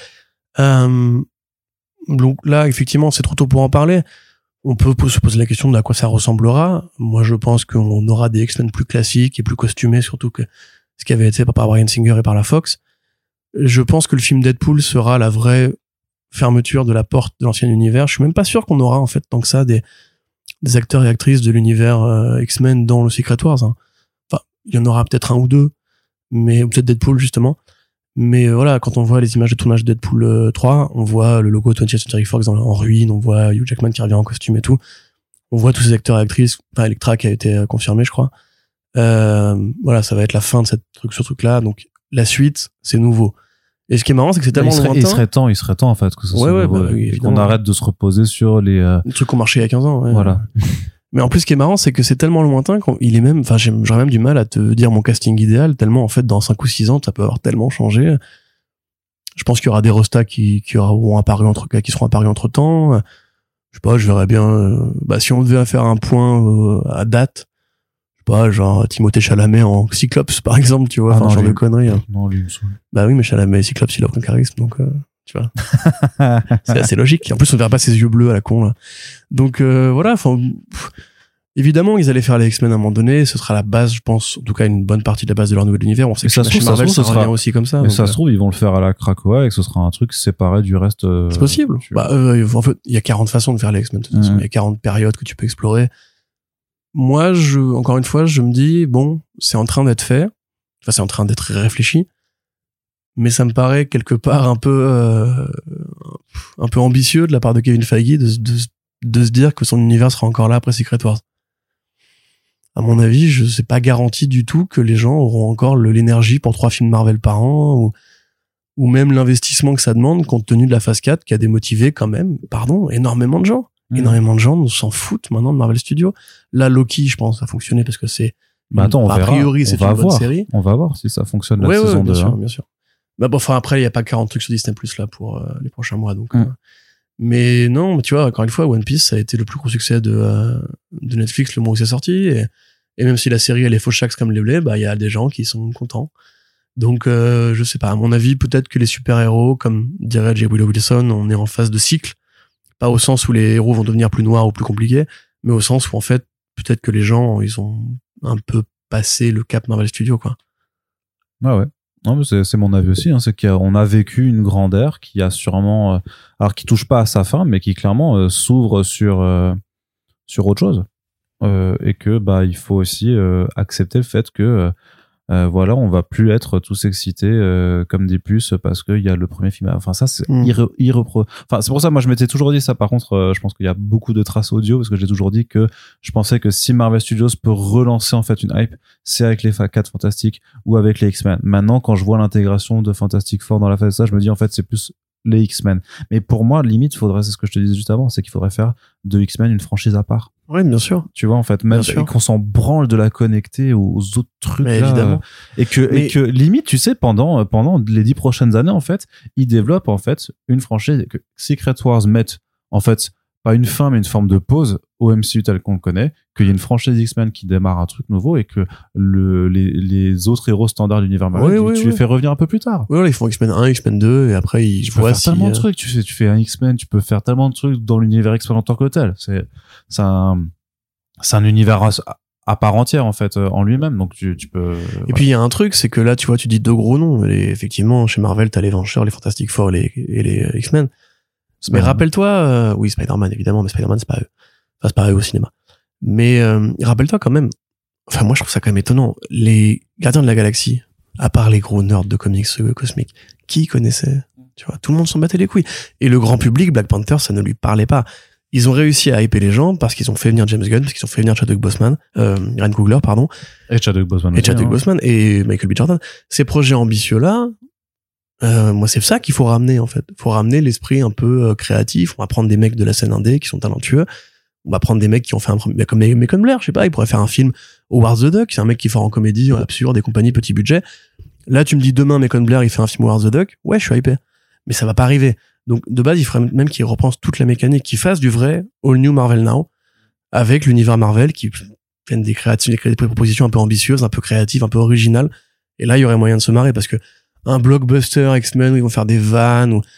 Donc là, effectivement, c'est trop tôt pour en parler. On peut se poser la question de à quoi ça ressemblera. Moi, je pense qu'on aura des X-Men plus classiques et plus costumés, surtout que ce qui avait été fait par Bryan Singer et par la Fox. Je pense que le film Deadpool sera la vraie fermeture de la porte de l'ancien univers. Je suis même pas sûr qu'on aura, en fait, tant que ça, des acteurs et actrices de l'univers X-Men dans le Secret Wars, hein. Enfin, il y en aura peut-être un ou deux, mais peut-être Deadpool, justement. Mais voilà, quand on voit les images de tournage de Deadpool 3, on voit le logo 20th Century Fox en ruine, on voit Hugh Jackman qui revient en costume et tout. On voit tous ces acteurs et actrices, enfin Elektra qui a été confirmée, je crois. Voilà, ça va être la fin de ce truc-là. Donc la suite, c'est nouveau. Et ce qui est marrant, c'est que c'est tellement lointain. Il serait temps en fait que ce soit nouveau, qu'on arrête de se reposer sur les trucs qui ont marché il y a 15 ans. Ouais. Voilà. Mais en plus, ce qui est marrant, c'est que c'est tellement lointain qu'il est même, enfin, j'aurais même du mal à te dire mon casting idéal, tellement, en fait, dans 5 ou 6 ans, ça peut avoir tellement changé. Je pense qu'il y aura des rostas qui seront apparus entre temps. Je sais pas, je verrais bien, si on devait faire un point, à date, je sais pas, genre, Timothée Chalamet en Cyclops, par exemple, tu vois, genre de conneries. Hein. Non, lui, Bah oui, mais Chalamet et Cyclops, il a aucun charisme, donc, tu vois. C'est assez logique. En plus, on verra pas ses yeux bleus à la con, là. Donc, voilà, enfin, évidemment, ils allaient faire les X-Men à un moment donné. Ce sera la base, je pense, en tout cas, une bonne partie de la base de leur nouvel univers. On sait que chez Marvel, ça revient aussi comme ça. Mais ça se trouve, ils vont le faire à la Krakoa et que ce sera un truc séparé du reste. C'est possible. En fait, il y a 40 façons de faire les X-Men. De toute façon, il y a 40 périodes que tu peux explorer. Moi, encore une fois, je me dis, bon, c'est en train d'être fait. Enfin, c'est en train d'être réfléchi. Mais ça me paraît quelque part un peu ambitieux de la part de Kevin Feige de se dire que son univers sera encore là après Secret Wars. À mon avis, je sais pas garanti du tout que les gens auront encore l'énergie pour 3 films Marvel par an ou même l'investissement que ça demande compte tenu de la phase 4 qui a démotivé quand même, énormément de gens. Énormément de gens s'en foutent maintenant de Marvel Studios. Là, Loki, je pense, ça a fonctionné parce que c'est on verra. A priori, c'est une bonne série. On va voir si ça fonctionne la saison 2. Bien sûr. Bah bon, enfin après, il y a pas 40 trucs sur Disney Plus là pour les prochains mois, donc. Mais non, tu vois, encore une fois, One Piece, ça a été le plus gros succès de Netflix le mois où c'est sorti. Et même si la série, elle est fauchax comme les blés, bah, il y a des gens qui sont contents. Donc, je sais pas, à mon avis, peut-être que les super-héros, comme dirait J. Willow Wilson, on est en phase de cycle. Pas au sens où les héros vont devenir plus noirs ou plus compliqués, mais au sens où, en fait, peut-être que les gens, ils ont un peu passé le cap Marvel Studios, quoi. Ah ouais. Non, mais c'est mon avis aussi, hein, c'est qu'on a vécu une grande ère qui a sûrement, alors qui touche pas à sa fin, mais qui clairement s'ouvre sur autre chose, et que bah il faut aussi accepter le fait que voilà, on va plus être tous excités comme des puces parce qu'il y a le premier film. Enfin, ça, c'est Enfin, c'est pour ça, moi, je m'étais toujours dit ça. Par contre, je pense qu'il y a beaucoup de traces audio parce que j'ai toujours dit que je pensais que si Marvel Studios peut relancer en fait une hype, c'est avec les 4 Fantastiques ou avec les X-Men. Maintenant, quand je vois l'intégration de Fantastic Four dans la phase, ça, je me dis en fait, c'est plus les X-Men. Mais pour moi, limite, c'est ce que je te disais juste avant, c'est qu'il faudrait faire de X-Men une franchise à part. Oui, bien sûr. Tu vois, en fait, même qu'on s'en branle de la connecter aux autres trucs. Mais là, évidemment. Et que limite, tu sais, pendant les 10 prochaines années, en fait, ils développent, en fait, une franchise que Secret Wars mette, en fait, pas une fin, mais une forme de pause au MCU tel qu'on le connaît, qu'il y ait une franchise X-Men qui démarre un truc nouveau et que les autres héros standards de l'univers Marvel, tu les fais revenir un peu plus tard. Oui, ils font X-Men 1, X-Men 2, et après, ils voient si... tellement de trucs, tu fais un X-Men, tu peux faire tellement de trucs dans l'univers X-Men en tant que tel. C'est un univers à part entière, en fait, en lui-même, donc tu peux... Et puis, il y a un truc, c'est que là, tu vois, tu dis 2 gros noms, et effectivement, chez Marvel, t'as les Vengeurs, les Fantastic Four et les X-Men. Mais rappelle-toi, oui, Spider-Man, évidemment, mais Spider-Man, c'est pas eux. Enfin, c'est pas eux au cinéma. Mais rappelle-toi quand même, enfin, moi, je trouve ça quand même étonnant. Les Gardiens de la Galaxie, à part les gros nerds de comics cosmiques, qui connaissait? Tu vois, tout le monde s'en battait les couilles. Et le grand public, Black Panther, ça ne lui parlait pas. Ils ont réussi à hyper les gens parce qu'ils ont fait venir James Gunn, parce qu'ils ont fait venir Chadwick Boseman, Ryan Coogler, pardon. Et Chadwick Boseman. Et Michael B. Jordan. Ces projets ambitieux-là, moi, c'est ça qu'il faut ramener, en fait. Il faut ramener l'esprit un peu créatif. On va prendre des mecs de la scène indé qui sont talentueux. On va prendre des mecs qui ont fait comme Macon Blair, je sais pas, il pourrait faire un film Howard the Duck, c'est un mec qui est fort en comédie, absurde et compagnie, petit budget. Là, tu me dis demain, Macon Blair, il fait un film Howard the Duck. Ouais, je suis hypé. Mais ça va pas arriver. Donc, de base, il faudrait même qu'il repense toute la mécanique, qu'il fasse du vrai All New Marvel Now, avec l'univers Marvel, qui viennent des propositions un peu ambitieuses, un peu créatives, un peu originales. Et là, il y aurait moyen de se marrer parce que un blockbuster X-Men où ils vont faire des vannes ou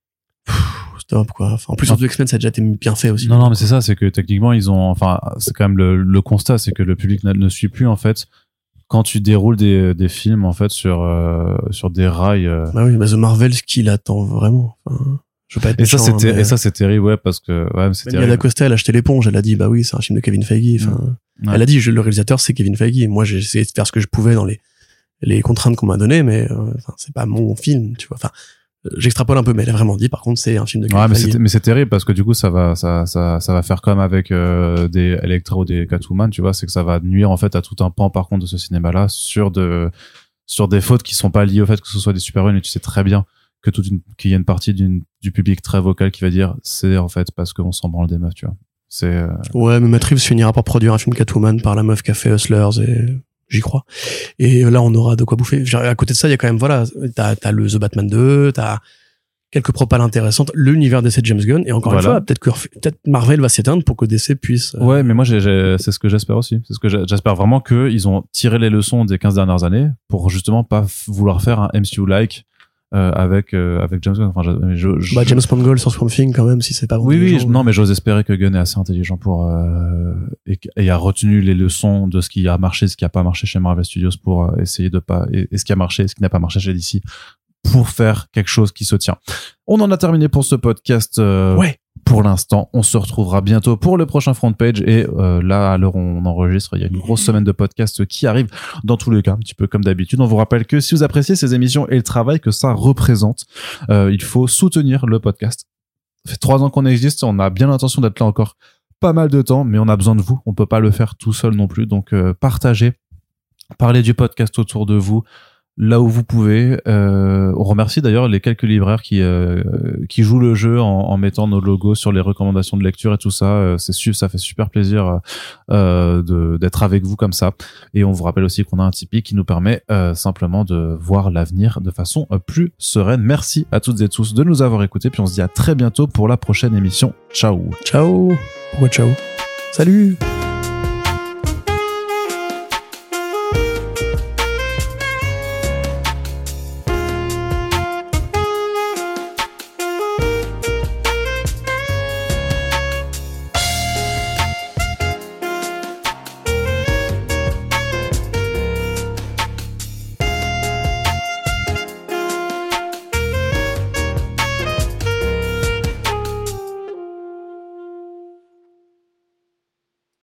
stop quoi. Enfin, en plus surtout X-Men ça a déjà été bien fait aussi. Non mais c'est ça, c'est que techniquement ils ont, enfin c'est quand même le constat, c'est que le public ne suit plus en fait quand tu déroules des films en fait sur des rails. Bah oui, The Marvel ce qu'il attend vraiment. Enfin, je veux pas être méchant, et ça c'est terrible, ouais, parce que ouais, c'est terrible. Yana Costa elle a acheté l'éponge, elle a dit bah oui c'est un film de Kevin Feige. Enfin, elle a dit le réalisateur c'est Kevin Feige. Moi j'ai essayé de faire ce que je pouvais dans les contraintes qu'on m'a données, mais c'est pas mon film, tu vois. Enfin, j'extrapole un peu, mais elle a vraiment dit, par contre, c'est un film de Kevin Feige. Mais c'est terrible parce que du coup, ça va faire comme avec des Electra ou des Catwoman, tu vois, c'est que ça va nuire en fait à tout un pan par contre de ce cinéma-là sur des fautes qui sont pas liées au fait que ce soit des super-héros, et tu sais très bien que qu'il y a une partie du public très vocal qui va dire c'est en fait parce qu'on s'en branle des meufs, tu vois. C'est ouais, mais Matt Reeves finira par produire un film Catwoman par la meuf qui a fait Hustlers et j'y crois. Et là, on aura de quoi bouffer. À côté de ça, il y a quand même, voilà, t'as le The Batman 2, t'as quelques propales intéressantes, l'univers DC de James Gunn, et encore une fois, peut-être Marvel va s'éteindre pour que DC puisse... Ouais, mais moi, c'est ce que j'espère aussi. C'est ce que j'espère vraiment qu'ils ont tiré les leçons des 15 dernières années pour justement pas vouloir faire un MCU-like avec James Gunn. Enfin, James Mangold sur Swamp Thing quand même, si c'est pas bon. Oui, non, mais j'ose espérer que Gunn est assez intelligent pour et a retenu les leçons de ce qui a marché, ce qui a pas marché chez Marvel Studios pour essayer de pas et ce qui a marché, ce qui n'a pas marché chez DC pour faire quelque chose qui se tient. On en a terminé pour ce podcast. Ouais. Pour l'instant, on se retrouvera bientôt pour le prochain front page et là, à l'heure où on enregistre, il y a une grosse semaine de podcasts qui arrive dans tous les cas, un petit peu comme d'habitude. On vous rappelle que si vous appréciez ces émissions et le travail que ça représente, il faut soutenir le podcast. Ça fait 3 ans qu'on existe, on a bien l'intention d'être là encore pas mal de temps, mais on a besoin de vous. On peut pas le faire tout seul non plus, donc partagez, parlez du podcast autour de vous. là où vous pouvez. On remercie d'ailleurs les quelques libraires qui jouent le jeu en mettant nos logos sur les recommandations de lecture et tout ça. Ça fait super plaisir d'être avec vous comme ça. Et on vous rappelle aussi qu'on a un Tipeee qui nous permet simplement de voir l'avenir de façon plus sereine. Merci à toutes et tous de nous avoir écoutés. Puis on se dit à très bientôt pour la prochaine émission. Ciao. Ciao. Pourquoi ciao? Salut.